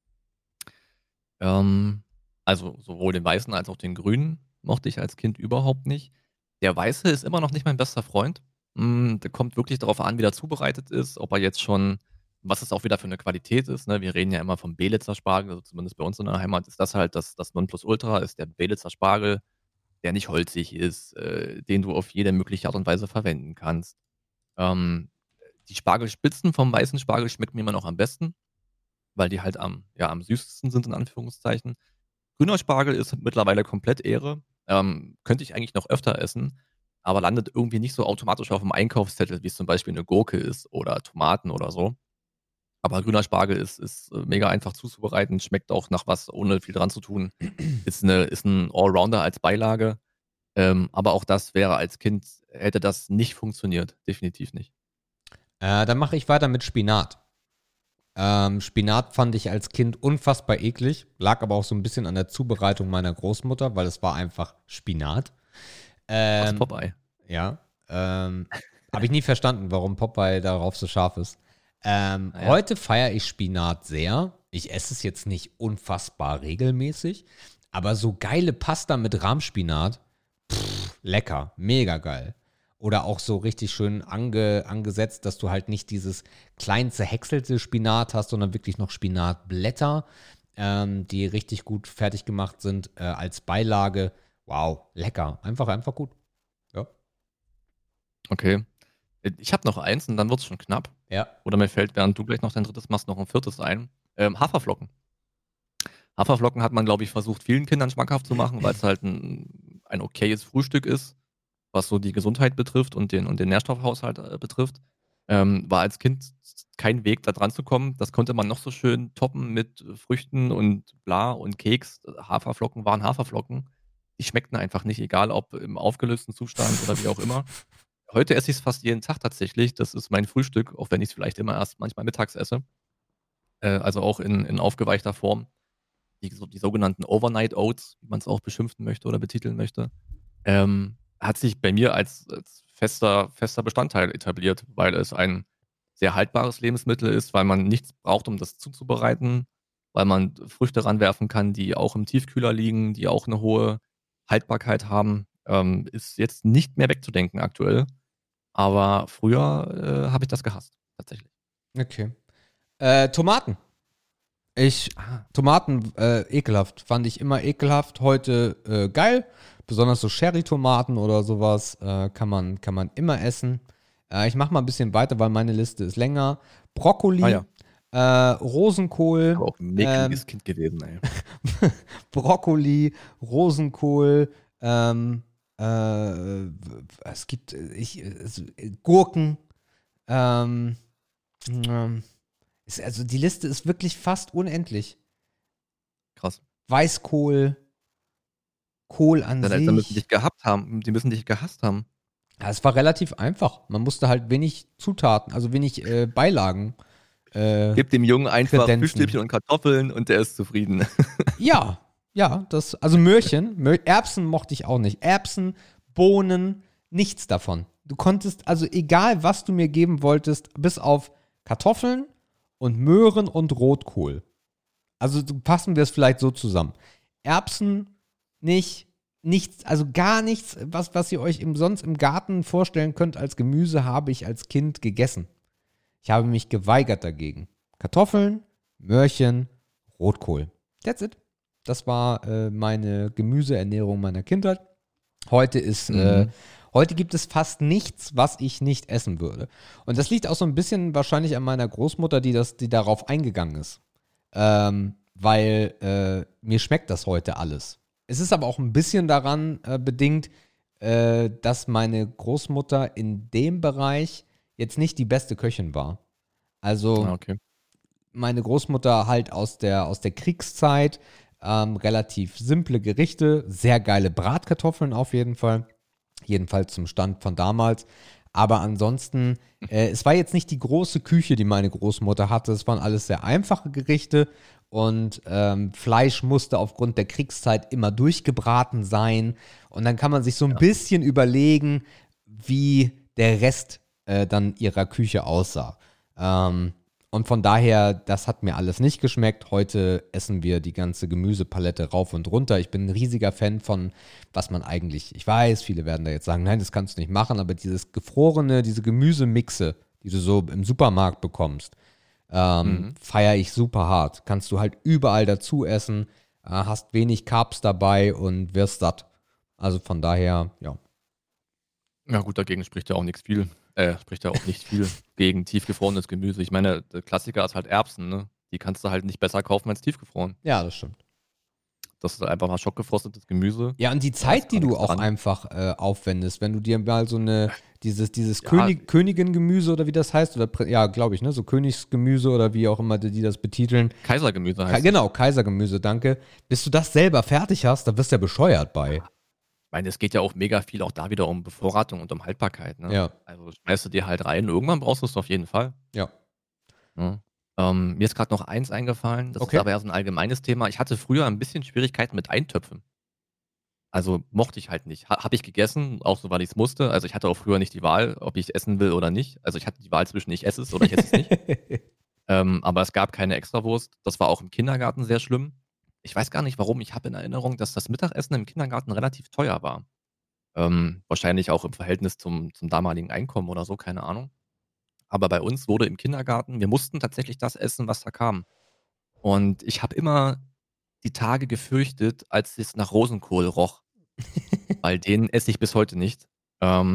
Ähm, also sowohl den weißen als auch den grünen mochte ich als Kind überhaupt nicht. Der weiße ist immer noch nicht mein bester Freund. Mm, der kommt wirklich darauf an, wie der zubereitet ist, ob er jetzt schon, was es auch wieder für eine Qualität ist. Ne? Wir reden ja immer vom Belitzer Spargel, also zumindest bei uns in der Heimat ist das halt das, das Nonplusultra, ist der Belitzer Spargel, der nicht holzig ist, äh, den du auf jede mögliche Art und Weise verwenden kannst. Ähm, die Spargelspitzen vom weißen Spargel schmecken mir immer noch am besten, weil die halt am, ja, am süßesten sind, in Anführungszeichen. Grüner Spargel ist mittlerweile komplett Ehre. Ähm, könnte ich eigentlich noch öfter essen, aber landet irgendwie nicht so automatisch auf dem Einkaufszettel, wie es zum Beispiel eine Gurke ist oder Tomaten oder so. Aber grüner Spargel ist, ist äh, mega einfach zuzubereiten, schmeckt auch nach was, ohne viel dran zu tun. Ist, eine, ist ein Allrounder als Beilage. Ähm, aber auch das wäre als Kind, hätte das nicht funktioniert. Definitiv nicht. Äh, dann mache ich weiter mit Spinat. Ähm, Spinat fand ich als Kind unfassbar eklig, lag aber auch so ein bisschen an der Zubereitung meiner Großmutter, weil es war einfach Spinat. Was Ähm, Popeye. ja, ähm, habe ich nie verstanden, warum Popeye darauf so scharf ist. Ähm, Ah ja. Heute feiere ich Spinat sehr. Ich esse es jetzt nicht unfassbar regelmäßig, aber so geile Pasta mit Rahmspinat, pff, lecker, mega geil. Oder auch so richtig schön ange, angesetzt, dass du halt nicht dieses klein zerhäckselte Spinat hast, sondern wirklich noch Spinatblätter, ähm, die richtig gut fertig gemacht sind äh, als Beilage. Wow, lecker. Einfach, einfach gut. Ja. Okay. Ich habe noch eins und dann wird es schon knapp. Ja. Oder mir fällt, während du gleich noch dein drittes machst, noch ein viertes ein. Ähm, Haferflocken. Haferflocken hat man, glaube ich, versucht, vielen Kindern schmackhaft zu machen, weil es halt ein, ein okayes Frühstück ist, was so die Gesundheit betrifft und den, und den Nährstoffhaushalt äh, betrifft. Ähm, war als Kind kein Weg, da dran zu kommen. Das konnte man noch so schön toppen mit Früchten und bla und Keks. Haferflocken waren Haferflocken. Die schmeckten einfach nicht, egal ob im aufgelösten Zustand oder wie auch immer. Heute esse ich es fast jeden Tag tatsächlich. Das ist mein Frühstück, auch wenn ich es vielleicht immer erst manchmal mittags esse. Äh, also auch in, in aufgeweichter Form. Die, so, die sogenannten Overnight Oats, wie man es auch beschimpfen möchte oder betiteln möchte, ähm, hat sich bei mir als, als fester, fester Bestandteil etabliert, weil es ein sehr haltbares Lebensmittel ist, weil man nichts braucht, um das zuzubereiten, weil man Früchte ranwerfen kann, die auch im Tiefkühler liegen, die auch eine hohe Haltbarkeit haben. Ähm, ist jetzt nicht mehr wegzudenken aktuell. Aber früher äh, habe ich das gehasst, tatsächlich. Okay. Äh, Tomaten. Ich, Ah, Tomaten, äh, ekelhaft. Fand ich immer ekelhaft. Heute äh, geil. Besonders so Cherry-Tomaten oder sowas äh, kann, man, kann man immer essen. Äh, ich mache mal ein bisschen weiter, weil meine Liste ist länger. Brokkoli, ah ja, äh, Rosenkohl, aber auch ein ähm, mickriges Kind gewesen, ey. Brokkoli, Rosenkohl, ähm, äh, es gibt äh, ich, also, äh, Gurken, ähm, ähm, ist, also die Liste ist wirklich fast unendlich. Krass. Weißkohl, Kohl an Deine Eltern müssen sich. dich gehabt haben, die müssen dich gehasst haben. Ja, es war relativ einfach. Man musste halt wenig Zutaten, also wenig äh, Beilagen äh, Gib dem Jungen einfach kredenzen. Fischstäbchen und Kartoffeln und der ist zufrieden. Ja, ja, das, also Möhrchen, Mö Erbsen mochte ich auch nicht. Erbsen, Bohnen, nichts davon. Du konntest, also egal was du mir geben wolltest, bis auf Kartoffeln und Möhren und Rotkohl. Also so passen wir es vielleicht so zusammen. Erbsen nicht, nichts, also gar nichts, was, was ihr euch im, sonst im Garten vorstellen könnt als Gemüse, habe ich als Kind gegessen. Ich habe mich geweigert dagegen. Kartoffeln, Möhrchen, Rotkohl. That's it. Das war äh, meine Gemüseernährung meiner Kindheit. Heute ist, äh, Mhm. heute gibt es fast nichts, was ich nicht essen würde. Und das liegt auch so ein bisschen wahrscheinlich an meiner Großmutter, die das, die darauf eingegangen ist. Ähm, weil äh, mir schmeckt das heute alles. Es ist aber auch ein bisschen daran äh, bedingt, äh, dass meine Großmutter in dem Bereich jetzt nicht die beste Köchin war. Also Ah, okay. meine Großmutter halt aus der, aus der Kriegszeit, ähm, relativ simple Gerichte, sehr geile Bratkartoffeln auf jeden Fall. Jedenfalls zum Stand von damals. Aber ansonsten, äh, es war jetzt nicht die große Küche, die meine Großmutter hatte. Es waren alles sehr einfache Gerichte und ähm, Fleisch musste aufgrund der Kriegszeit immer durchgebraten sein. Und dann kann man sich so ein Ja. bisschen überlegen, wie der Rest äh, dann ihrer Küche aussah. Ähm, und von daher, das hat mir alles nicht geschmeckt. Heute essen wir die ganze Gemüsepalette rauf und runter. Ich bin ein riesiger Fan von, was man eigentlich, ich weiß, viele werden da jetzt sagen, nein, das kannst du nicht machen, aber dieses gefrorene, diese Gemüsemixe, die du so im Supermarkt bekommst, ähm, Mhm. feiere ich super hart. Kannst du halt überall dazu essen, äh, hast wenig Carbs dabei und wirst satt. Also von daher, ja. Ja gut, dagegen spricht ja auch nichts viel. Äh, spricht ja auch nicht viel gegen tiefgefrorenes Gemüse. Ich meine, der Klassiker ist halt Erbsen, ne? Die kannst du halt nicht besser kaufen als tiefgefroren. Ja, das stimmt. Das ist einfach mal schockgefrostetes Gemüse. Ja, und die Da ist Zeit, die gar du nichts auch dran. einfach äh, aufwendest, wenn du dir mal so eine, dieses, dieses Ja, König, Königin-Gemüse oder wie das heißt, oder Prä- ja, glaube ich, ne, so Königsgemüse oder wie auch immer die, die das betiteln. Kaisergemüse Ka heißt es. genau, Kaisergemüse, danke. Bis du das selber fertig hast, da wirst du ja bescheuert bei. Ich meine, es geht ja auch mega viel auch da wieder um Bevorratung und um Haltbarkeit, ne? Ja, Also schmeißt du dir halt rein, irgendwann brauchst du es auf jeden Fall. ja. Ne? Ähm, mir ist gerade noch eins eingefallen, das ist Okay. aber eher so ein allgemeines Thema. Ich hatte früher ein bisschen Schwierigkeiten mit Eintöpfen. Also mochte ich halt nicht. Ha habe ich gegessen, auch so, weil ich es musste. Also ich hatte auch früher nicht die Wahl, ob ich essen will oder nicht. Also ich hatte die Wahl zwischen ich esse es oder ich esse es nicht. Ähm, aber es gab keine Extrawurst. Das war auch im Kindergarten sehr schlimm. Ich weiß gar nicht warum. Ich habe in Erinnerung, dass das Mittagessen im Kindergarten relativ teuer war. Ähm, wahrscheinlich auch im Verhältnis zum, zum damaligen Einkommen oder so, keine Ahnung. Aber bei uns wurde im Kindergarten, wir mussten tatsächlich das essen, was da kam. Und ich habe immer die Tage gefürchtet, als es nach Rosenkohl roch, weil den esse ich bis heute nicht. Ähm,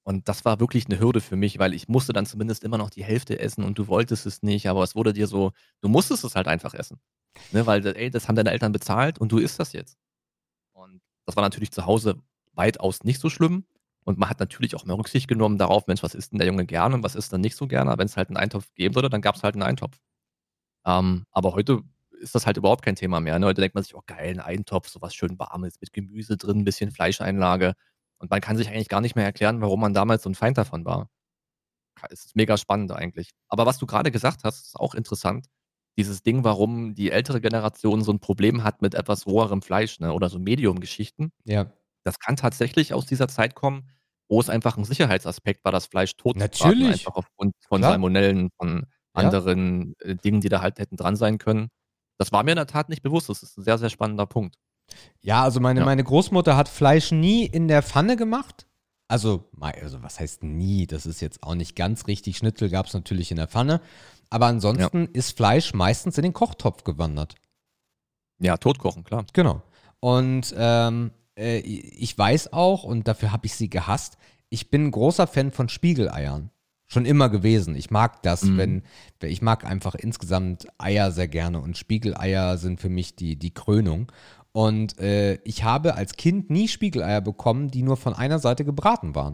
Und das war wirklich eine Hürde für mich, weil ich musste dann zumindest immer noch die Hälfte essen und du wolltest es nicht, aber es wurde dir so, du musstest es halt einfach essen. Ne, weil, ey, das haben deine Eltern bezahlt und du isst das jetzt. Und das war natürlich zu Hause weitaus nicht so schlimm. Und man hat natürlich auch mehr Rücksicht genommen darauf, Mensch, was isst denn der Junge gerne und was isst er nicht so gerne? Wenn es halt einen Eintopf geben würde, dann gab es halt einen Eintopf. Ähm, aber heute ist das halt überhaupt kein Thema mehr. Ne? Heute denkt man sich, oh geil, ein Eintopf, sowas schön Warmes mit Gemüse drin, ein bisschen Fleischeinlage. Und man kann sich eigentlich gar nicht mehr erklären, warum man damals so ein Feind davon war. Es ist mega spannend eigentlich. Aber was du gerade gesagt hast, ist auch interessant. Dieses Ding, warum die ältere Generation so ein Problem hat mit etwas roherem Fleisch, ne, oder so Medium-Geschichten. Ja. Das kann tatsächlich aus dieser Zeit kommen, wo es einfach ein Sicherheitsaspekt war, das Fleisch tot zu braten, Natürlich. einfach aufgrund von Klar. Salmonellen, von Ja. anderen, äh, Dingen, die da halt hätten dran sein können. Das war mir in der Tat nicht bewusst. Das ist ein sehr, sehr spannender Punkt. Ja, also meine, Ja. meine Großmutter hat Fleisch nie in der Pfanne gemacht. Also, mei- also, was heißt nie? Das ist jetzt auch nicht ganz richtig. Schnitzel gab es natürlich in der Pfanne. Aber ansonsten ist Fleisch meistens in den Kochtopf gewandert. Ja, totkochen, klar. Genau. Und ähm, äh, ich weiß auch, und dafür habe ich sie gehasst, ich bin ein großer Fan von Spiegeleiern. Schon immer gewesen. Ich mag das, Mhm. wenn, ich mag einfach insgesamt Eier sehr gerne und Spiegeleier sind für mich die, die Krönung. Und äh, ich habe als Kind nie Spiegeleier bekommen, die nur von einer Seite gebraten waren.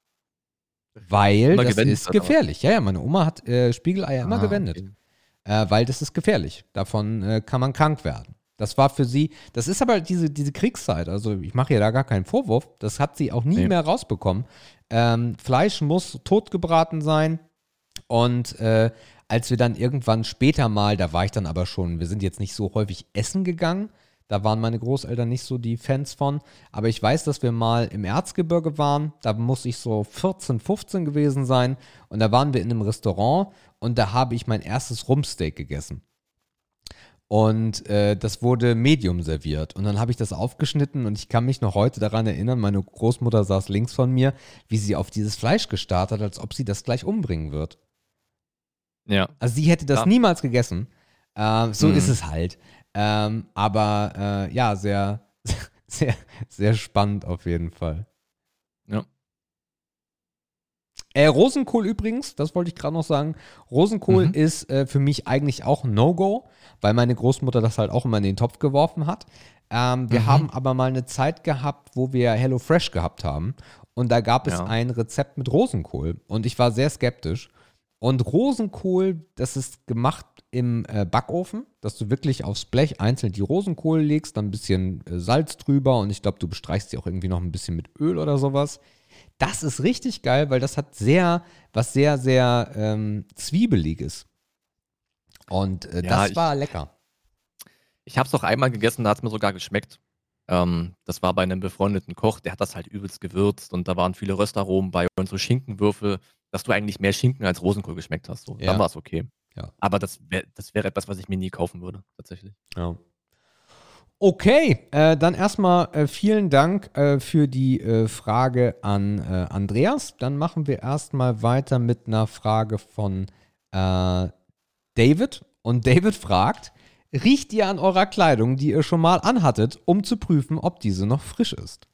Weil Immer das gewendet, ist oder was? gefährlich. Ja, ja, meine Oma hat äh, Spiegeleier immer Ah, gewendet. okay. Äh, weil das ist gefährlich. Davon äh, kann man krank werden. Das war für sie, das ist aber diese, diese Kriegszeit, also ich mache ihr da gar keinen Vorwurf, das hat sie auch nie Nee. mehr rausbekommen. Ähm, Fleisch muss totgebraten sein und äh, als wir dann irgendwann später mal, da war ich dann aber schon, wir sind jetzt nicht so häufig essen gegangen, da waren meine Großeltern nicht so die Fans von, aber ich weiß, dass wir mal im Erzgebirge waren, da muss ich so vierzehn, fünfzehn gewesen sein und da waren wir in einem Restaurant und da habe ich mein erstes Rumpsteak gegessen. Und äh, das wurde Medium serviert. Und dann habe ich das aufgeschnitten und ich kann mich noch heute daran erinnern, meine Großmutter saß links von mir, wie sie auf dieses Fleisch gestarrt hat, als ob sie das gleich umbringen wird. Ja. Also sie hätte das Ja. niemals gegessen. Ähm, so Mhm. ist es halt. Ähm, aber äh, ja, sehr, sehr, sehr spannend auf jeden Fall. Ja. Äh, Rosenkohl übrigens, das wollte ich gerade noch sagen. Rosenkohl Mhm. ist äh, für mich eigentlich auch ein No-Go, weil meine Großmutter das halt auch immer in den Topf geworfen hat. Ähm, wir Mhm. haben aber mal eine Zeit gehabt, wo wir HelloFresh gehabt haben. Und da gab es Ja. ein Rezept mit Rosenkohl. Und ich war sehr skeptisch. Und Rosenkohl, das ist gemacht im äh, Backofen, dass du wirklich aufs Blech einzeln die Rosenkohl legst, dann ein bisschen äh, Salz drüber und ich glaube, du bestreichst sie auch irgendwie noch ein bisschen mit Öl oder sowas. Das ist richtig geil, weil das hat sehr, was sehr, sehr ähm, Zwiebeliges. Und äh, Ja, das ich- war lecker. Ich habe es auch einmal gegessen, da hat es mir sogar geschmeckt. Ähm, das war bei einem befreundeten Koch, der hat das halt übelst gewürzt und da waren viele Röstaromen bei und so Schinkenwürfel, dass du eigentlich mehr Schinken als Rosenkohl geschmeckt hast. So. Ja. Dann war es okay. Ja. Aber das wäre das wär etwas, was ich mir nie kaufen würde, tatsächlich. Ja. Okay, äh, dann erstmal äh, vielen Dank äh, für die äh, Frage an äh, Andreas. Dann machen wir erstmal weiter mit einer Frage von äh, David. Und David fragt, riecht ihr an eurer Kleidung, die ihr schon mal anhattet, um zu prüfen, ob diese noch frisch ist?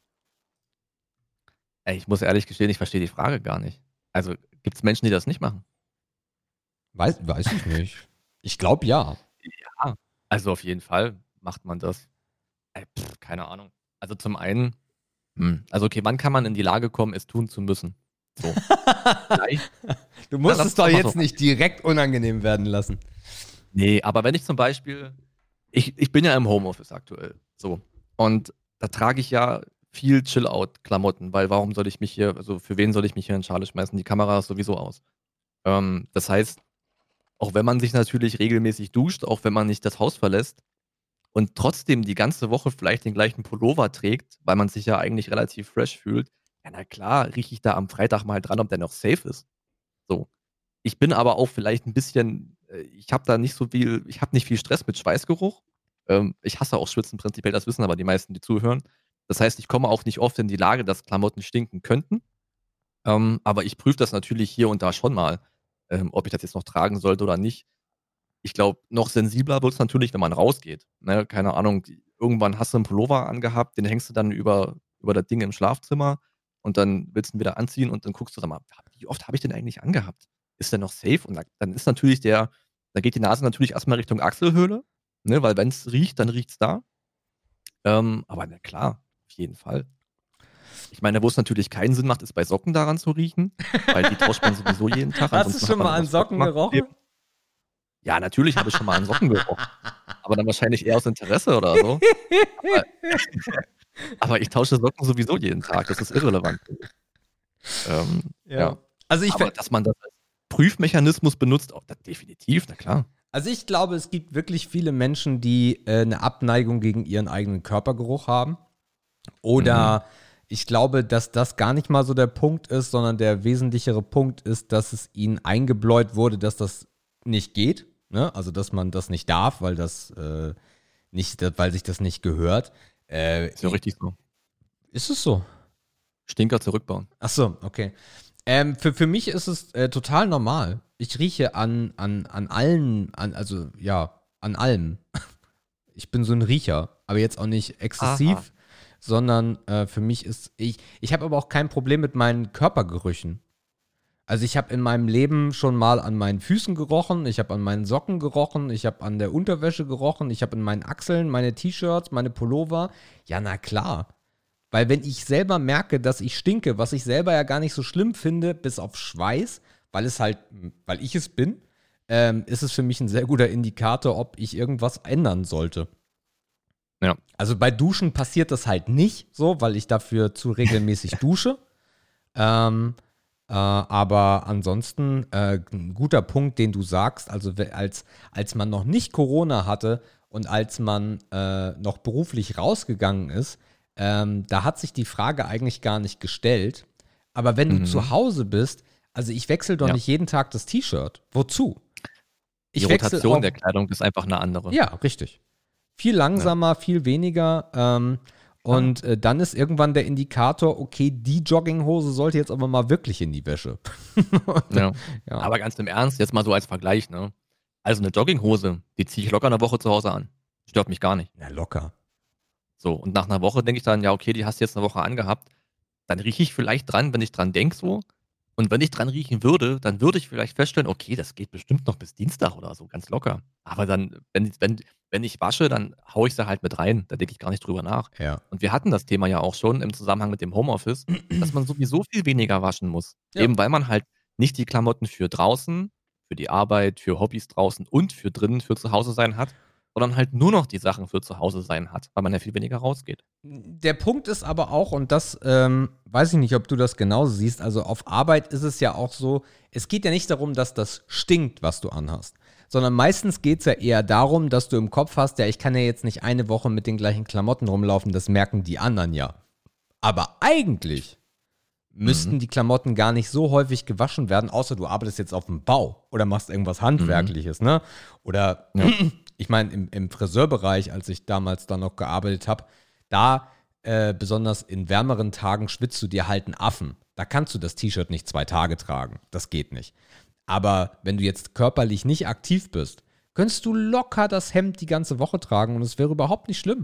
Ey, ich muss ehrlich gestehen, ich verstehe die Frage gar nicht. Also gibt es Menschen, die das nicht machen? Weiß, weiß ich nicht. Ich glaube ja. Ja, also auf jeden Fall macht man das. Ey, pff, keine Ahnung. Also zum einen, hm, also okay, wann kann man in die Lage kommen, es tun zu müssen? So. Vielleicht. Du musst lass es doch doch mal jetzt so. nicht direkt unangenehm werden lassen. Nee, aber wenn ich zum Beispiel, ich, ich bin ja im Homeoffice aktuell, so, und da trage ich ja viel Chill-Out-Klamotten, weil warum soll ich mich hier, also für wen soll ich mich hier in Schale schmeißen? Die Kamera ist sowieso aus. Ähm, das heißt, auch wenn man sich natürlich regelmäßig duscht, auch wenn man nicht das Haus verlässt und trotzdem die ganze Woche vielleicht den gleichen Pullover trägt, weil man sich ja eigentlich relativ fresh fühlt, ja, na klar, rieche ich da am Freitag mal dran, ob der noch safe ist. So. Ich bin aber auch vielleicht ein bisschen, äh, ich habe da nicht so viel, ich habe nicht viel Stress mit Schweißgeruch. Ähm, ich hasse auch Schwitzen prinzipiell, das wissen aber die meisten, die zuhören. Das heißt, ich komme auch nicht oft in die Lage, dass Klamotten stinken könnten. Ähm, aber ich prüfe das natürlich hier und da schon mal, ähm, ob ich das jetzt noch tragen sollte oder nicht. Ich glaube, noch sensibler wird es natürlich, wenn man rausgeht. Ne? Keine Ahnung, irgendwann hast du einen Pullover angehabt, den hängst du dann über, über das Ding im Schlafzimmer. und dann willst du ihn wieder anziehen und dann guckst du, sag mal, wie oft habe ich den eigentlich angehabt? Ist der noch safe? Und dann ist natürlich der, da geht die Nase natürlich erstmal Richtung Achselhöhle, ne, weil wenn es riecht, dann riecht es da. Ähm, aber na klar, auf jeden Fall. Ich meine, wo es natürlich keinen Sinn macht, ist bei Socken daran zu riechen, weil die tauscht man sowieso jeden Tag. Hast du schon mal an Socken gerochen? Ja, natürlich habe ich schon mal an Socken gerochen. Aber dann wahrscheinlich eher aus Interesse oder so. Aber, aber ich tausche Socken sowieso jeden Tag. Das ist irrelevant. Ähm, ja. ja. Also ich aber dass man das als Prüfmechanismus benutzt, auch das definitiv, na klar. Also ich glaube, es gibt wirklich viele Menschen, die äh, eine Abneigung gegen ihren eigenen Körpergeruch haben. Oder mhm. ich glaube, dass das gar nicht mal so der Punkt ist, sondern der wesentlichere Punkt ist, dass es ihnen eingebläut wurde, dass das nicht geht. Ne? Also dass man das nicht darf, weil das äh, nicht, weil sich das nicht gehört. Äh, ist ja richtig so. Ist es so? Stinker zurückbauen. Ach so, okay. Ähm, für, für mich ist es äh, total normal. Ich rieche an, an, an allen, an, also ja, an allem. Ich bin so ein Riecher, aber jetzt auch nicht exzessiv, Aha. sondern äh, für mich ist, ich, ich habe aber auch kein Problem mit meinen Körpergerüchen. Also ich habe in meinem Leben schon mal an meinen Füßen gerochen, ich habe an meinen Socken gerochen, ich habe an der Unterwäsche gerochen, ich habe in meinen Achseln meine T-Shirts, meine Pullover. Ja, na klar. Weil wenn ich selber merke, dass ich stinke, was ich selber ja gar nicht so schlimm finde, bis auf Schweiß, weil es halt, weil ich es bin, ähm, ist es für mich ein sehr guter Indikator, ob ich irgendwas ändern sollte. Ja. Also bei Duschen passiert das halt nicht so, weil ich dafür zu regelmäßig dusche. Ähm, äh, aber ansonsten äh, ein guter Punkt, den du sagst, also als, als man noch nicht Corona hatte und als man äh, noch beruflich rausgegangen ist, ähm, da hat sich die Frage eigentlich gar nicht gestellt. Aber wenn du Mhm. zu Hause bist, also ich wechsle doch Ja. nicht jeden Tag das T-Shirt. Wozu? Ich Die wechsle Rotation auch- der Kleidung ist einfach eine andere. Ja, richtig. Viel langsamer, viel weniger. Ähm, und äh, dann ist irgendwann der Indikator, okay, die Jogginghose sollte jetzt aber mal wirklich in die Wäsche. Ja. Ja. Aber ganz im Ernst, jetzt mal so als Vergleich, ne? Also eine Jogginghose, die ziehe ich locker eine Woche zu Hause an. Stört mich gar nicht. Na, locker. So, und nach einer Woche denke ich dann, ja, okay, die hast du jetzt eine Woche angehabt. Dann rieche ich vielleicht dran, wenn ich dran denke so. Und wenn ich dran riechen würde, dann würde ich vielleicht feststellen, okay, das geht bestimmt noch bis Dienstag oder so, ganz locker. Aber dann, wenn, wenn, wenn ich wasche, dann haue ich sie halt mit rein. Da denke ich gar nicht drüber nach. Ja. Und wir hatten das Thema ja auch schon im Zusammenhang mit dem Homeoffice, dass man sowieso viel weniger waschen muss. Ja. Eben weil man halt nicht die Klamotten für draußen, für die Arbeit, für Hobbys draußen und für drinnen, für zu Hause sein hat, sondern halt nur noch die Sachen für zu Hause sein hat, weil man ja viel weniger rausgeht. Der Punkt ist aber auch, und das ähm, weiß ich nicht, ob du das genauso siehst, also auf Arbeit ist es ja auch so, es geht ja nicht darum, dass das stinkt, was du anhast, sondern meistens geht es ja eher darum, dass du im Kopf hast, ja, ich kann ja jetzt nicht eine Woche mit den gleichen Klamotten rumlaufen, das merken die anderen ja. Aber eigentlich müssten Mhm. die Klamotten gar nicht so häufig gewaschen werden, außer du arbeitest jetzt auf dem Bau oder machst irgendwas Handwerkliches, ne? Oder Ja. ich meine, im, im Friseurbereich, als ich damals da noch gearbeitet habe, da äh, besonders in wärmeren Tagen schwitzt du dir halt einen Affen. Da kannst du das T-Shirt nicht zwei Tage tragen. Das geht nicht. Aber wenn du jetzt körperlich nicht aktiv bist, könntest du locker das Hemd die ganze Woche tragen und es wäre überhaupt nicht schlimm.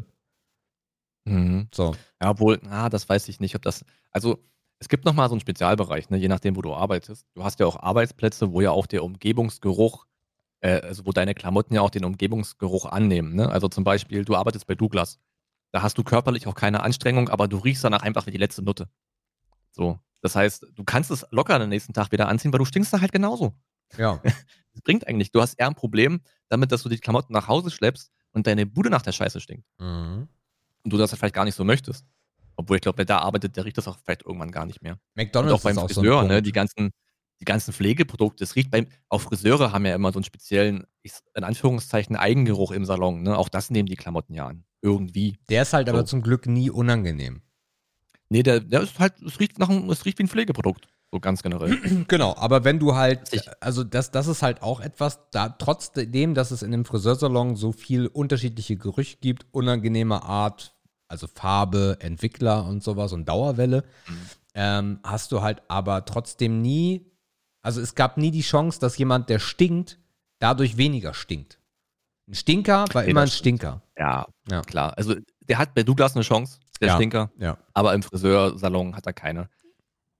Mhm. So. Ja, obwohl, ah, das weiß ich nicht, ob das, also es gibt nochmal so einen Spezialbereich, ne, je nachdem, wo du arbeitest. Du hast ja auch Arbeitsplätze, wo ja auch der Umgebungsgeruch, äh, also wo deine Klamotten ja auch den Umgebungsgeruch annehmen. Ne? Also zum Beispiel, du arbeitest bei Douglas. Da hast du körperlich auch keine Anstrengung, aber du riechst danach einfach wie die letzte Nutte. So. Das heißt, du kannst es locker den nächsten Tag wieder anziehen, weil du stinkst da halt genauso. Ja. Das bringt eigentlich, du hast eher ein Problem damit, dass du die Klamotten nach Hause schleppst und deine Bude nach der Scheiße stinkt. Mhm. Und du das vielleicht gar nicht so möchtest. Obwohl ich glaube, wer da arbeitet, der riecht das auch vielleicht irgendwann gar nicht mehr. Und McDonald's auch beim ist auch Friseur, so ein ne, Punkt. die ganzen, die ganzen Pflegeprodukte, es riecht beim, auch Friseure haben ja immer so einen speziellen, ich, in Anführungszeichen, Eigengeruch im Salon, ne? Auch das nehmen die Klamotten ja an. Irgendwie. Der ist halt aber So. zum Glück nie unangenehm. Nee, der, der ist halt, es riecht nach einem, es riecht wie ein Pflegeprodukt. So ganz generell. Genau, aber wenn du halt, Sich- also das, das ist halt auch etwas, da trotzdem, dass es in einem Friseursalon so viel unterschiedliche Gerüche gibt, unangenehme Art, also Farbe, Entwickler und sowas und Dauerwelle, Mhm. ähm, hast du halt aber trotzdem nie, also es gab nie die Chance, dass jemand, der stinkt, dadurch weniger stinkt. Ein Stinker war Nee, immer ein das stimmt. Stinker. Ja, Ja. klar. Also der hat bei Douglas eine Chance, der Ja. Stinker, Ja. aber im Friseursalon hat er keine.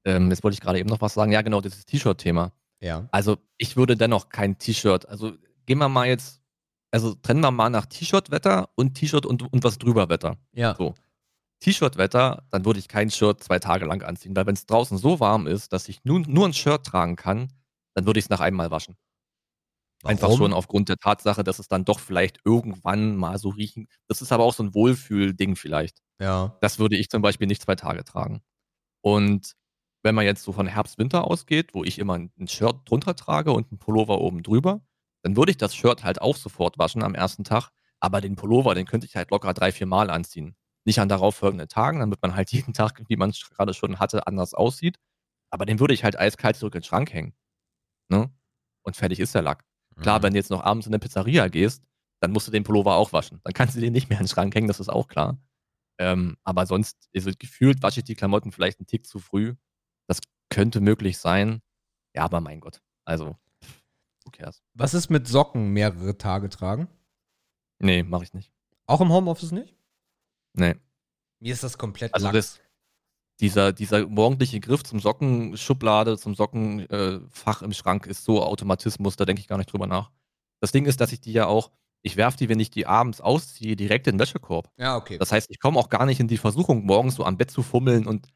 Ähm, jetzt wollte ich gerade eben noch was sagen. Ja, genau, dieses T-Shirt-Thema. Ja. Also ich würde dennoch kein T-Shirt, also gehen wir mal jetzt, also trennen wir mal nach T-Shirt-Wetter und T-Shirt und, und was drüber Wetter. Ja. So. T-Shirt-Wetter, dann würde ich kein Shirt zwei Tage lang anziehen, weil wenn es draußen so warm ist, dass ich nun, nur ein Shirt tragen kann, dann würde ich es nach einem Mal waschen. Einfach Warum? schon aufgrund der Tatsache, dass es dann doch vielleicht irgendwann mal so riechen. Das ist aber auch so ein Wohlfühl-Ding vielleicht. Ja. Das würde ich zum Beispiel nicht zwei Tage tragen. Und wenn man jetzt so von Herbst, Winter ausgeht, wo ich immer ein ein Shirt drunter trage und ein Pullover oben drüber, dann würde ich das Shirt halt auch sofort waschen am ersten Tag, aber den Pullover, den könnte ich halt locker drei, vier Mal anziehen. Nicht an darauffolgenden Tagen, damit man halt jeden Tag, wie man es gerade schon hatte, anders aussieht. Aber den würde ich halt eiskalt zurück in den Schrank hängen. Ne? Und fertig ist der Lack. Klar, Mhm. wenn du jetzt noch abends in eine Pizzeria gehst, dann musst du den Pullover auch waschen. Dann kannst du den nicht mehr in den Schrank hängen, das ist auch klar. Ähm, aber sonst, also gefühlt wasche ich die Klamotten vielleicht einen Tick zu früh. Das könnte möglich sein. Ja, aber mein Gott. Also, who cares? Was ist mit Socken mehrere Tage tragen? Nee, mache ich nicht. Auch im Homeoffice nicht? Nee. Mir ist das komplett Also Lack. das, dieser, dieser morgendliche Griff zum Sockenschublade, zum Sockenfach im Schrank ist so Automatismus, da denke ich gar nicht drüber nach. Das Ding ist, dass ich die ja auch, ich werfe die, wenn ich die abends ausziehe, direkt in den Wäschekorb. Ja, okay. Das heißt, ich komme auch gar nicht in die Versuchung, morgens so am Bett zu fummeln und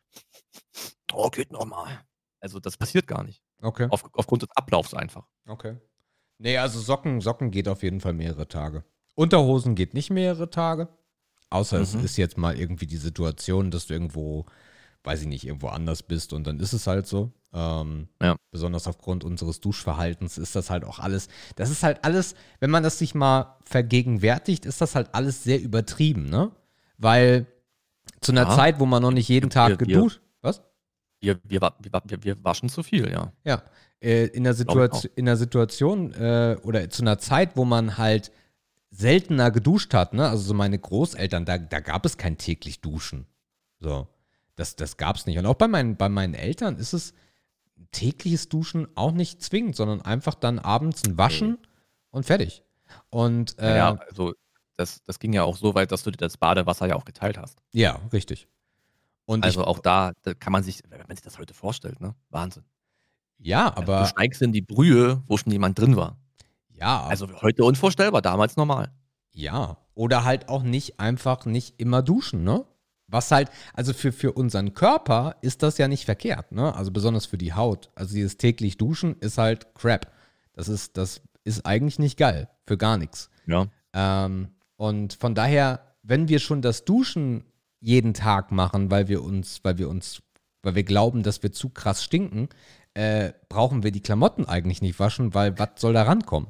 oh, geht nochmal. Also das passiert gar nicht. Okay. Auf, aufgrund des Ablaufs einfach. Okay. Nee, also Socken, Socken geht auf jeden Fall mehrere Tage. Unterhosen geht nicht mehrere Tage. Außer es Mhm. ist jetzt mal irgendwie die Situation, dass du irgendwo, weiß ich nicht, irgendwo anders bist und dann ist es halt so. Ähm, Ja. Besonders aufgrund unseres Duschverhaltens ist das halt auch alles, das ist halt alles, wenn man das sich mal vergegenwärtigt, ist das halt alles sehr übertrieben, ne? Weil zu einer Ja. Zeit, wo man noch nicht jeden Wir- Tag wir- geduscht, was? Wir, wir, wa- wir, wa- wir, wir waschen zu viel, ja. Ja, äh, in der, Glaub ich Situation, in der Situation äh, oder zu einer Zeit, wo man halt seltener geduscht hat, ne? Also so meine Großeltern, da, da gab es kein täglich Duschen. So, das, das gab es nicht. Und auch bei meinen, bei meinen Eltern ist es tägliches Duschen auch nicht zwingend, sondern einfach dann abends ein Waschen und fertig. Und äh, Naja, ja, also das, das ging ja auch so weit, dass du dir das Badewasser ja auch geteilt hast. richtig. Und Also ich, auch da, da kann man sich, wenn man sich das heute vorstellt, ne? Wahnsinn. ja, du aber steigst in die Brühe, wo schon jemand drin war. ja, Also heute unvorstellbar, damals normal. ja, oder halt auch nicht einfach nicht immer duschen, ne? Was halt, also für, für unseren Körper ist das ja nicht verkehrt, ne? Also besonders für die Haut. Also dieses täglich Duschen ist halt Crap. Das ist, das ist eigentlich nicht geil. Für gar nichts. Ja. Ähm, und von daher, wenn wir schon das Duschen jeden Tag machen, weil wir uns, weil wir uns, weil wir glauben, dass wir zu krass stinken, äh, brauchen wir die Klamotten eigentlich nicht waschen, weil was soll da rankommen?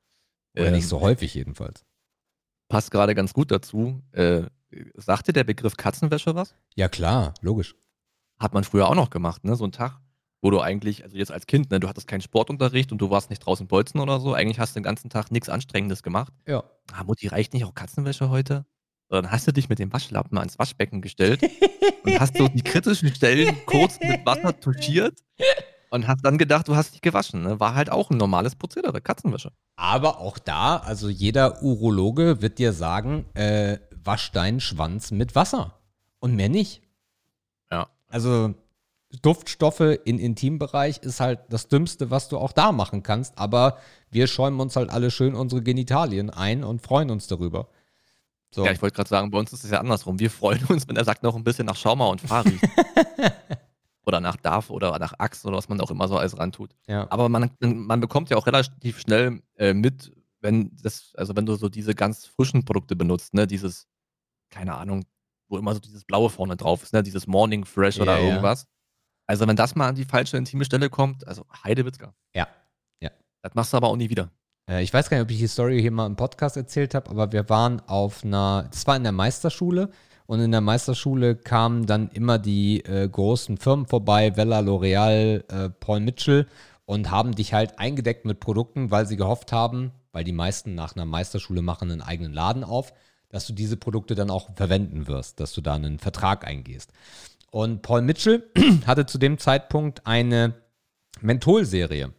Oder Ähm, nicht so häufig jedenfalls. Passt gerade ganz gut dazu. Äh, sagt dir der Begriff Katzenwäsche was? Ja, klar, logisch. Hat man früher auch noch gemacht, ne? So ein Tag, wo du eigentlich, also jetzt als Kind, ne, du hattest keinen Sportunterricht und du warst nicht draußen bolzen oder so. Eigentlich hast du den ganzen Tag nichts Anstrengendes gemacht. Ja. Ah, Mutti, reicht nicht auch Katzenwäsche heute? Und dann hast du dich mit dem Waschlappen ans Waschbecken gestellt und hast so die kritischen Stellen kurz mit Wasser touchiert und hast dann gedacht, du hast dich gewaschen. Ne? War halt auch ein normales Prozedere, Katzenwäsche. Aber auch da, also jeder Urologe wird dir sagen, äh, wasch deinen Schwanz mit Wasser. Und mehr nicht. Ja. Also Duftstoffe in Intimbereich ist halt das Dümmste, was du auch da machen kannst. Aber wir schäumen uns halt alle schön unsere Genitalien ein und freuen uns darüber. So. Ja, ich wollte gerade sagen, bei uns ist es ja andersrum. Wir freuen uns, wenn er sagt, noch ein bisschen nach Schauma und Fahr riecht. Oder nach Darf oder nach Axt oder was man auch immer so alles rantut. Ja. Aber man, man bekommt ja auch relativ schnell äh, mit, wenn das, also wenn du so diese ganz frischen Produkte benutzt, ne, dieses, keine Ahnung, wo immer so dieses Blaue vorne drauf ist, ne, dieses Morning Fresh oder Ja, ja. irgendwas. Also wenn das mal an die falsche intime Stelle kommt, also Heidewitzka. Ja, ja. Das machst du aber auch nie wieder. Äh, ich weiß gar nicht, ob ich die Story hier mal im Podcast erzählt habe, aber wir waren auf einer, das war in der Meisterschule und in der Meisterschule kamen dann immer die äh, großen Firmen vorbei, Vella, L'Oreal, äh, Paul Mitchell und haben dich halt eingedeckt mit Produkten, weil sie gehofft haben, weil die meisten nach einer Meisterschule machen einen eigenen Laden auf, dass du diese Produkte dann auch verwenden wirst, dass du da einen Vertrag eingehst. Und Paul Mitchell hatte zu dem Zeitpunkt eine Menthol-Serie,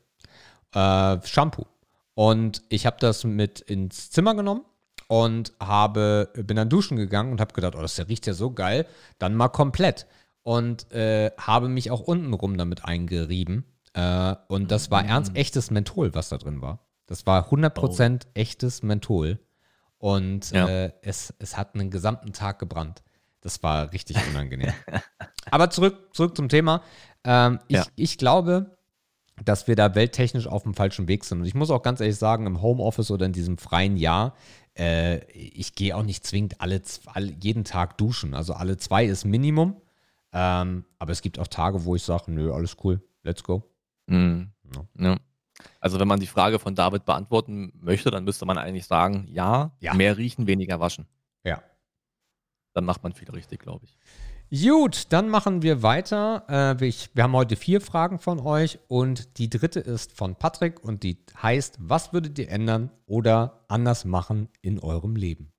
äh, Shampoo. Und ich habe das mit ins Zimmer genommen und habe, bin dann duschen gegangen und habe gedacht, oh, das riecht ja so geil, dann mal komplett. und äh, habe mich auch untenrum damit eingerieben. Äh, und das war ernst echtes Menthol, was da drin war. Das war hundert Prozent oh. echtes Menthol. Und ja. äh, es, es hat einen gesamten Tag gebrannt. Das war richtig unangenehm. Aber zurück, zurück zum Thema. Ähm, ich, ja. ich glaube, dass wir da welttechnisch auf dem falschen Weg sind. Und ich muss auch ganz ehrlich sagen, im Homeoffice oder in diesem freien Jahr, äh, ich gehe auch nicht zwingend alle, alle, jeden Tag duschen. Also alle zwei ist Minimum. Ähm, aber es gibt auch Tage, wo ich sage, nö, alles cool, let's go. Mhm. Ja. Ja. Also wenn man die Frage von David beantworten möchte, dann müsste man eigentlich sagen, ja, ja. mehr riechen, weniger waschen. Ja. Dann macht man viel richtig, glaube ich. Gut, dann machen wir weiter. Äh, ich, wir haben heute vier Fragen von euch und die dritte ist von Patrick und die heißt, was würdet ihr ändern oder anders machen in eurem Leben?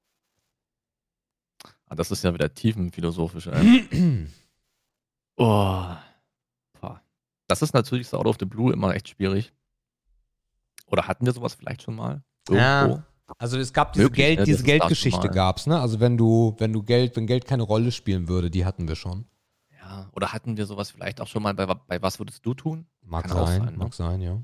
Ah, das ist ja wieder tiefenphilosophisch. Äh. oh. Das ist natürlich so out of the blue immer echt schwierig. Oder hatten wir sowas vielleicht schon mal? Irgendwo? Ja. Also es gab diese, Möglich, Geld, ne? diese Geldgeschichte gab's, ne? Also wenn du, wenn du Geld, wenn Geld keine Rolle spielen würde, die hatten wir schon. Ja, oder hatten wir sowas vielleicht auch schon mal bei, bei Was würdest du tun? Mag Kann sein, sein, mag ne? sein, ja.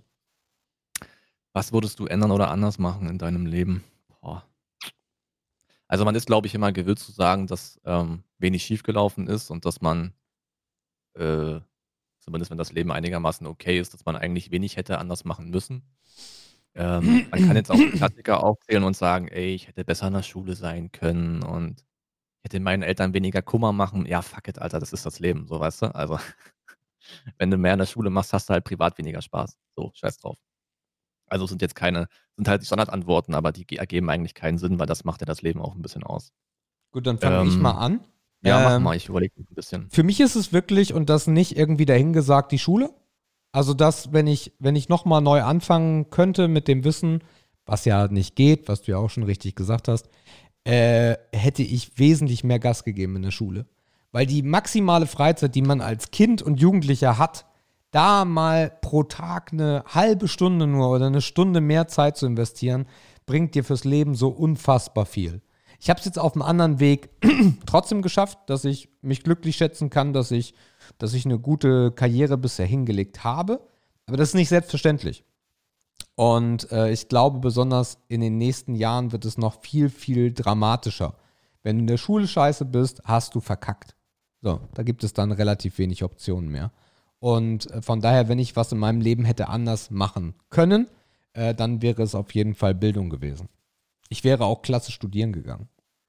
Was würdest du ändern oder anders machen in deinem Leben? Boah. Also man ist, glaube ich, immer gewillt zu sagen, dass ähm, wenig schiefgelaufen ist und dass man, äh, zumindest wenn das Leben einigermaßen okay ist, dass man eigentlich wenig hätte anders machen müssen. Ähm, man kann jetzt auch Klassiker aufzählen und sagen, ey, ich hätte besser in der Schule sein können und ich hätte meinen Eltern weniger Kummer machen. Ja, fuck it, Alter, das ist das Leben, so, weißt du? Also, wenn du mehr in der Schule machst, hast du halt privat weniger Spaß. So, scheiß drauf. Also sind jetzt keine, sind halt die Standardantworten, aber die ergeben eigentlich keinen Sinn, weil das macht ja das Leben auch ein bisschen aus. Gut, dann fange ähm, ich mal an. Ja, ähm, mach mal, ich überlege ein bisschen. Für mich ist es wirklich, und das nicht irgendwie dahingesagt, die Schule. Also das, wenn ich, wenn ich nochmal neu anfangen könnte mit dem Wissen, was ja nicht geht, was du ja auch schon richtig gesagt hast, äh, hätte ich wesentlich mehr Gas gegeben in der Schule. Weil die maximale Freizeit, die man als Kind und Jugendlicher hat, da mal pro Tag eine halbe Stunde nur oder eine Stunde mehr Zeit zu investieren, bringt dir fürs Leben so unfassbar viel. Ich habe es jetzt auf einem anderen Weg trotzdem geschafft, dass ich mich glücklich schätzen kann, dass ich, dass ich eine gute Karriere bisher hingelegt habe. Aber das ist nicht selbstverständlich. Und äh, ich glaube, besonders in den nächsten Jahren wird es noch viel, viel dramatischer. Wenn du in der Schule scheiße bist, hast du verkackt. So, da gibt es dann relativ wenig Optionen mehr. Und äh, von daher, wenn ich was in meinem Leben hätte anders machen können, äh, dann wäre es auf jeden Fall Bildung gewesen. Ich wäre auch klasse studieren gegangen.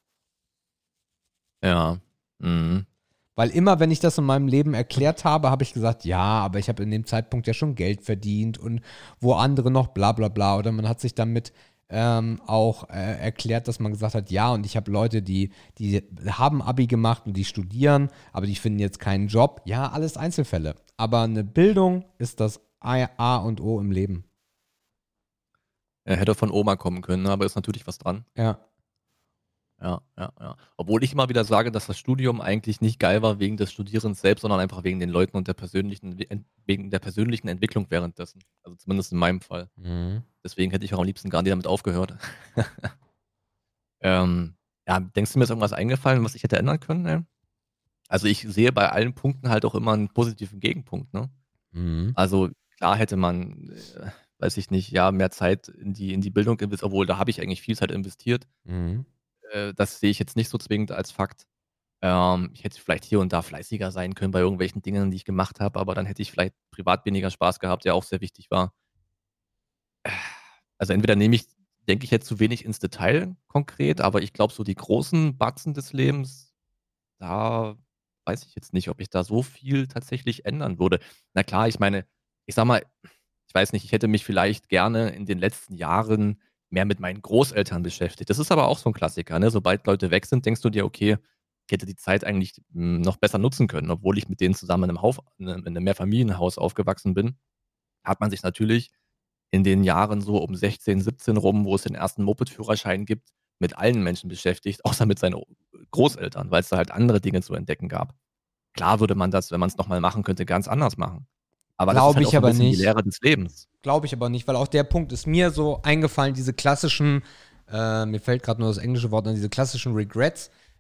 Ja. Mhm. Weil immer, wenn ich das in meinem Leben erklärt habe, habe ich gesagt, ja, aber ich habe in dem Zeitpunkt ja schon Geld verdient und wo andere noch bla bla bla. Oder man hat sich damit ähm, auch äh, erklärt, dass man gesagt hat, ja, und ich habe Leute, die, die haben Abi gemacht und die studieren, aber die finden jetzt keinen Job. Ja, alles Einzelfälle. Aber eine Bildung ist das A und O im Leben. Er hätte von Oma kommen können, aber ist natürlich was dran. Ja. Ja, ja, ja. Obwohl ich immer wieder sage, dass das Studium eigentlich nicht geil war wegen des Studierens selbst, sondern einfach wegen den Leuten und der persönlichen, wegen der persönlichen Entwicklung währenddessen. Also zumindest in meinem Fall. Mhm. Deswegen hätte ich auch am liebsten gar nicht damit aufgehört. ähm, ja, denkst du, mir ist irgendwas eingefallen, was ich hätte ändern können? Ey? Also ich sehe bei allen Punkten halt auch immer einen positiven Gegenpunkt, ne? Mhm. Also klar hätte man, äh, weiß ich nicht, ja, mehr Zeit in die, in die Bildung investiert, obwohl da habe ich eigentlich viel Zeit investiert. Mhm. Das sehe ich jetzt nicht so zwingend als Fakt. Ähm, ich hätte vielleicht hier und da fleißiger sein können bei irgendwelchen Dingen, die ich gemacht habe, aber dann hätte ich vielleicht privat weniger Spaß gehabt, der auch sehr wichtig war. Also entweder nehme ich, denke ich jetzt zu wenig ins Detail konkret, aber ich glaube, so die großen Batzen des Lebens, da weiß ich jetzt nicht, ob ich da so viel tatsächlich ändern würde. Na klar, ich meine, ich sag mal, ich weiß nicht, ich hätte mich vielleicht gerne in den letzten Jahren mehr mit meinen Großeltern beschäftigt. Das ist aber auch so ein Klassiker, ne? Sobald Leute weg sind, denkst du dir, okay, ich hätte die Zeit eigentlich mh, noch besser nutzen können, obwohl ich mit denen zusammen in einem, Hauf, in einem Mehrfamilienhaus aufgewachsen bin, hat man sich natürlich in den Jahren so um sechzehn, siebzehn rum, wo es den ersten Moped-Führerschein gibt, mit allen Menschen beschäftigt, außer mit seinen Großeltern, weil es da halt andere Dinge zu entdecken gab. Klar würde man das, wenn man es nochmal machen könnte, ganz anders machen. Aber das ist halt ich auch so ein aber bisschen nicht. die Lehre des Lebens. Glaube ich aber nicht, weil auch der Punkt ist mir so eingefallen, diese klassischen, äh, mir fällt gerade nur das englische Wort an, diese klassischen Regrets.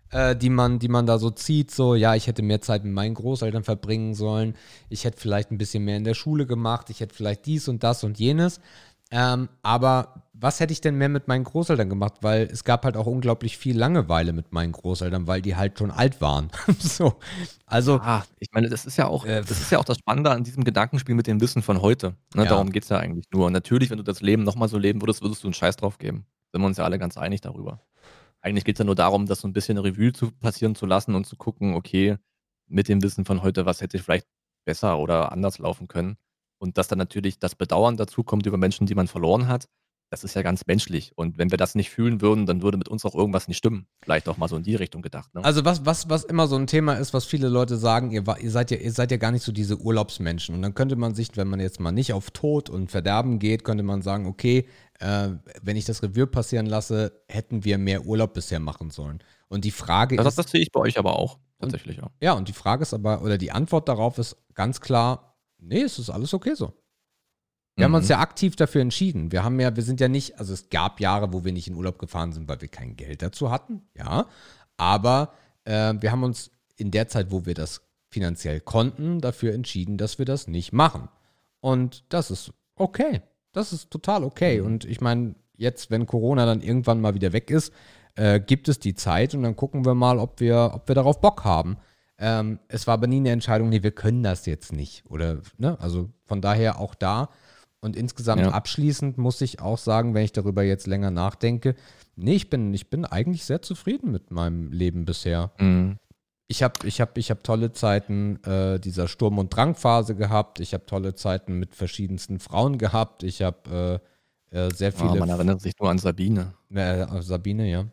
äh, die man, die man da so zieht, so, ja, ich hätte mehr Zeit mit meinen Großeltern verbringen sollen, ich hätte vielleicht ein bisschen mehr in der Schule gemacht, ich hätte vielleicht dies und das und jenes. Ähm, aber was hätte ich denn mehr mit meinen Großeltern gemacht? Weil es gab halt auch unglaublich viel Langeweile mit meinen Großeltern, weil die halt schon alt waren. so, also. Ah, ich meine, das ist ja auch, Äh, das ist ja auch das Spannende an diesem Gedankenspiel mit dem Wissen von heute. Ne? Ja. Darum geht es ja eigentlich nur. Und natürlich, wenn du das Leben nochmal so leben würdest, würdest du einen Scheiß drauf geben. Sind wir uns ja alle ganz einig darüber. Eigentlich geht es ja nur darum, das so ein bisschen eine Revue zu passieren zu lassen und zu gucken, okay, mit dem Wissen von heute, was hätte vielleicht besser oder anders laufen können. Und dass dann natürlich das Bedauern dazu kommt über Menschen, die man verloren hat, das ist ja ganz menschlich. Und wenn wir das nicht fühlen würden, dann würde mit uns auch irgendwas nicht stimmen. Vielleicht auch mal so in die Richtung gedacht. Ne? Also was, was, was immer so ein Thema ist, was viele Leute sagen, ihr, war, ihr, seid ja, ihr seid ja gar nicht so diese Urlaubsmenschen. Und dann könnte man sich, wenn man jetzt mal nicht auf Tod und Verderben geht, könnte man sagen, okay, äh, wenn ich das Revue passieren lasse, hätten wir mehr Urlaub bisher machen sollen. Und die Frage das, ist... Das sehe ich bei euch aber auch, tatsächlich. Ja. Ja, und die Frage ist aber, oder die Antwort darauf ist ganz klar, nee, es ist alles okay so. Wir haben uns ja aktiv dafür entschieden. Wir haben ja, wir sind ja nicht, also es gab Jahre, wo wir nicht in Urlaub gefahren sind, weil wir kein Geld dazu hatten, ja. Aber äh, wir haben uns in der Zeit, wo wir das finanziell konnten, dafür entschieden, dass wir das nicht machen. Und das ist okay. Das ist total okay. Mhm. Und ich meine, jetzt, wenn Corona dann irgendwann mal wieder weg ist, äh, gibt es die Zeit und dann gucken wir mal, ob wir, ob wir darauf Bock haben. Ähm, es war aber nie eine Entscheidung, nee, wir können das jetzt nicht. Oder, ne, also von daher auch da. Und insgesamt Ja. abschließend muss ich auch sagen, wenn ich darüber jetzt länger nachdenke, nee, ich bin, ich bin eigentlich sehr zufrieden mit meinem Leben bisher. Mhm. Ich habe ich hab, ich hab tolle Zeiten äh, dieser Sturm- und Drangphase gehabt. Ich habe tolle Zeiten mit verschiedensten Frauen gehabt. Ich habe äh, äh, sehr Ah, viele... man erinnert sich nur an Sabine. Äh, Sabine, ja.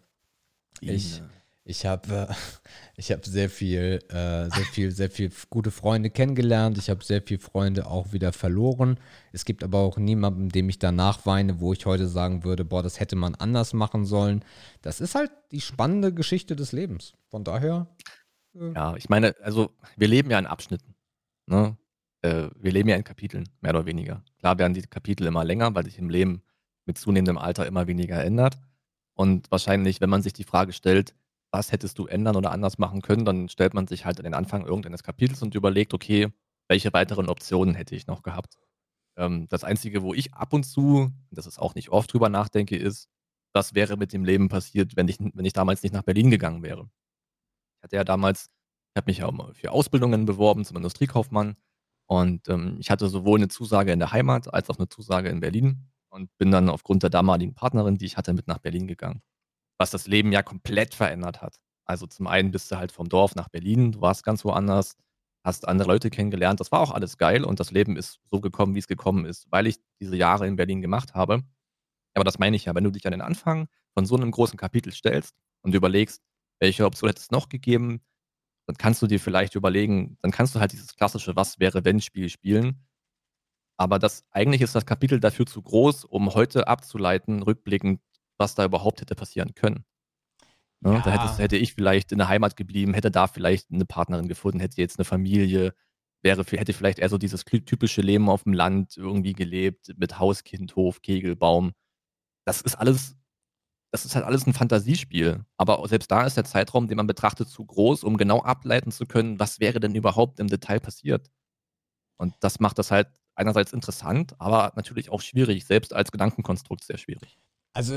Ich, Sabine. ich habe äh, ich hab sehr viel, äh, sehr viel, sehr viel gute Freunde kennengelernt. Ich habe sehr viele Freunde auch wieder verloren. Es gibt aber auch niemanden, dem ich danach weine, wo ich heute sagen würde, boah, das hätte man anders machen sollen. Das ist halt die spannende Geschichte des Lebens. Von daher, Ja, ich meine, also wir leben ja in Abschnitten. Ne? Äh, wir leben ja in Kapiteln, mehr oder weniger. Klar werden die Kapitel immer länger, weil sich im Leben mit zunehmendem Alter immer weniger ändert. Und wahrscheinlich, wenn man sich die Frage stellt, was hättest du ändern oder anders machen können, dann stellt man sich halt an den Anfang irgendeines Kapitels und überlegt, okay, welche weiteren Optionen hätte ich noch gehabt? Ähm, das Einzige, wo ich ab und zu, das ist auch nicht oft drüber nachdenke, ist, was wäre mit dem Leben passiert, wenn ich, wenn ich damals nicht nach Berlin gegangen wäre. Ich hatte ja damals, ich habe mich ja auch für Ausbildungen beworben zum Industriekaufmann und ähm, ich hatte sowohl eine Zusage in der Heimat als auch eine Zusage in Berlin und bin dann aufgrund der damaligen Partnerin, die ich hatte, mit nach Berlin gegangen. Was das Leben ja komplett verändert hat. Also zum einen bist du halt vom Dorf nach Berlin, du warst ganz woanders, hast andere Leute kennengelernt, das war auch alles geil und das Leben ist so gekommen, wie es gekommen ist, weil ich diese Jahre in Berlin gemacht habe. Aber das meine ich ja, wenn du dich an den Anfang von so einem großen Kapitel stellst und überlegst, welche Option hätte es noch gegeben, dann kannst du dir vielleicht überlegen, dann kannst du halt dieses klassische Was-wäre-wenn-Spiel spielen. Aber das, eigentlich ist das Kapitel dafür zu groß, um heute abzuleiten, rückblickend, was da überhaupt hätte passieren können. Ne? Ja. Da hättest, hätte ich vielleicht in der Heimat geblieben, hätte da vielleicht eine Partnerin gefunden, hätte jetzt eine Familie, wäre, hätte vielleicht eher so dieses typische Leben auf dem Land irgendwie gelebt, mit Haus, Kind, Hof, Kegel, Baum. Das ist alles, das ist halt alles ein Fantasiespiel. Aber selbst da ist der Zeitraum, den man betrachtet, zu groß, um genau ableiten zu können, was wäre denn überhaupt im Detail passiert. Und das macht das halt einerseits interessant, aber natürlich auch schwierig, selbst als Gedankenkonstrukt sehr schwierig. Also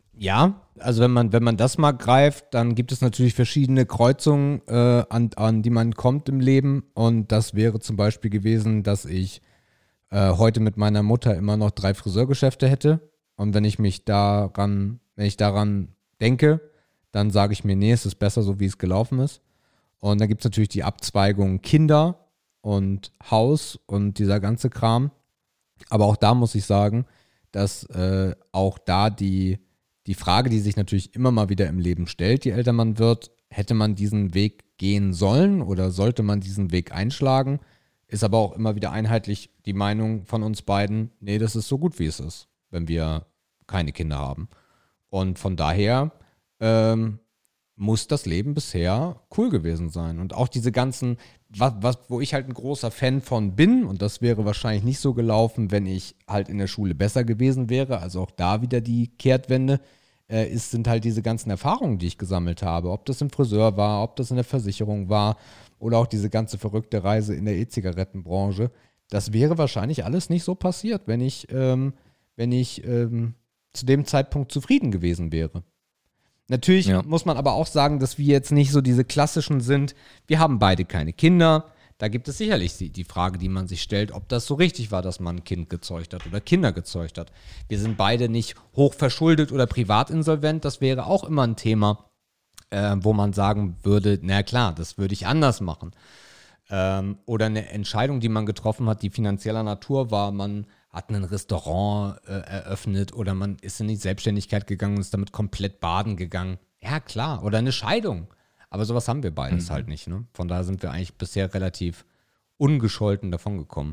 ja, also wenn man, wenn man das mal greift, dann gibt es natürlich verschiedene Kreuzungen, äh, an, an die man kommt im Leben. Und das wäre zum Beispiel gewesen, dass ich äh, heute mit meiner Mutter immer noch drei Friseurgeschäfte hätte. Und wenn ich mich daran, wenn ich daran denke, dann sage ich mir, nee, es ist besser so, wie es gelaufen ist. Und dann gibt es natürlich die Abzweigung Kinder und Haus und dieser ganze Kram. Aber auch da muss ich sagen, dass äh, auch da die, die Frage, die sich natürlich immer mal wieder im Leben stellt, je älter man wird, hätte man diesen Weg gehen sollen oder sollte man diesen Weg einschlagen, ist aber auch immer wieder einheitlich die Meinung von uns beiden, nee, das ist so gut, wie es ist, wenn wir keine Kinder haben. Und von daher ähm, muss das Leben bisher cool gewesen sein. Und auch diese ganzen, was, was, wo ich halt ein großer Fan von bin, und das wäre wahrscheinlich nicht so gelaufen, wenn ich halt in der Schule besser gewesen wäre, also auch da wieder die Kehrtwende, äh, ist, sind halt diese ganzen Erfahrungen, die ich gesammelt habe. Ob das im Friseur war, ob das in der Versicherung war oder auch diese ganze verrückte Reise in der E-Zigarettenbranche. Das wäre wahrscheinlich alles nicht so passiert, wenn ich, ähm, wenn ich ähm, zu dem Zeitpunkt zufrieden gewesen wäre. Natürlich Ja. muss man aber auch sagen, dass wir jetzt nicht so diese klassischen sind. Wir haben beide keine Kinder. Da gibt es sicherlich die, die Frage, die man sich stellt, ob das so richtig war, dass man ein Kind gezeugt hat oder Kinder gezeugt hat. Wir sind beide nicht hochverschuldet oder privatinsolvent. Das wäre auch immer ein Thema, äh, wo man sagen würde, na klar, das würde ich anders machen. Ähm, oder eine Entscheidung, die man getroffen hat, die finanzieller Natur war, man hat ein Restaurant äh, eröffnet oder man ist in die Selbstständigkeit gegangen und ist damit komplett baden gegangen. Ja, klar. Oder eine Scheidung. Aber sowas haben wir beides Mhm. halt nicht. Ne? Von daher sind wir eigentlich bisher relativ ungescholten davongekommen.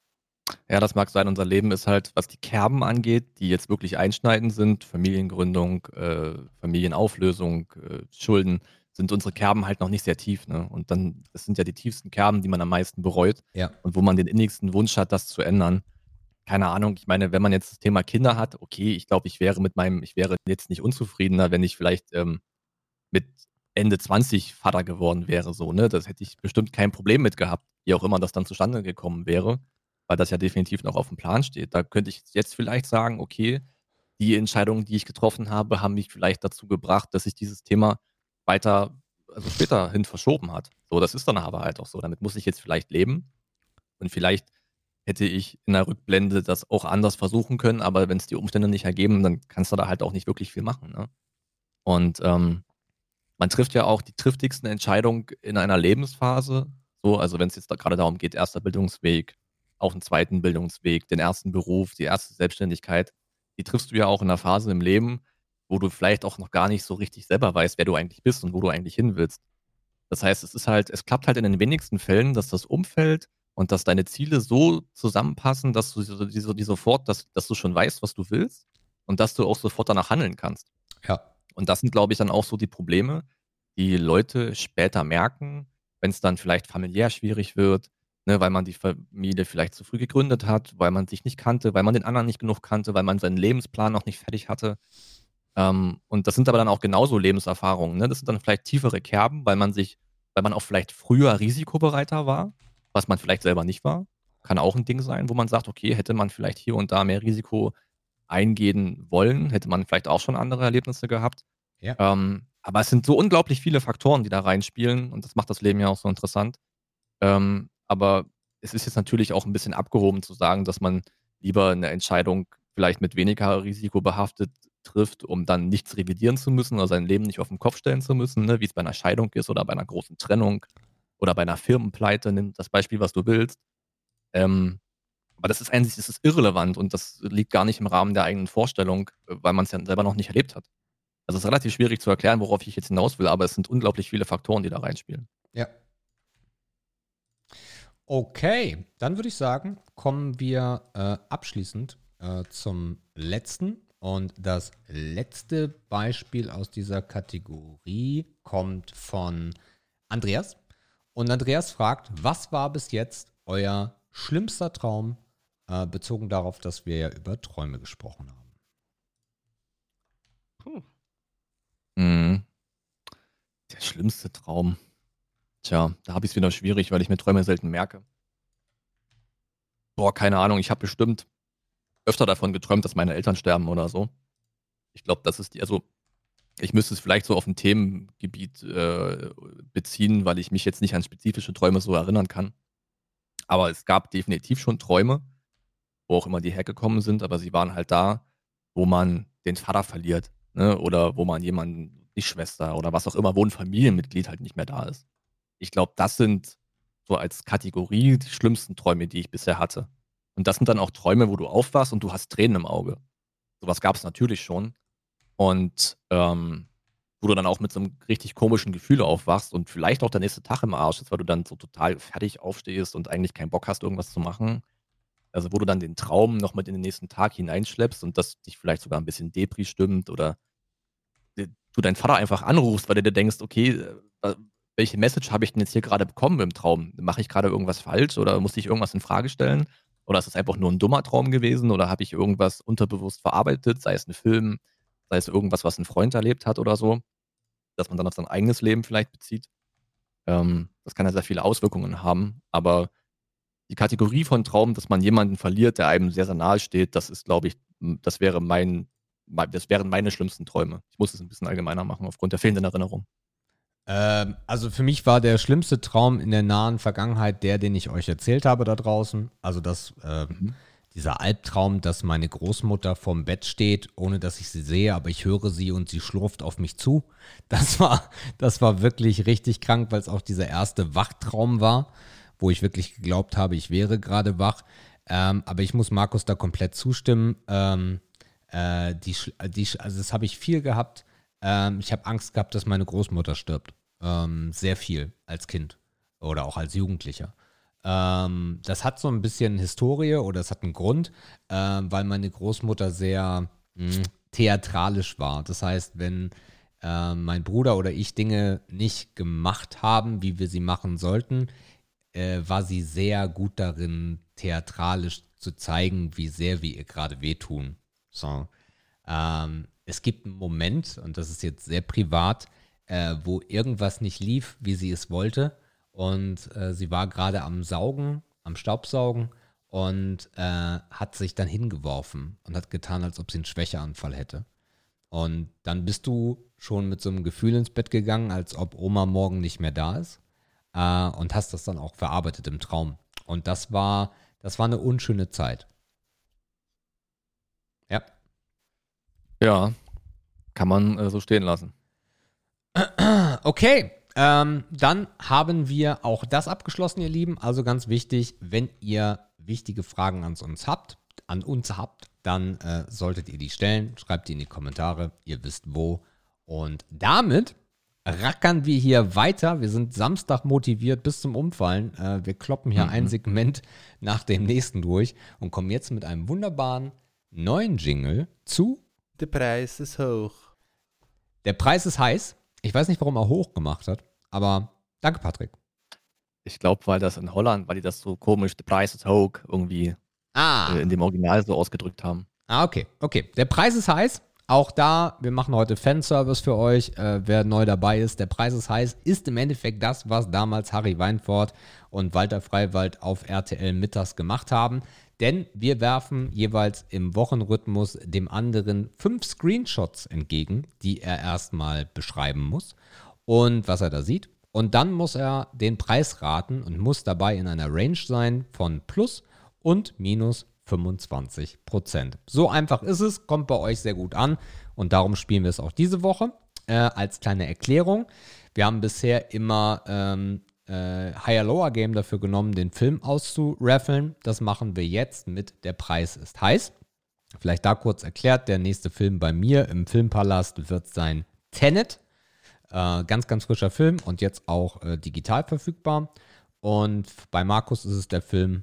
Ja, das mag sein. Unser Leben ist halt, was die Kerben angeht, die jetzt wirklich einschneidend sind, Familiengründung, äh, Familienauflösung, äh, Schulden, sind unsere Kerben halt noch nicht sehr tief. Ne? Und dann, das sind ja die tiefsten Kerben, die man am meisten bereut Ja. und wo man den innigsten Wunsch hat, das zu ändern. Keine Ahnung, ich meine, wenn man jetzt das Thema Kinder hat, okay, ich glaube, ich wäre mit meinem, ich wäre jetzt nicht unzufriedener, wenn ich vielleicht ähm, mit Ende zwanzig Vater geworden wäre, so, ne? Das hätte ich bestimmt kein Problem mit gehabt, wie auch immer das dann zustande gekommen wäre, weil das ja definitiv noch auf dem Plan steht. Da könnte ich jetzt vielleicht sagen, okay, die Entscheidungen, die ich getroffen habe, haben mich vielleicht dazu gebracht, dass sich dieses Thema weiter, also später hin verschoben hat. So, das ist dann aber halt auch so. Damit muss ich jetzt vielleicht leben. Und vielleicht hätte ich in der Rückblende das auch anders versuchen können, aber wenn es die Umstände nicht ergeben, dann kannst du da halt auch nicht wirklich viel machen, ne? Und ähm, man trifft ja auch die triftigsten Entscheidungen in einer Lebensphase. So, also wenn es jetzt da gerade darum geht, erster Bildungsweg, auch einen zweiten Bildungsweg, den ersten Beruf, die erste Selbstständigkeit, die triffst du ja auch in einer Phase im Leben, wo du vielleicht auch noch gar nicht so richtig selber weißt, wer du eigentlich bist und wo du eigentlich hin willst. Das heißt, es ist halt, es klappt halt in den wenigsten Fällen, dass das Umfeld und dass deine Ziele so zusammenpassen, dass du so, die, so, die sofort, dass, dass du schon weißt, was du willst und dass du auch sofort danach handeln kannst. Ja. Und das sind, glaube ich, dann auch so die Probleme, die Leute später merken, wenn es dann vielleicht familiär schwierig wird, ne, weil man die Familie vielleicht zu früh gegründet hat, weil man sich nicht kannte, weil man den anderen nicht genug kannte, weil man seinen Lebensplan noch nicht fertig hatte. Ähm, und das sind aber dann auch genauso Lebenserfahrungen. Ne? Das sind dann vielleicht tiefere Kerben, weil man sich, weil man auch vielleicht früher risikobereiter war, was man vielleicht selber nicht war. Kann auch ein Ding sein, wo man sagt, okay, hätte man vielleicht hier und da mehr Risiko eingehen wollen, hätte man vielleicht auch schon andere Erlebnisse gehabt. Ja. Ähm, aber es sind so unglaublich viele Faktoren, die da reinspielen und das macht das Leben ja auch so interessant. Ähm, aber es ist jetzt natürlich auch ein bisschen abgehoben zu sagen, dass man lieber eine Entscheidung vielleicht mit weniger Risiko behaftet trifft, um dann nichts revidieren zu müssen oder sein Leben nicht auf den Kopf stellen zu müssen, ne? Wie es bei einer Scheidung ist oder bei einer großen Trennung oder bei einer Firmenpleite, nimm das Beispiel, was du willst. Ähm, aber das ist eigentlich, das ist irrelevant und das liegt gar nicht im Rahmen der eigenen Vorstellung, äh, weil man es ja selber noch nicht erlebt hat. Also es ist relativ schwierig zu erklären, worauf ich jetzt hinaus will, aber es sind unglaublich viele Faktoren, die da reinspielen. Ja. Okay, dann würde ich sagen, kommen wir äh, abschließend äh, zum letzten. Und das letzte Beispiel aus dieser Kategorie kommt von Andreas. Und Andreas fragt, was war bis jetzt euer schlimmster Traum, äh, bezogen darauf, dass wir ja über Träume gesprochen haben? Puh. Mhm. Der schlimmste Traum. Tja, da habe ich es wieder schwierig, weil ich mir Träume selten merke. Boah, keine Ahnung, ich habe bestimmt öfter davon geträumt, dass meine Eltern sterben oder so. Ich glaube, das ist die, also ich müsste es vielleicht so auf ein Themengebiet äh, beziehen, weil ich mich jetzt nicht an spezifische Träume so erinnern kann. Aber es gab definitiv schon Träume, wo auch immer die hergekommen sind, aber sie waren halt da, wo man den Vater verliert, ne? Oder wo man jemanden, die Schwester oder was auch immer, wo ein Familienmitglied halt nicht mehr da ist. Ich glaube, das sind so als Kategorie die schlimmsten Träume, die ich bisher hatte. Und das sind dann auch Träume, wo du aufwachst und du hast Tränen im Auge. Sowas gab es natürlich schon. Und ähm, wo du dann auch mit so einem richtig komischen Gefühl aufwachst und vielleicht auch der nächste Tag im Arsch ist, weil du dann so total fertig aufstehst und eigentlich keinen Bock hast, irgendwas zu machen. Also wo du dann den Traum noch mit in den nächsten Tag hineinschleppst und das dich vielleicht sogar ein bisschen Depri stimmt oder du deinen Vater einfach anrufst, weil du dir denkst, okay, äh, welche Message habe ich denn jetzt hier gerade bekommen im Traum? Mache ich gerade irgendwas falsch oder muss ich irgendwas in Frage stellen? Oder ist das einfach nur ein dummer Traum gewesen oder habe ich irgendwas unterbewusst verarbeitet, sei es ein Film, sei es irgendwas, was ein Freund erlebt hat oder so, dass man dann auf sein eigenes Leben vielleicht bezieht. Ähm, das kann ja sehr viele Auswirkungen haben, aber die Kategorie von Traum, dass man jemanden verliert, der einem sehr, sehr nahe steht, das ist, glaube ich, m- das wäre mein, mein- das wären meine schlimmsten Träume. Ich muss es ein bisschen allgemeiner machen aufgrund der fehlenden Erinnerung. Ähm, also für mich war der schlimmste Traum in der nahen Vergangenheit der, den ich euch erzählt habe da draußen. Also das, äh, Mhm. dieser Albtraum, dass meine Großmutter vorm Bett steht, ohne dass ich sie sehe, aber ich höre sie und sie schlurft auf mich zu. Das war, das war wirklich richtig krank, weil es auch dieser erste Wachtraum war, wo ich wirklich geglaubt habe, ich wäre gerade wach. Ähm, aber ich muss Markus da komplett zustimmen. Ähm, äh, die, Sch- die, Sch- also das habe ich viel gehabt. Ähm, ich habe Angst gehabt, dass meine Großmutter stirbt. Ähm, sehr viel als Kind oder auch als Jugendlicher. Ähm, das hat so ein bisschen Historie oder es hat einen Grund, ähm, weil meine Großmutter sehr mh, theatralisch war. Das heißt, wenn äh, mein Bruder oder ich Dinge nicht gemacht haben, wie wir sie machen sollten, äh, war sie sehr gut darin, theatralisch zu zeigen, wie sehr wir ihr gerade wehtun. So. Ähm, es gibt einen Moment, und das ist jetzt sehr privat, äh, wo irgendwas nicht lief, wie sie es wollte. Und äh, sie war gerade am Saugen, am Staubsaugen und äh, hat sich dann hingeworfen und hat getan, als ob sie einen Schwächeanfall hätte. Und dann bist du schon mit so einem Gefühl ins Bett gegangen, als ob Oma morgen nicht mehr da ist. Äh, und hast das dann auch verarbeitet im Traum. Und das war, das war eine unschöne Zeit. Ja. Ja, kann man äh, so stehen lassen. Okay, ähm, dann haben wir auch das abgeschlossen, ihr Lieben. Also ganz wichtig, wenn ihr wichtige Fragen an uns habt, an uns habt, dann äh, solltet ihr die stellen. Schreibt die in die Kommentare. Ihr wisst wo. Und damit rackern wir hier weiter. Wir sind Samstag motiviert bis zum Umfallen. Äh, wir kloppen hier Mhm. ein Segment nach dem nächsten durch und kommen jetzt mit einem wunderbaren neuen Jingle zu Der Preis ist hoch. Der Preis ist heiß. Ich weiß nicht, warum er hoch gemacht hat, aber danke, Patrick. Ich glaube, weil das in Holland, weil die das so komisch, the price is hoch, irgendwie Ah, äh, in dem Original so ausgedrückt haben. ah okay, okay. Der Preis ist heiß. Auch da, wir machen heute Fanservice für euch. Äh, wer neu dabei ist, der Preis ist heiß, ist im Endeffekt das, was damals Harry Weinfurt und Walter Freiwald auf R T L mittags gemacht haben. Denn wir werfen jeweils im Wochenrhythmus dem anderen fünf Screenshots entgegen, die er erstmal beschreiben muss und was er da sieht. Und dann muss er den Preis raten und muss dabei in einer Range sein von plus und minus fünfundzwanzig Prozent. So einfach ist es, kommt bei euch sehr gut an und darum spielen wir es auch diese Woche. Äh, als kleine Erklärung, wir haben bisher immer ähm, äh, Higher-Lower-Game dafür genommen, den Film auszuraffeln. Das machen wir jetzt mit Der Preis ist heiß. Vielleicht da kurz erklärt, der nächste Film bei mir im Filmpalast wird sein Tenet. Äh, ganz, ganz frischer Film und jetzt auch äh, digital verfügbar. Und bei Markus ist es der Film.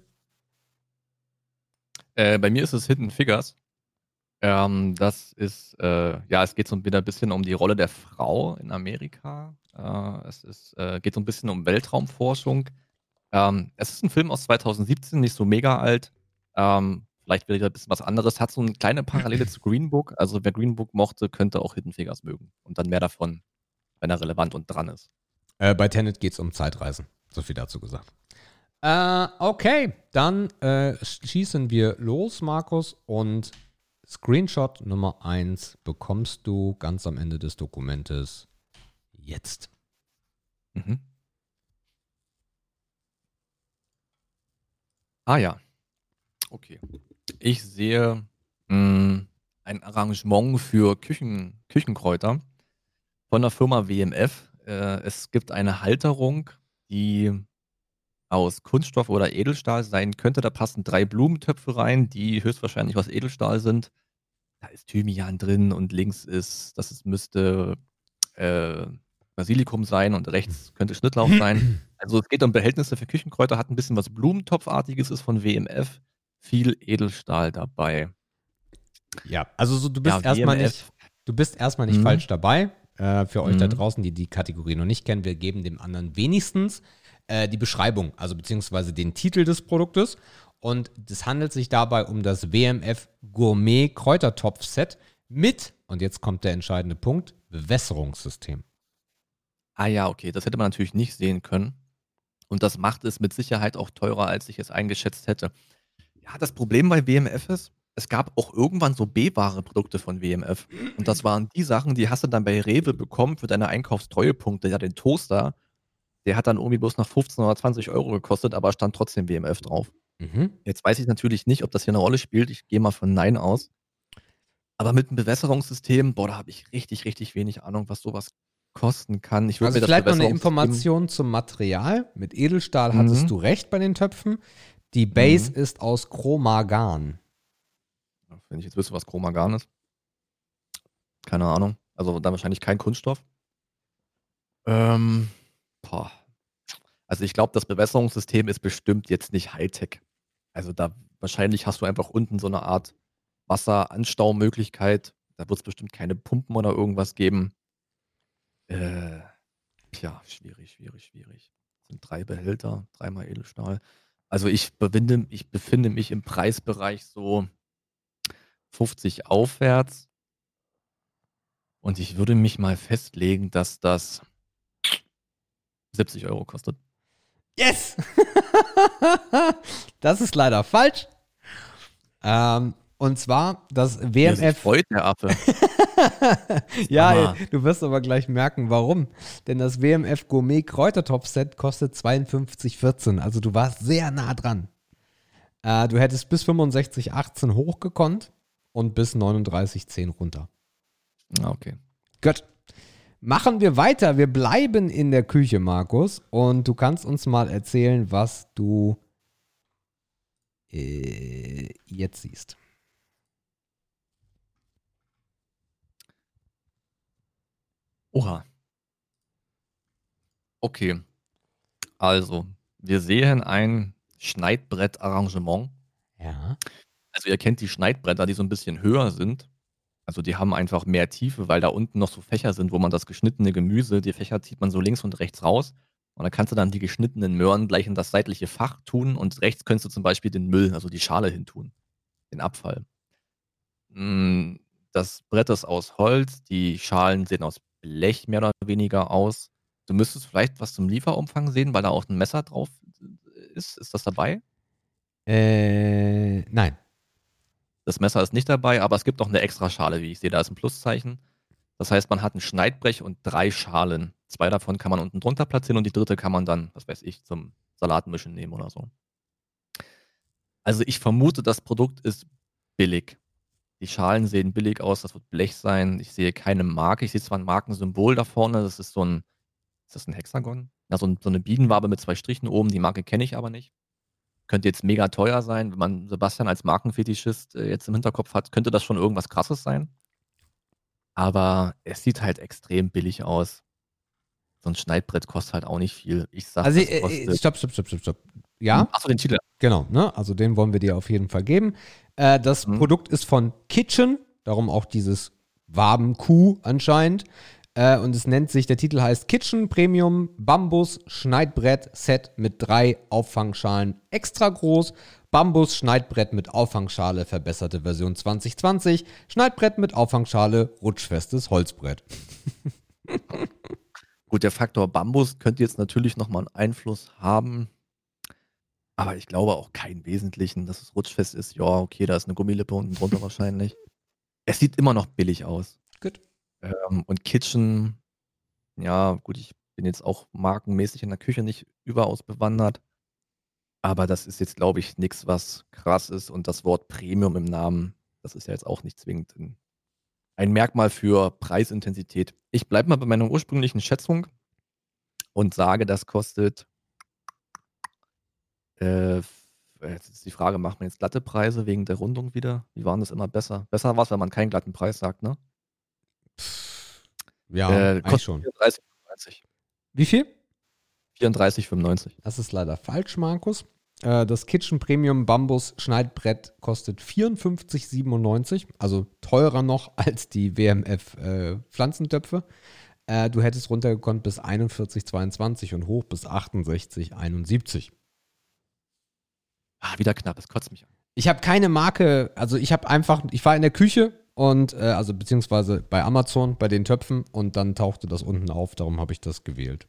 Äh, bei mir ist es Hidden Figures. Ähm, das ist, äh, ja, es geht so wieder ein bisschen um die Rolle der Frau in Amerika. Äh, es ist, äh, geht so ein bisschen um Weltraumforschung. Ähm, es ist ein Film aus zweitausendsiebzehn, nicht so mega alt. Ähm, vielleicht wieder ein bisschen was anderes. Hat so eine kleine Parallele zu Green Book. Also wer Green Book mochte, könnte auch Hidden Figures mögen. Und dann mehr davon, wenn er relevant und dran ist. Äh, bei Tenet geht es um Zeitreisen. So viel dazu gesagt. Äh, okay, dann äh, schießen wir los, Markus. Und Screenshot Nummer eins bekommst du ganz am Ende des Dokumentes jetzt. Mhm. Ah ja. Okay. Ich sehe mh, ein Arrangement für Küchen, Küchenkräuter von der Firma W M F. Äh, es gibt eine Halterung, die aus Kunststoff oder Edelstahl sein könnte. Da passen drei Blumentöpfe rein, die höchstwahrscheinlich aus Edelstahl sind. Da ist Thymian drin und links ist, das ist, müsste äh, Basilikum sein und rechts könnte Schnittlauch sein. Also es geht um Behältnisse für Küchenkräuter, hat ein bisschen was Blumentopfartiges, ist von W M F, viel Edelstahl dabei. Ja, also so, du bist Ja, erstmal W M F. nicht, du bist erstmal nicht Mhm. falsch dabei. Äh, für euch da Mhm. draußen, die die Kategorie noch nicht kennen, wir geben dem anderen wenigstens äh, die Beschreibung, also beziehungsweise den Titel des Produktes. Und es handelt sich dabei um das W M F Gourmet Kräutertopf-Set mit und jetzt kommt der entscheidende Punkt, Bewässerungssystem. Ah ja, okay, das hätte man natürlich nicht sehen können. Und das macht es mit Sicherheit auch teurer, als ich es eingeschätzt hätte. Ja, das Problem bei W M F ist, es gab auch irgendwann so B-Ware-Produkte von W M F. Und das waren die Sachen, die hast du dann bei Rewe bekommen für deine Einkaufstreuepunkte. Ja, den Toaster, der hat dann irgendwie bloß noch fünfzehn oder zwanzig Euro gekostet, aber stand trotzdem W M F drauf. Mhm. Jetzt weiß ich natürlich nicht, ob das hier eine Rolle spielt. Ich gehe mal von Nein aus. Aber mit einem Bewässerungssystem, boah, da habe ich richtig, richtig wenig Ahnung, was sowas kosten kann. Ich würde Also mir das vielleicht noch eine Bewässerungssystem- Information zum Material. Mit Edelstahl hattest Mhm. du recht bei den Töpfen. Die Base Mhm. ist aus Chromagan. Wenn ich jetzt wüsste, was Chromagan ist. Keine Ahnung. Also dann wahrscheinlich kein Kunststoff. Ähm, boah. Also ich glaube, das Bewässerungssystem ist bestimmt jetzt nicht Hightech. Also da wahrscheinlich hast du einfach unten so eine Art Wasseranstaumöglichkeit. Da wird es bestimmt keine Pumpen oder irgendwas geben. Äh, tja, schwierig, schwierig, schwierig. Das sind drei Behälter, dreimal Edelstahl. Also ich befinde, ich befinde mich im Preisbereich so fünfzig aufwärts. Und ich würde mich mal festlegen, dass das siebzig Euro kostet. Yes! Das ist leider falsch. Ähm, und zwar das W Ja, M sich F. freut der Affe. Ja, Hammer. du wirst aber gleich merken, warum. Denn das W M F Gourmet Kräutertopf-Set kostet zweiundfünfzig vierzehn. Also du warst sehr nah dran. Äh, du hättest bis fünfundsechzig achtzehn hochgekonnt und bis neununddreißig zehn runter. Ah, okay. Gut. Machen wir weiter. Wir bleiben in der Küche, Markus. Und du kannst uns mal erzählen, was du äh, jetzt siehst. Oha. Okay. Also, wir sehen ein Schneidbrettarrangement. Ja. Also ihr kennt die Schneidbretter, die so ein bisschen höher sind. Also die haben einfach mehr Tiefe, weil da unten noch so Fächer sind, wo man das geschnittene Gemüse, die Fächer zieht man so links und rechts raus. Und dann kannst du dann die geschnittenen Möhren gleich in das seitliche Fach tun und rechts könntest du zum Beispiel den Müll, also die Schale hin tun, den Abfall. Mm, Das Brett ist aus Holz, die Schalen sehen aus Blech mehr oder weniger aus. Du müsstest vielleicht was zum Lieferumfang sehen, weil da auch ein Messer drauf ist. Ist das dabei? Äh, nein. Das Messer ist nicht dabei, aber es gibt noch eine extra Schale, wie ich sehe. Da ist ein Pluszeichen. Das heißt, man hat ein Schneidblech und drei Schalen. Zwei davon kann man unten drunter platzieren und die dritte kann man dann, was weiß ich, zum Salatmischen nehmen oder so. Also ich vermute, das Produkt ist billig. Die Schalen sehen billig aus, das wird Blech sein. Ich sehe keine Marke. Ich sehe zwar ein Markensymbol da vorne, das ist so ein, ist das ein Hexagon? Ja, so, ein, so eine Bienenwabe mit zwei Strichen oben, die Marke kenne ich aber nicht. Könnte jetzt mega teuer sein, wenn man Sebastian als Markenfetischist äh, jetzt im Hinterkopf hat, könnte das schon irgendwas Krasses sein. Aber es sieht halt extrem billig aus. So ein Schneidbrett kostet halt auch nicht viel. Ich sag, Also, das äh, kostet... äh, stopp, stopp, stopp, stopp, stopp. Ja, Achso, den Titel. genau, ne? Also den wollen wir dir auf jeden Fall geben. Äh, das Mhm. Produkt ist von Kitchen, darum auch dieses Wabenkuh anscheinend. Äh, und es nennt sich, der Titel heißt Kitchen Premium Bambus Schneidbrett Set mit drei Auffangschalen extra groß. Bambus Schneidbrett mit Auffangschale, verbesserte Version zwanzig zwanzig. Schneidbrett mit Auffangschale, rutschfestes Holzbrett. Gut, der Faktor Bambus könnte jetzt natürlich nochmal einen Einfluss haben. Aber ich glaube auch keinen wesentlichen, dass es rutschfest ist. Ja, okay, da ist eine Gummilippe unten drunter wahrscheinlich. Es sieht immer noch billig aus. Gut. Ähm, und Kitchen, ja, gut, ich bin jetzt auch markenmäßig in der Küche nicht überaus bewandert. Aber das ist jetzt, glaube ich, nichts, was krass ist. Und das Wort Premium im Namen, das ist ja jetzt auch nicht zwingend ein, ein Merkmal für Preisintensität. Ich bleibe mal bei meiner ursprünglichen Schätzung und sage, das kostet, äh, jetzt ist die Frage, macht man jetzt glatte Preise wegen der Rundung wieder? Wie waren das immer besser? Besser war es, wenn man keinen glatten Preis sagt, ne? Ja, äh, eigentlich kostet schon. vierunddreißig fünfundneunzig. Wie viel? vierunddreißig fünfundneunzig. Das ist leider falsch, Markus. Äh, das Kitchen Premium Bambus Schneidbrett kostet vierundfünfzig siebenundneunzig, also teurer noch als die W M F äh, Pflanzentöpfe. Äh, du hättest runtergekonnt bis einundvierzig zweiundzwanzig und hoch bis achtundsechzig einundsiebzig. Ah, wieder knapp, das kotzt mich an. Ich habe keine Marke, also ich habe einfach, ich war in der Küche und äh, also beziehungsweise bei Amazon, bei den Töpfen und dann tauchte das unten auf, darum habe ich das gewählt.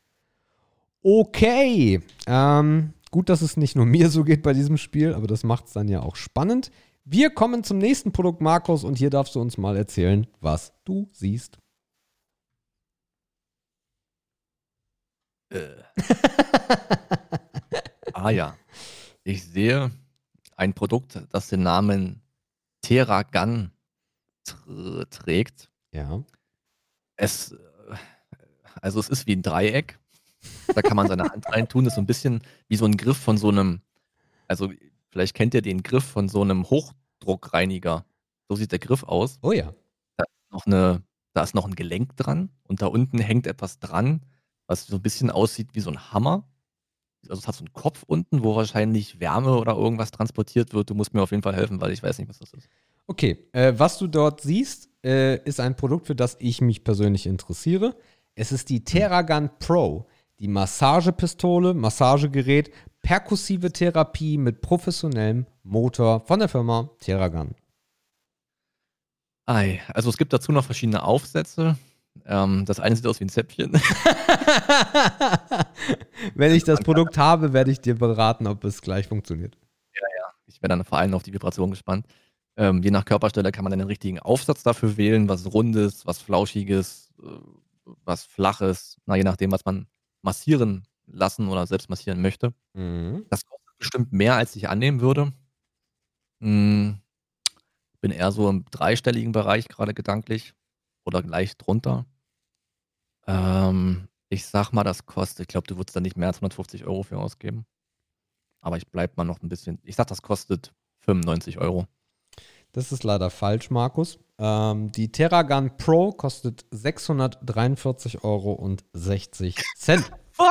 Okay, ähm, gut, dass es nicht nur mir so geht bei diesem Spiel, aber das macht es dann ja auch spannend. Wir kommen zum nächsten Produkt, Markus, und hier darfst du uns mal erzählen, was du siehst. Äh. ah ja, ich sehe ein Produkt, das den Namen TerraGun tr- trägt. Ja. Es, also es ist wie ein Dreieck. Da kann man seine Hand reintun. Das ist so ein bisschen wie so ein Griff von so einem, also vielleicht kennt ihr den Griff von so einem Hochdruckreiniger. So sieht der Griff aus. Oh ja. Da ist noch eine, da ist noch ein Gelenk dran und da unten hängt etwas dran, was so ein bisschen aussieht wie so ein Hammer. Also es hat so einen Kopf unten, wo wahrscheinlich Wärme oder irgendwas transportiert wird. Du musst mir auf jeden Fall helfen, weil ich weiß nicht, was das ist. Okay, äh, was du dort siehst, äh, ist ein Produkt, für das ich mich persönlich interessiere. Es ist die TerraGun Pro, die Massagepistole, Massagegerät, perkussive Therapie mit professionellem Motor von der Firma TerraGun. Ei, also es gibt dazu noch verschiedene Aufsätze. Ähm, das eine sieht aus wie ein Zäpfchen. Wenn ich das Produkt habe, werde ich dir beraten, ob es gleich funktioniert. Ich wäre dann vor allem auf die Vibration gespannt. Ähm, je nach Körperstelle kann man dann den richtigen Aufsatz dafür wählen, was Rundes, was Flauschiges, äh, was Flaches, na, je nachdem, was man massieren lassen oder selbst massieren möchte. Mhm. Das kostet bestimmt mehr, als ich annehmen würde. Hm, bin eher so im dreistelligen Bereich gerade gedanklich oder leicht drunter. Ähm, ich sag mal, das kostet, ich glaube, du würdest da nicht mehr als hundertfünfzig Euro für ausgeben. Aber ich bleib mal noch ein bisschen, ich sag, das kostet fünfundneunzig Euro. Das ist leider falsch, Markus. Ähm, die TerraGun Pro kostet sechshundertdreiundvierzig Euro und sechzig Cent.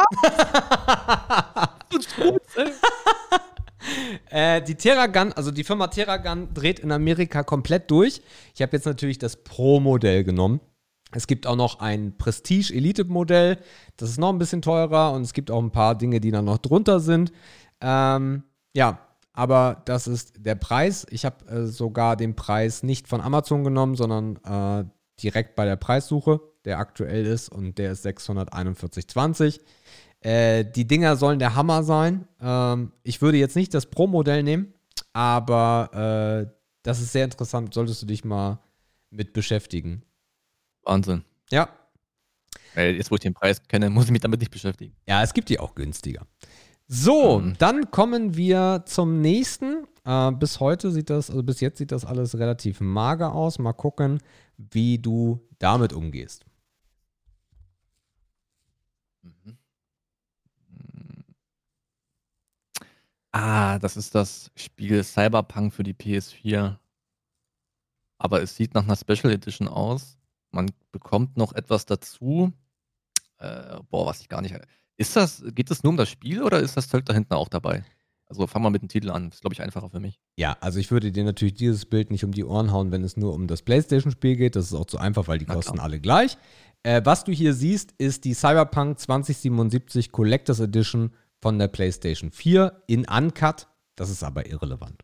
äh, die TerraGun, also die Firma TerraGun dreht in Amerika komplett durch. Ich habe jetzt natürlich das Pro-Modell genommen. Es gibt auch noch ein Prestige-Elite-Modell. Das ist noch ein bisschen teurer und es gibt auch ein paar Dinge, die dann noch drunter sind. Ähm, ja, aber das ist der Preis. Ich habe äh, sogar den Preis nicht von Amazon genommen, sondern äh, direkt bei der Preissuche, der aktuell ist, und der ist sechshunderteinundvierzig Euro zwanzig. Äh, die Dinger sollen der Hammer sein. Ähm, ich würde jetzt nicht das Pro-Modell nehmen, aber äh, das ist sehr interessant. Solltest du dich mal mit beschäftigen. Wahnsinn. Ja. Weil jetzt, wo ich den Preis kenne, muss ich mich damit nicht beschäftigen. Ja, es gibt die auch günstiger. So, Mhm. dann kommen wir zum nächsten. Äh, bis heute sieht das, also bis jetzt sieht das alles relativ mager aus. Mal gucken, wie du damit umgehst. Mhm. Ah, das ist das Spiel Cyberpunk für die P S vier. Aber es sieht nach einer Special Edition aus. Man bekommt noch etwas dazu. Äh, boah, was ich gar nicht. Ist das, geht es nur um das Spiel oder ist das Zeug da hinten auch dabei? Also fangen wir mit dem Titel an. Das ist, glaube ich, einfacher für mich. Ja, also ich würde dir natürlich dieses Bild nicht um die Ohren hauen, wenn es nur um das PlayStation-Spiel geht. Das ist auch zu einfach, weil die Na kosten klar. alle gleich. Äh, was du hier siehst, ist die Cyberpunk zwanzig siebenundsiebzig Collectors Edition von der PlayStation vier in Uncut. Das ist aber irrelevant.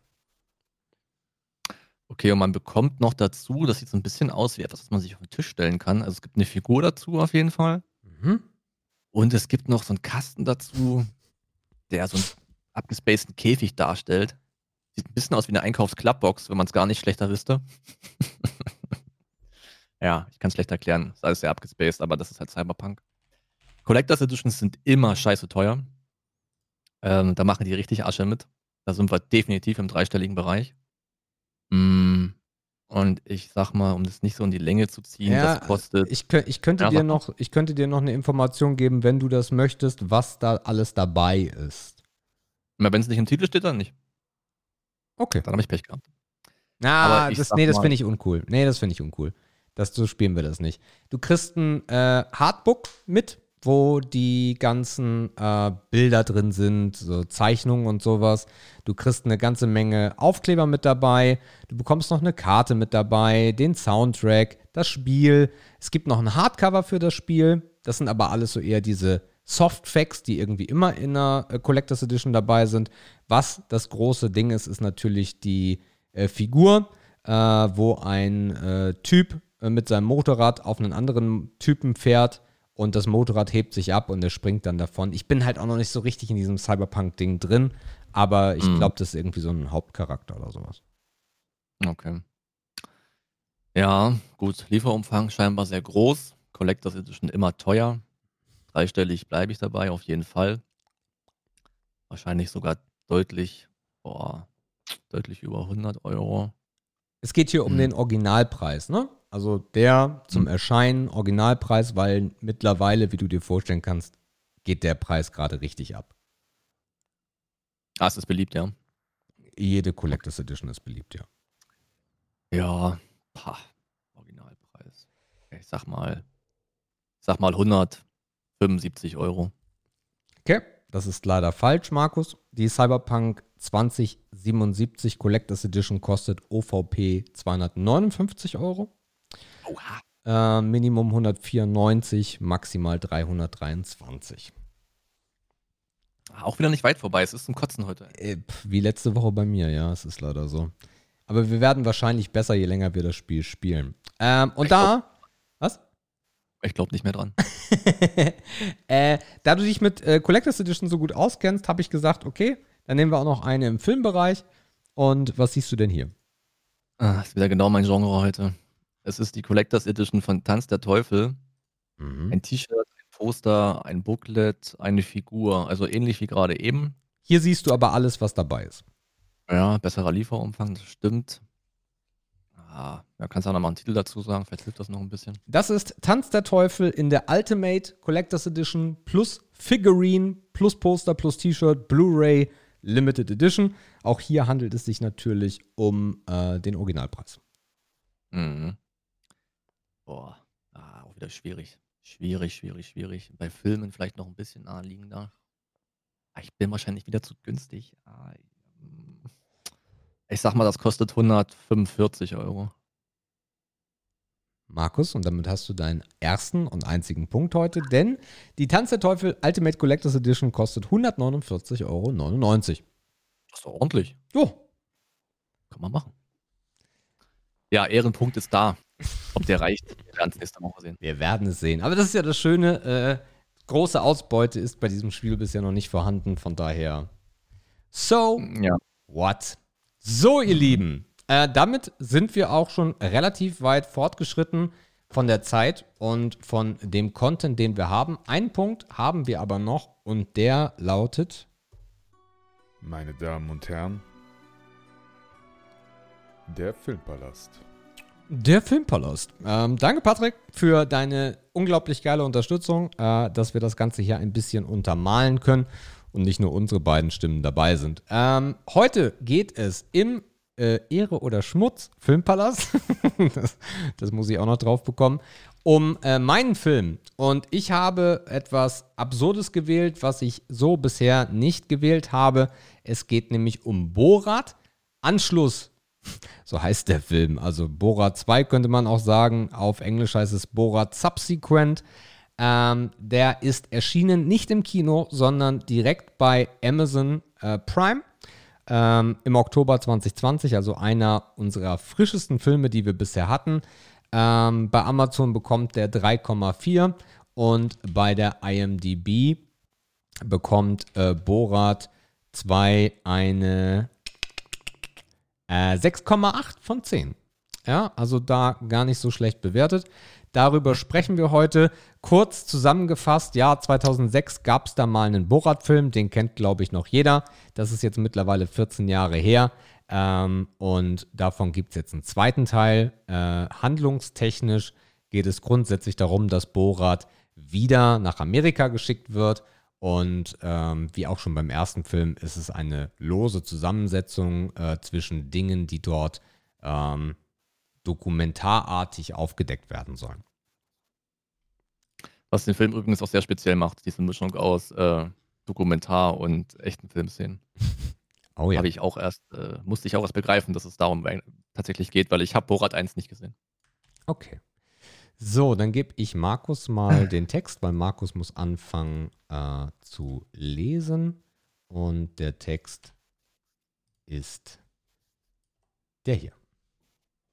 Okay, und man bekommt noch dazu, das sieht so ein bisschen aus wie etwas, was man sich auf den Tisch stellen kann. Also es gibt eine Figur dazu auf jeden Fall. Mhm. Und es gibt noch so einen Kasten dazu, der so einen abgespaceden Käfig darstellt. Sieht ein bisschen aus wie eine Einkaufsklappbox, wenn man es gar nicht schlechter wüsste. Ja, ich kann es schlecht erklären. Ist alles sehr abgespaced, aber das ist halt Cyberpunk. Collectors Editions sind immer scheiße teuer. Ähm, da machen die richtig Asche mit. Da sind wir definitiv im dreistelligen Bereich. Mm, Und ich sag mal, um das nicht so in die Länge zu ziehen, Ja, das kostet. Ich, kö- ich, könnte Ja, dir sag mal. noch, ich könnte dir noch eine Information geben, wenn du das möchtest, was da alles dabei ist. Wenn es nicht im Titel steht, dann nicht. Okay. Dann habe ich Pech gehabt. Na, Aber ich das, sag nee, das mal- finde ich uncool. Nee, das finde ich uncool. Das, so spielen wir das nicht. Du kriegst ein äh, Hardbook mit, wo die ganzen äh, Bilder drin sind, so Zeichnungen und sowas. Du kriegst eine ganze Menge Aufkleber mit dabei. Du bekommst noch eine Karte mit dabei, den Soundtrack, das Spiel. Es gibt noch ein Hardcover für das Spiel. Das sind aber alles so eher diese Softfacts, die irgendwie immer in einer äh, Collectors Edition dabei sind. Was das große Ding ist, ist natürlich die äh, Figur. äh, wo ein äh, Typ äh, mit seinem Motorrad auf einen anderen Typen fährt und das Motorrad hebt sich ab und er springt dann davon. Ich bin halt auch noch nicht so richtig in diesem Cyberpunk-Ding drin, aber ich Mhm. glaube, das ist irgendwie so ein Hauptcharakter oder sowas. Okay. Ja, gut. Lieferumfang scheinbar sehr groß. Collectors Edition immer teuer. Dreistellig bleibe ich dabei, auf jeden Fall. Wahrscheinlich sogar deutlich, boah, deutlich über hundert Euro. Es geht hier um Hm. den Originalpreis, ne? Also der zum Hm. Erscheinen Originalpreis, weil mittlerweile, wie du dir vorstellen kannst, geht der Preis gerade richtig ab. Ah, es ist beliebt, ja. Jede Collectors Edition ist beliebt, ja. Ja, pah, Originalpreis. Ich sag mal, ich sag mal hundertfünfundsiebzig Euro. Okay, das ist leider falsch, Markus. Die Cyberpunk zwanzig siebenundsiebzig Collectors Edition kostet O V P zweihundertneunundfünfzig Euro. Oha. Äh, Minimum hundertvierundneunzig, maximal dreihundertdreiundzwanzig. Auch wieder nicht weit vorbei. Es ist zum Kotzen heute. Äh, pf, wie letzte Woche bei mir, ja, es ist leider so. Aber wir werden wahrscheinlich besser, je länger wir das Spiel spielen. Ähm, und Ich da, was? Ich glaube nicht mehr dran. äh, da du dich mit äh, Collectors Edition so gut auskennst, habe ich gesagt, okay, dann nehmen wir auch noch eine im Filmbereich. Und was siehst du denn hier? Ah, ist wieder genau mein Genre heute. Es ist die Collectors Edition von Tanz der Teufel. Mhm. Ein T-Shirt, ein Poster, ein Booklet, eine Figur. Also ähnlich wie gerade eben. Hier siehst du aber alles, was dabei ist. Ja, besserer Lieferumfang, das stimmt. Ah, ja, kannst du auch noch mal einen Titel dazu sagen? Vielleicht hilft das noch ein bisschen. Das ist Tanz der Teufel in der Ultimate Collectors Edition plus Figurine plus Poster plus T-Shirt, Blu-ray Limited Edition. Auch hier handelt es sich natürlich um äh, den Originalpreis. Mhm. Boah, ah, auch wieder schwierig. Schwierig, schwierig, schwierig. Bei Filmen vielleicht noch ein bisschen naheliegender. Ah, ich bin wahrscheinlich wieder zu günstig. Ah, mm. Ich sag mal, das kostet hundertfünfundvierzig Euro. Markus, und damit hast du deinen ersten und einzigen Punkt heute, denn die Tanz der Teufel Ultimate Collectors Edition kostet hundertneunundvierzig Euro neunundneunzig. Das ist doch ordentlich. Jo, Kann man machen. Ja, Ehrenpunkt ist da. Ob der reicht, wir werden es nächste Woche sehen. wir werden es sehen. Aber das ist ja das Schöne, äh, große Ausbeute ist bei diesem Spiel bisher noch nicht vorhanden, von daher so Ja. what? So, ihr Lieben, äh, damit sind wir auch schon relativ weit fortgeschritten von der Zeit und von dem Content, den wir haben. Einen Punkt haben wir aber noch und der lautet: Meine Damen und Herren, der Filmpalast. Der Filmpalast. Ähm, danke, Patrick, für deine unglaublich geile Unterstützung, äh, dass wir das Ganze hier ein bisschen untermalen können und nicht nur unsere beiden Stimmen dabei sind. Ähm, heute geht es im äh, Ehre oder Schmutz Filmpalast, das, das muss ich auch noch drauf bekommen, um äh, meinen Film. Und ich habe etwas Absurdes gewählt, was ich so bisher nicht gewählt habe. Es geht nämlich um Borat. Anschluss, so heißt der Film. Also Borat zwei könnte man auch sagen. Auf Englisch heißt es Borat Subsequent. Ähm, der ist erschienen nicht im Kino, sondern direkt bei Amazon äh, Prime ähm, im Oktober zwanzig zwanzig. Also einer unserer frischesten Filme, die wir bisher hatten. Ähm, bei Amazon bekommt der drei Komma vier und bei der I M D B bekommt äh, Borat zwei eine äh, sechs Komma acht von zehn. Ja, also da gar nicht so schlecht bewertet. Darüber sprechen wir heute. Kurz zusammengefasst, ja, zweitausendsechs gab es da mal einen Borat-Film, den kennt, glaube ich, noch jeder. Das ist jetzt mittlerweile vierzehn Jahre her. Ähm, und davon gibt es jetzt einen zweiten Teil. Äh, handlungstechnisch geht es grundsätzlich darum, dass Borat wieder nach Amerika geschickt wird. Und ähm, wie auch schon beim ersten Film ist es eine lose Zusammensetzung äh, zwischen Dingen, die dort ähm, dokumentarartig aufgedeckt werden sollen. Was den Film übrigens auch sehr speziell macht, diese Mischung aus äh, Dokumentar und echten Filmszenen. Oh ja. Habe ich auch erst, äh, musste ich auch erst begreifen, dass es darum tatsächlich geht, weil ich habe Borat eins nicht gesehen. Okay. So, dann gebe ich Markus mal den Text, weil Markus muss anfangen äh, zu lesen. Und der Text ist der hier.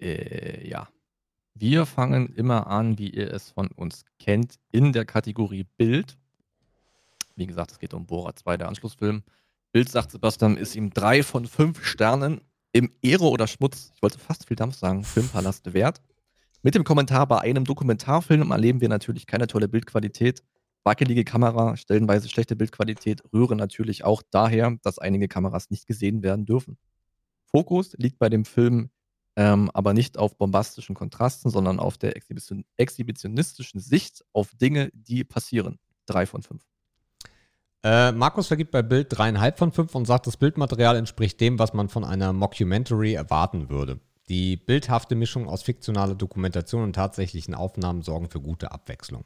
Äh, ja. Wir fangen immer an, wie ihr es von uns kennt, in der Kategorie Bild. Wie gesagt, es geht um Borat zwei, der Anschlussfilm. Bild, sagt Sebastian, ist ihm drei von fünf Sternen im Ehre oder Schmutz, ich wollte fast viel Dampf sagen, Filmpalast wert. Mit dem Kommentar: Bei einem Dokumentarfilm erleben wir natürlich keine tolle Bildqualität. Wackelige Kamera, stellenweise schlechte Bildqualität rühren natürlich auch daher, dass einige Kameras nicht gesehen werden dürfen. Fokus liegt bei dem Film ähm, aber nicht auf bombastischen Kontrasten, sondern auf der exhibition exhibitionistischen Sicht auf Dinge, die passieren. Drei von fünf. Äh, Markus vergibt bei Bild dreieinhalb von fünf und sagt, das Bildmaterial entspricht dem, was man von einer Mockumentary erwarten würde. Die bildhafte Mischung aus fiktionaler Dokumentation und tatsächlichen Aufnahmen sorgen für gute Abwechslung.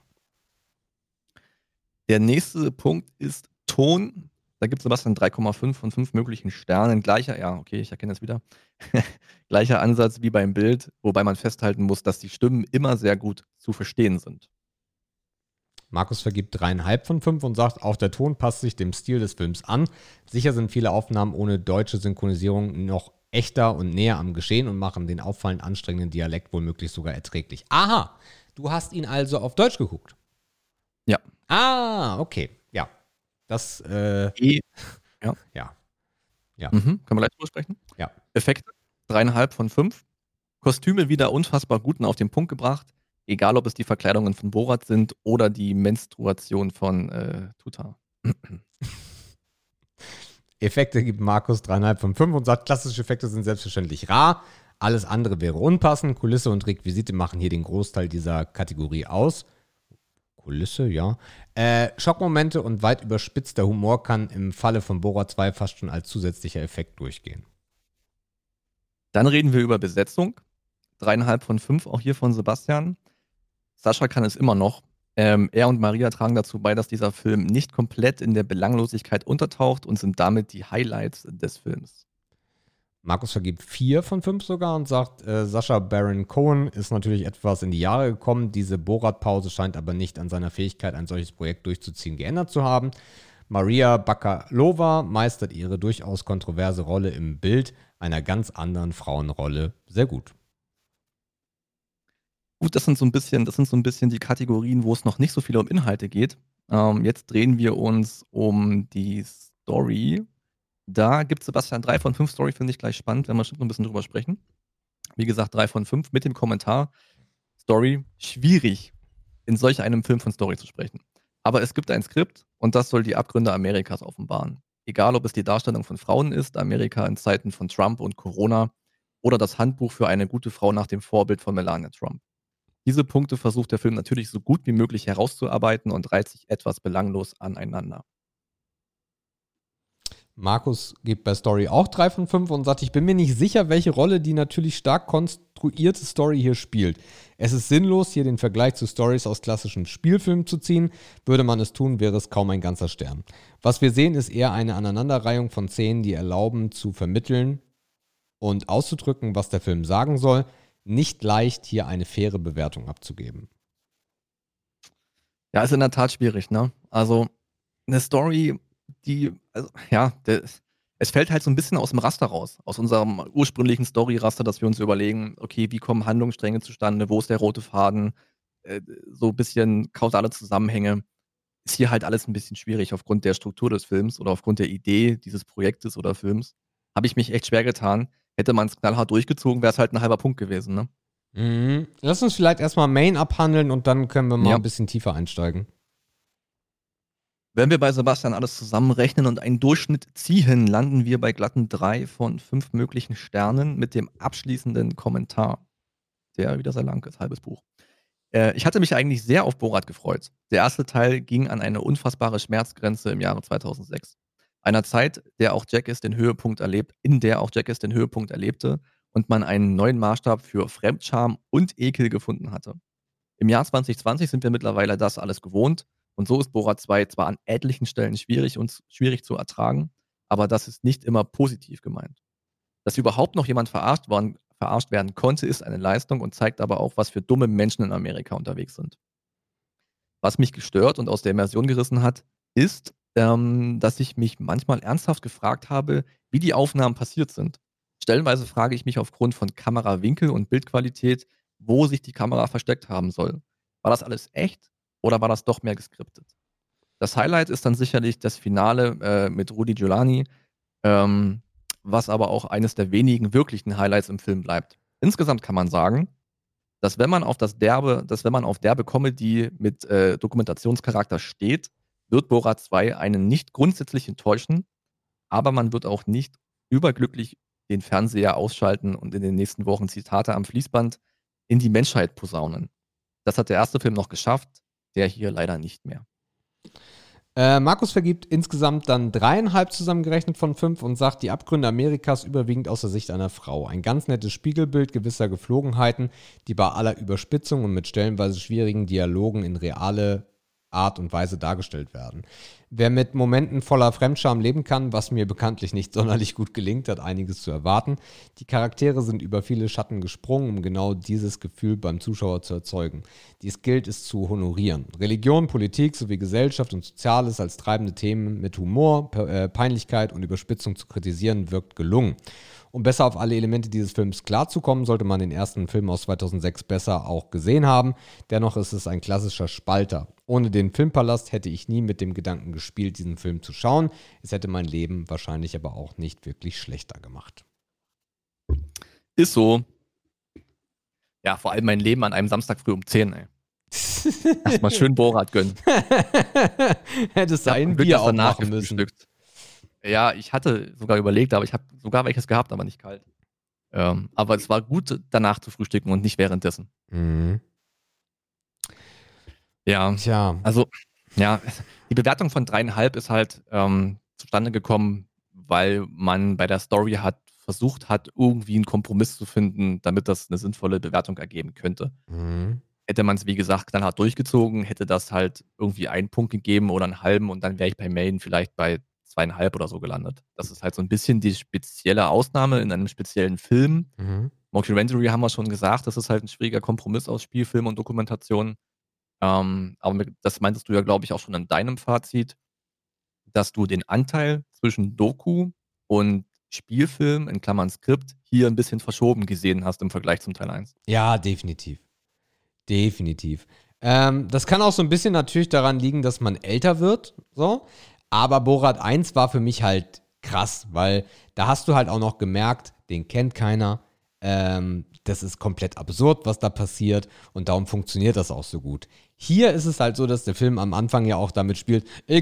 Der nächste Punkt ist Ton. Da gibt Sebastian drei Komma fünf von fünf möglichen Sternen. Gleicher, ja, okay, ich erkenne das wieder. Gleicher Ansatz wie beim Bild, wobei man festhalten muss, dass die Stimmen immer sehr gut zu verstehen sind. Markus vergibt dreieinhalb von fünf und sagt, auch der Ton passt sich dem Stil des Films an. Sicher sind viele Aufnahmen ohne deutsche Synchronisierung noch echter und näher am Geschehen und machen den auffallend anstrengenden Dialekt womöglich sogar erträglich. Aha, du hast ihn also auf Deutsch geguckt? Ja. Ah, okay, ja. Das, äh, E ja. Ja. Ja. Mhm. Können wir gleich drüber sprechen? Ja. Effekte, dreieinhalb von fünf. Kostüme wieder unfassbar gut und auf den Punkt gebracht. Egal, ob es die Verkleidungen von Borat sind oder die Menstruation von äh, Tuta. Effekte gibt Markus dreieinhalb von fünf und sagt, klassische Effekte sind selbstverständlich rar. Alles andere wäre unpassend. Kulisse und Requisite machen hier den Großteil dieser Kategorie aus. Kulisse, ja. Äh, Schockmomente und weit überspitzter Humor kann im Falle von Borat zwei fast schon als zusätzlicher Effekt durchgehen. Dann reden wir über Besetzung. Dreieinhalb von fünf, auch hier von Sebastian. Sascha kann es immer noch. Ähm, er und Maria tragen dazu bei, dass dieser Film nicht komplett in der Belanglosigkeit untertaucht und sind damit die Highlights des Films. Markus vergibt vier von fünf sogar und sagt, äh, Sacha Baron Cohen ist natürlich etwas in die Jahre gekommen. Diese Borat-Pause scheint aber nicht an seiner Fähigkeit, ein solches Projekt durchzuziehen, geändert zu haben. Maria Bakalova meistert ihre durchaus kontroverse Rolle im Bild einer ganz anderen Frauenrolle sehr gut. Gut, das sind so ein bisschen, das sind so ein bisschen die Kategorien, wo es noch nicht so viel um Inhalte geht. Ähm, jetzt drehen wir uns um die Story. Da gibt Sebastian drei von fünf. Story finde ich gleich spannend, wenn wir schon ein bisschen drüber sprechen. Wie gesagt, drei von fünf mit dem Kommentar. Story, schwierig, in solch einem Film von Story zu sprechen. Aber es gibt ein Skript und das soll die Abgründe Amerikas offenbaren. Egal, ob es die Darstellung von Frauen ist, Amerika in Zeiten von Trump und Corona, oder das Handbuch für eine gute Frau nach dem Vorbild von Melania Trump. Diese Punkte versucht der Film natürlich so gut wie möglich herauszuarbeiten und reiht sich etwas belanglos aneinander. Markus gibt bei Story auch drei von fünf und sagt, ich bin mir nicht sicher, welche Rolle die natürlich stark konstruierte Story hier spielt. Es ist sinnlos, hier den Vergleich zu Stories aus klassischen Spielfilmen zu ziehen. Würde man es tun, wäre es kaum ein ganzer Stern. Was wir sehen, ist eher eine Aneinanderreihung von Szenen, die erlauben zu vermitteln und auszudrücken, was der Film sagen soll. Nicht leicht, hier eine faire Bewertung abzugeben. Ja, ist in der Tat schwierig, ne? Also eine Story, die, also, ja, der, es fällt halt so ein bisschen aus dem Raster raus, aus unserem ursprünglichen Story-Raster, dass wir uns überlegen, okay, wie kommen Handlungsstränge zustande, wo ist der rote Faden, äh, so ein bisschen kausale Zusammenhänge. Ist hier halt alles ein bisschen schwierig aufgrund der Struktur des Films oder aufgrund der Idee dieses Projektes oder Films. Habe ich mich echt schwer getan. Hätte man es knallhart durchgezogen, wäre es halt ein halber Punkt gewesen, ne? Mhm. Lass uns vielleicht erstmal Main abhandeln und dann können wir mal Ja. ein bisschen tiefer einsteigen. Wenn wir bei Sebastian alles zusammenrechnen und einen Durchschnitt ziehen, landen wir bei glatten drei von fünf möglichen Sternen mit dem abschließenden Kommentar, der wieder sehr lang ist, halbes Buch. Äh, ich hatte mich eigentlich sehr auf Borat gefreut. Der erste Teil ging an eine unfassbare Schmerzgrenze im Jahre zweitausendsechs. Einer Zeit, der auch Jackass den Höhepunkt erlebt, in der auch Jackass den Höhepunkt erlebte und man einen neuen Maßstab für Fremdscham und Ekel gefunden hatte. Im Jahr zwanzig zwanzig sind wir mittlerweile das alles gewohnt und so ist Borat zwei zwar an etlichen Stellen schwierig und schwierig zu ertragen, aber das ist nicht immer positiv gemeint. Dass überhaupt noch jemand verarscht, worden, verarscht werden konnte, ist eine Leistung und zeigt aber auch, was für dumme Menschen in Amerika unterwegs sind. Was mich gestört und aus der Immersion gerissen hat, ist, ähm, dass ich mich manchmal ernsthaft gefragt habe, wie die Aufnahmen passiert sind. stellenweise frage ich mich aufgrund von Kamerawinkel und Bildqualität, wo sich die Kamera versteckt haben soll. War das alles echt oder war das doch mehr geskriptet? Das Highlight ist dann sicherlich das Finale äh, mit Rudy Giuliani, ähm, was aber auch eines der wenigen wirklichen Highlights im Film bleibt. Insgesamt kann man sagen, dass wenn man auf das derbe, dass wenn man auf derbe Comedy mit äh, Dokumentationscharakter steht, wird Borat zwei einen nicht grundsätzlich enttäuschen, aber man wird auch nicht überglücklich den Fernseher ausschalten und in den nächsten Wochen Zitate am Fließband in die Menschheit posaunen. Das hat der erste Film noch geschafft, der hier leider nicht mehr. Äh, Markus vergibt insgesamt dann dreieinhalb zusammengerechnet von fünf und sagt, die Abgründe Amerikas überwiegend aus der Sicht einer Frau. Ein ganz nettes Spiegelbild gewisser Geflogenheiten, die bei aller Überspitzung und mit stellenweise schwierigen Dialogen in reale Art und Weise dargestellt werden. Wer mit Momenten voller Fremdscham leben kann, was mir bekanntlich nicht sonderlich gut gelingt, hat einiges zu erwarten. Die Charaktere sind über viele Schatten gesprungen, um genau dieses Gefühl beim Zuschauer zu erzeugen. Dies gilt es zu honorieren. Religion, Politik sowie Gesellschaft und Soziales als treibende Themen mit Humor, Peinlichkeit und Überspitzung zu kritisieren, wirkt gelungen. Um besser auf alle Elemente dieses Films klarzukommen, sollte man den ersten Film aus zweitausendsechs besser auch gesehen haben. Dennoch ist es ein klassischer Spalter. Ohne den Filmpalast hätte ich nie mit dem Gedanken gespielt, diesen Film zu schauen. Es hätte mein Leben wahrscheinlich aber auch nicht wirklich schlechter gemacht. Ist so. Ja, vor allem mein Leben an einem Samstag früh um zehn, ey. Erstmal schön Borat gönnen. Hättest du ein Bier auch machen müssen. Ja, ich hatte sogar überlegt, aber ich habe sogar welches gehabt, aber nicht kalt. Ähm, aber es war gut, danach zu frühstücken und nicht währenddessen. Mhm. Ja, Tja. also, ja, die Bewertung von dreieinhalb ist halt ähm, zustande gekommen, weil man bei der Story hat versucht hat, irgendwie einen Kompromiss zu finden, damit das eine sinnvolle Bewertung ergeben könnte. Mhm. Hätte man es, wie gesagt, knallhart durchgezogen, hätte das halt irgendwie einen Punkt gegeben oder einen halben und dann wäre ich bei Main vielleicht bei zweieinhalb oder so gelandet. Das ist halt so ein bisschen die spezielle Ausnahme in einem speziellen Film. Mhm. Mockumentary haben wir schon gesagt, das ist halt ein schwieriger Kompromiss aus Spielfilm und Dokumentation. Ähm, aber das meintest du ja, glaube ich, auch schon in deinem Fazit, dass du den Anteil zwischen Doku und Spielfilm, in Klammern Skript, hier ein bisschen verschoben gesehen hast im Vergleich zum Teil eins. Ja, definitiv. Definitiv. Ähm, das kann auch so ein bisschen natürlich daran liegen, dass man älter wird, so. Aber Borat eins war für mich halt krass, weil da hast du halt auch noch gemerkt, den kennt keiner. Ähm, das ist komplett absurd, was da passiert und darum funktioniert das auch so gut. Hier ist es halt so, dass der Film am Anfang ja auch damit spielt, ich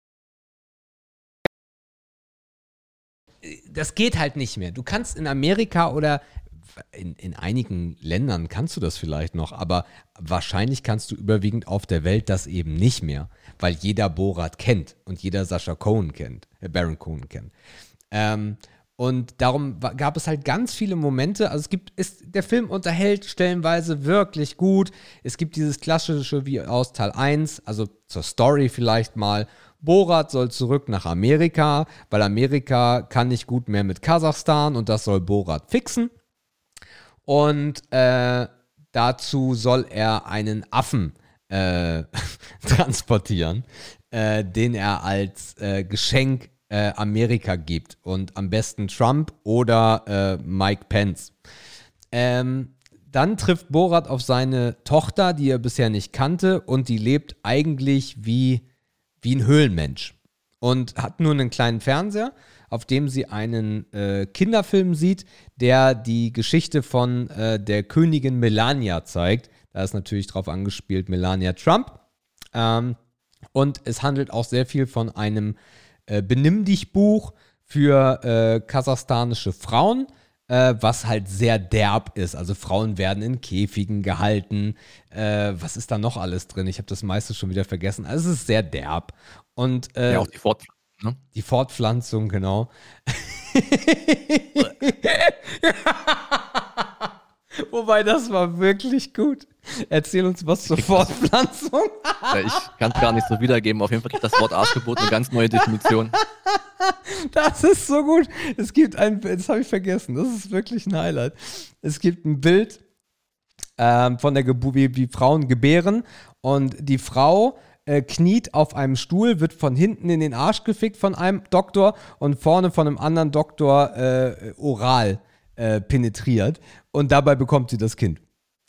das geht halt nicht mehr. Du kannst in Amerika oder in, in einigen Ländern kannst du das vielleicht noch, aber wahrscheinlich kannst du überwiegend auf der Welt das eben nicht mehr, weil jeder Borat kennt und jeder Sacha Cohen kennt, äh Baron Cohen kennt. Ähm, und darum wa- gab es halt ganz viele Momente, also es gibt, ist, der Film unterhält stellenweise wirklich gut. Es gibt dieses klassische wie aus Teil eins, also zur Story vielleicht mal, Borat soll zurück nach Amerika, weil Amerika kann nicht gut mehr mit Kasachstan und das soll Borat fixen. Und äh, dazu soll er einen Affen äh, transportieren, äh, den er als äh, Geschenk äh, Amerika gibt. Und am besten Trump oder äh, Mike Pence. Ähm, dann trifft Borat auf seine Tochter, die er bisher nicht kannte. Und die lebt eigentlich wie, wie ein Höhlenmensch. Und hat nur einen kleinen Fernseher, auf dem sie einen äh, Kinderfilm sieht, der die Geschichte von äh, der Königin Melania zeigt. Da ist natürlich drauf angespielt Melania Trump. Ähm, und es handelt auch sehr viel von einem äh, Benimm-dich-Buch für äh, kasachstanische Frauen, äh, was halt sehr derb ist. Also Frauen werden in Käfigen gehalten. Äh, was ist da noch alles drin? Ich habe das meiste schon wieder vergessen. Also es ist sehr derb. Und äh, Ja, auch die Fortpflanzung. Ne? Die Fortpflanzung, genau. Wobei, das war wirklich gut. Erzähl uns was zur Fortpflanzung. Ja, ich kann es gar nicht so wiedergeben. Auf jeden Fall kriegt das Wort Arschgebot eine ganz neue Definition. Das ist so gut. Es gibt ein Bild, das habe ich vergessen. Das ist wirklich ein Highlight. Es gibt ein Bild ähm, von der Geburt, wie, wie Frauen gebären. Und die Frau äh, kniet auf einem Stuhl, wird von hinten in den Arsch gefickt von einem Doktor und vorne von einem anderen Doktor äh, oral äh, penetriert und dabei bekommt sie das Kind.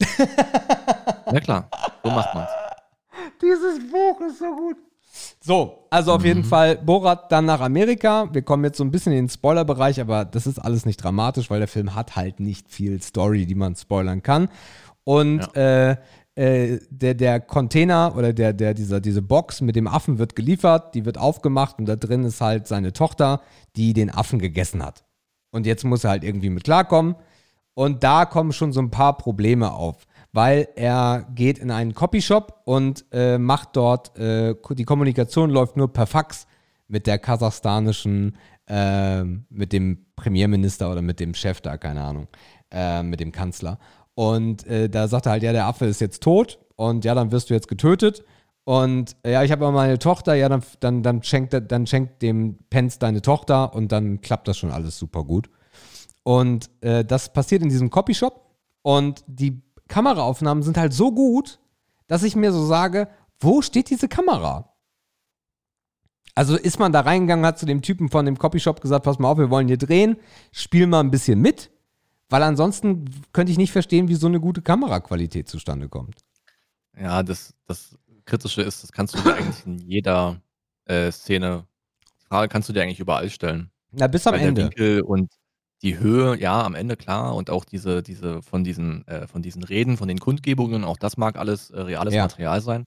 Ja klar, so macht man's. Dieses Buch ist so gut. So, also auf Mhm. jeden Fall Borat dann nach Amerika. Wir kommen jetzt so ein bisschen in den Spoilerbereich, aber das ist alles nicht dramatisch, weil der Film hat halt nicht viel Story, die man spoilern kann. Und äh, äh, der, der Container oder der, der, dieser, diese Box mit dem Affen wird geliefert, die wird aufgemacht und da drin ist halt seine Tochter, die den Affen gegessen hat. Und jetzt muss er halt irgendwie mit klarkommen. Und da kommen schon so ein paar Probleme auf, weil er geht in einen Copyshop und äh, macht dort, äh, die Kommunikation läuft nur per Fax mit der kasachstanischen, äh, mit dem Premierminister oder mit dem Chef da, keine Ahnung, äh, mit dem Kanzler. Und äh, da sagt er halt, ja, der Affe ist jetzt tot und ja, dann wirst du jetzt getötet. Und äh, ja, ich habe aber meine Tochter, ja, dann, dann, dann, schenkt, er- dann schenkt dem Pence deine Tochter und dann klappt das schon alles super gut. Und äh, das passiert in diesem Copyshop und die Kameraaufnahmen sind halt so gut, dass ich mir so sage, wo steht diese Kamera? Also ist man da reingegangen, hat zu dem Typen von dem Copyshop gesagt, pass mal auf, wir wollen hier drehen, spiel mal ein bisschen mit, weil ansonsten könnte ich nicht verstehen, wie so eine gute Kameraqualität zustande kommt. Ja, das, das Kritische ist, das kannst du dir eigentlich in jeder äh, Szene, die Frage kannst du dir eigentlich überall stellen. Na, bis am Weil der Ende. Winkel und die Höhe, ja, am Ende klar, und auch diese, diese von diesen, äh, von diesen Reden, von den Kundgebungen, auch das mag alles äh, reales Ja. Material sein.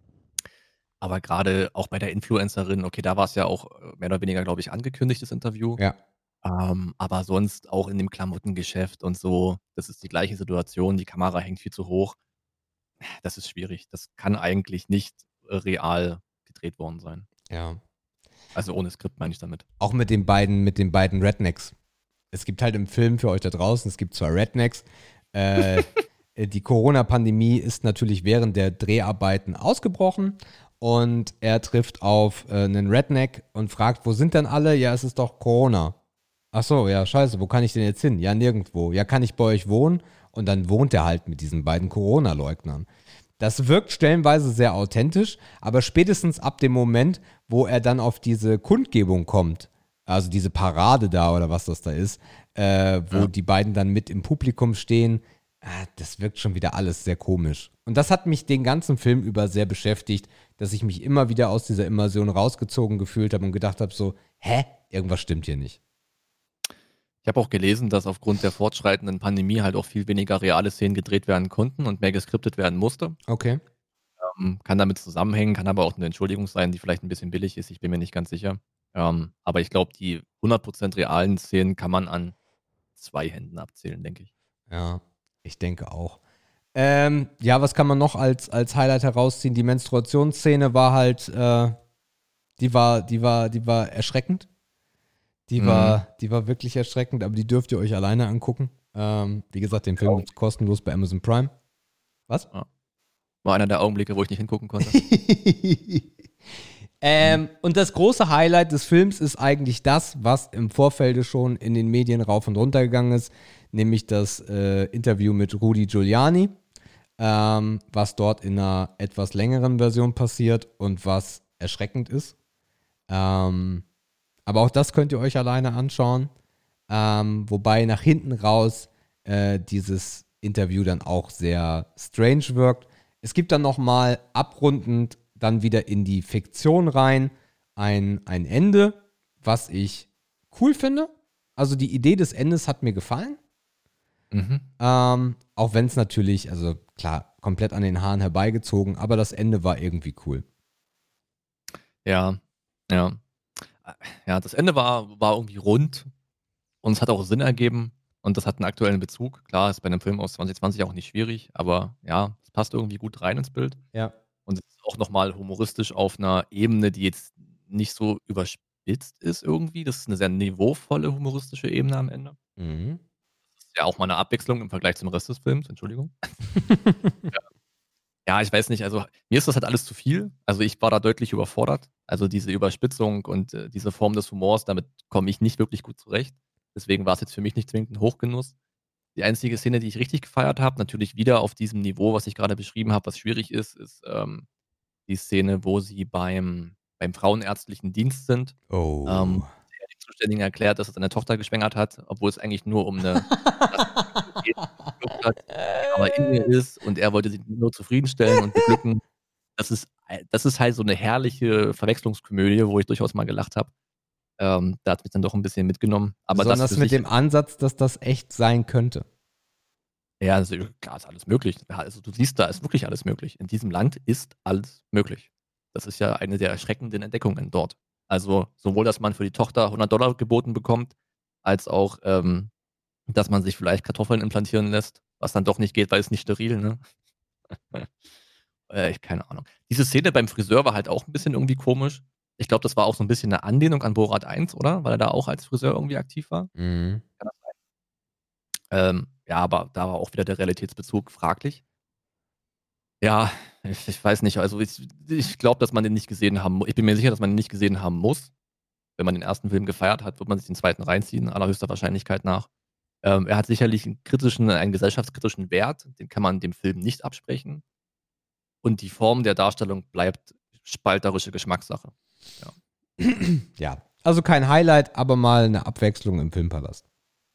Aber gerade auch bei der Influencerin, okay, da war es ja auch äh, mehr oder weniger, glaube ich, angekündigt, das Interview. Ja. Ähm, aber sonst auch in dem Klamottengeschäft und so, das ist die gleiche Situation, die Kamera hängt viel zu hoch. Das ist schwierig. Das kann eigentlich nicht äh, real gedreht worden sein. Ja. Also ohne Skript meine ich damit. Auch mit den beiden, mit den beiden Rednecks. Es gibt halt im Film für euch da draußen, es gibt zwar Rednecks, äh, die Corona-Pandemie ist natürlich während der Dreharbeiten ausgebrochen und er trifft auf äh, einen Redneck und fragt, wo sind denn alle? Ja, es ist doch Corona. Ach so, ja, scheiße, wo kann ich denn jetzt hin? Ja, nirgendwo. Ja, kann ich bei euch wohnen? Und dann wohnt er halt mit diesen beiden Corona-Leugnern. Das wirkt stellenweise sehr authentisch, aber spätestens ab dem Moment, wo er dann auf diese Kundgebung kommt, also diese Parade da oder was das da ist, äh, wo Ja. die beiden dann mit im Publikum stehen, ah, das wirkt schon wieder alles sehr komisch. Und das hat mich den ganzen Film über sehr beschäftigt, dass ich mich immer wieder aus dieser Immersion rausgezogen gefühlt habe und gedacht habe so, hä, irgendwas stimmt hier nicht. Ich habe auch gelesen, dass aufgrund der fortschreitenden Pandemie halt auch viel weniger reale Szenen gedreht werden konnten und mehr geskriptet werden musste. Okay. Ähm, kann damit zusammenhängen, kann aber auch eine Entschuldigung sein, die vielleicht ein bisschen billig ist. Ich bin mir nicht ganz sicher. Ähm, aber ich glaube, die hundert Prozent realen Szenen kann man an zwei Händen abzählen, denke ich. Ja, ich denke auch. Ähm, ja, was kann man noch als, als Highlight herausziehen? Die Menstruationsszene war halt, äh, die war, die war, die war erschreckend. Die Mhm. war, die war wirklich erschreckend, aber die dürft ihr euch alleine angucken. Ähm, wie gesagt, den Film gibt's kostenlos bei Amazon Prime. Was? War einer der Augenblicke, wo ich nicht hingucken konnte. ähm, und das große Highlight des Films ist eigentlich das, was im Vorfeld schon in den Medien rauf und runter gegangen ist, nämlich das äh, Interview mit Rudy Giuliani, ähm, was dort in einer etwas längeren Version passiert und was erschreckend ist. Ähm, aber auch das könnt ihr euch alleine anschauen. Ähm, wobei nach hinten raus äh, dieses Interview dann auch sehr strange wirkt. Es gibt dann nochmal abrundend dann wieder in die Fiktion rein ein, ein Ende, was ich cool finde. Also die Idee des Endes hat mir gefallen. Mhm. Ähm, auch wenn es natürlich, also klar, komplett an den Haaren herbeigezogen, aber das Ende war irgendwie cool. Ja, ja. Ja, das Ende war, war irgendwie rund und es hat auch Sinn ergeben und das hat einen aktuellen Bezug. Klar, ist bei einem Film aus zwanzig zwanzig auch nicht schwierig, aber ja, es passt irgendwie gut rein ins Bild. Ja. Und es ist auch nochmal humoristisch auf einer Ebene, die jetzt nicht so überspitzt ist irgendwie. Das ist eine sehr niveauvolle humoristische Ebene am Ende. Mhm. Das ist ja auch mal eine Abwechslung im Vergleich zum Rest des Films, Entschuldigung. ja. ja, ich weiß nicht, also mir ist das halt alles zu viel. Also ich war da deutlich überfordert. Also diese Überspitzung und äh, diese Form des Humors, damit komme ich nicht wirklich gut zurecht. Deswegen war es jetzt für mich nicht zwingend ein Hochgenuss. Die einzige Szene, die ich richtig gefeiert habe, natürlich wieder auf diesem Niveau, was ich gerade beschrieben habe, was schwierig ist, ist ähm, die Szene, wo sie beim, beim frauenärztlichen Dienst sind. Oh. Ähm, Sachzuständigen erklärt, dass er seine Tochter geschwängert hat, obwohl es eigentlich nur um eine geht, hat, die aber in ihr ist und er wollte sie nur zufriedenstellen und beglücken. Das ist, das ist halt so eine herrliche Verwechslungskomödie, wo ich durchaus mal gelacht habe. Ähm, da hat mich dann doch ein bisschen mitgenommen. Aber Besonders das mit sich, dem Ansatz, dass das echt sein könnte. Ja, also, klar ist alles möglich. Ja, also du siehst, da ist wirklich alles möglich. In diesem Land ist alles möglich. Das ist ja eine der erschreckenden Entdeckungen dort. Also sowohl, dass man für die Tochter hundert Dollar geboten bekommt, als auch, ähm, dass man sich vielleicht Kartoffeln implantieren lässt, was dann doch nicht geht, weil es nicht steril, ne? äh, ich keine Ahnung. Diese Szene beim Friseur war halt auch ein bisschen irgendwie komisch. Ich glaube, das war auch so ein bisschen eine Anlehnung an Borat eins, oder? Weil er da auch als Friseur irgendwie aktiv war. Mhm. Kann das sein? Ähm, ja, aber da war auch wieder der Realitätsbezug fraglich. Ja, ich, ich weiß nicht. Also ich, ich glaube, dass man den nicht gesehen haben muss. Ich bin mir sicher, dass man den nicht gesehen haben muss. Wenn man den ersten Film gefeiert hat, wird man sich den zweiten reinziehen, allerhöchster Wahrscheinlichkeit nach. Ähm, er hat sicherlich einen kritischen, einen gesellschaftskritischen Wert, den kann man dem Film nicht absprechen. Und die Form der Darstellung bleibt spalterische Geschmackssache. Ja. Ja, also kein Highlight, aber mal eine Abwechslung im Filmpalast.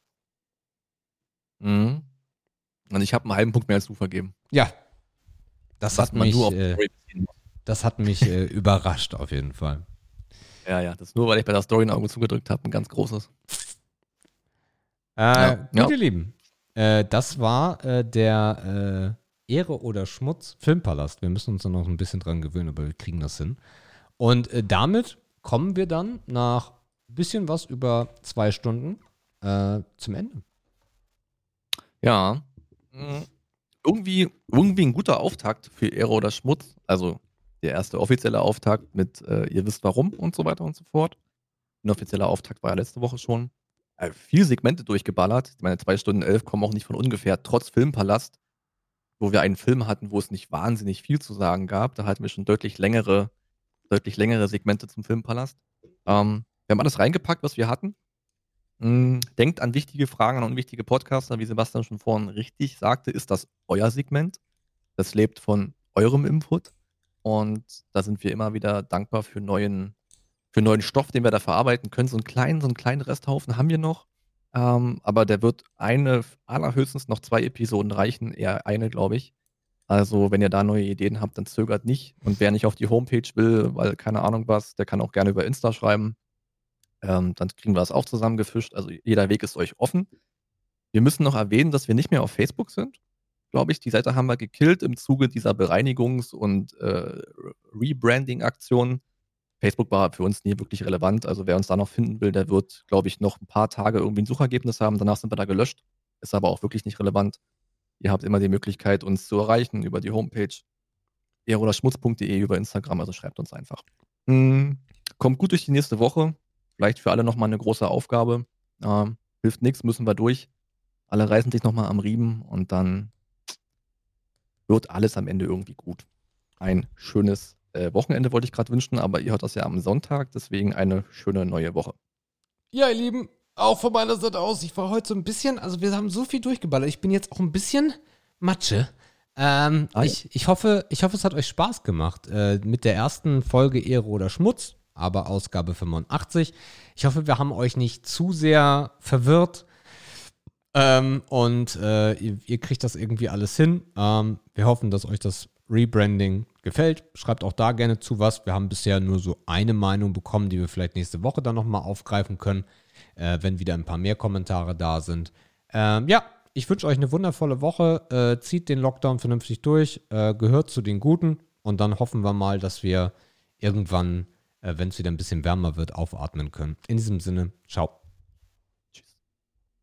Mhm. Und ich habe einen halben Punkt mehr als du vergeben. Ja, das Was hat man mich, nur auf äh, Story beziehen muss. das hat mich äh, überrascht auf jeden Fall. Ja, ja, das ist nur, weil ich bei der Story ein Auge zugedrückt habe, ein ganz großes. Äh, Ja, gut, ja. ihr Lieben, äh, das war äh, der äh, Ehre oder Schmutz Filmpalast. Wir müssen uns da noch ein bisschen dran gewöhnen, aber wir kriegen das hin. Und äh, damit kommen wir dann nach ein bisschen was über zwei Stunden äh, zum Ende. Ja. Mhm. Irgendwie, irgendwie ein guter Auftakt für Ehre oder Schmutz. Also der erste offizielle Auftakt mit äh, ihr wisst warum und so weiter und so fort. Ein offizieller Auftakt war ja letzte Woche schon. Äh, viele Segmente durchgeballert. Meine zwei Stunden elf kommen auch nicht von ungefähr, trotz Filmpalast, wo wir einen Film hatten, wo es nicht wahnsinnig viel zu sagen gab. Da hatten wir schon deutlich längere, deutlich längere Segmente zum Filmpalast. Ähm, wir haben alles reingepackt, was wir hatten. Mm, Denkt an wichtige Fragen, an unwichtige Podcaster, wie Sebastian schon vorhin richtig sagte, ist das euer Segment. Das lebt von eurem Input. Und da sind wir immer wieder dankbar für neuen, für neuen Stoff, den wir da verarbeiten können. So einen kleinen, so einen kleinen Resthaufen haben wir noch. Ähm, aber der wird eine, allerhöchstens noch zwei Episoden reichen, eher eine, glaube ich. Also, wenn ihr da neue Ideen habt, dann zögert nicht. Und wer nicht auf die Homepage will, weil keine Ahnung was, der kann auch gerne über Insta schreiben. Ähm, dann kriegen wir das auch zusammengefischt. Also jeder Weg ist euch offen. Wir müssen noch erwähnen, dass wir nicht mehr auf Facebook sind, glaube ich. Die Seite haben wir gekillt im Zuge dieser Bereinigungs- und äh, Rebranding-Aktion. Facebook war für uns nie wirklich relevant. Also wer uns da noch finden will, der wird, glaube ich, noch ein paar Tage irgendwie ein Suchergebnis haben. Danach sind wir da gelöscht. Ist aber auch wirklich nicht relevant. Ihr habt immer die Möglichkeit, uns zu erreichen über die Homepage ehre oder schmutz punkt de, über Instagram. Also schreibt uns einfach. Mhm. Kommt gut durch die nächste Woche. Vielleicht für alle nochmal eine große Aufgabe. Ähm, hilft nichts, müssen wir durch. Alle reißen sich nochmal am Riemen und dann wird alles am Ende irgendwie gut. Ein schönes äh, Wochenende wollte ich gerade wünschen, aber ihr hört das ja am Sonntag, deswegen eine schöne neue Woche. Ja, ihr Lieben, auch von meiner Seite aus. Ich war heute so ein bisschen, also wir haben so viel durchgeballert. Ich bin jetzt auch ein bisschen Matsche. Ähm, Ah, ja. ich, ich, hoffe, ich hoffe, es hat euch Spaß gemacht äh, mit der ersten Folge Ehre oder Schmutz, aber Ausgabe fünfundachtzig. Ich hoffe, wir haben euch nicht zu sehr verwirrt ähm, und äh, ihr, ihr kriegt das irgendwie alles hin. Ähm, wir hoffen, dass euch das Rebranding gefällt. Schreibt auch da gerne zu was. Wir haben bisher nur so eine Meinung bekommen, die wir vielleicht nächste Woche dann nochmal aufgreifen können, äh, wenn wieder ein paar mehr Kommentare da sind. Ähm, ja, ich wünsche euch eine wundervolle Woche. Äh, zieht den Lockdown vernünftig durch, äh, gehört zu den Guten und dann hoffen wir mal, dass wir irgendwann, äh, wenn es wieder ein bisschen wärmer wird, aufatmen können. In diesem Sinne, ciao.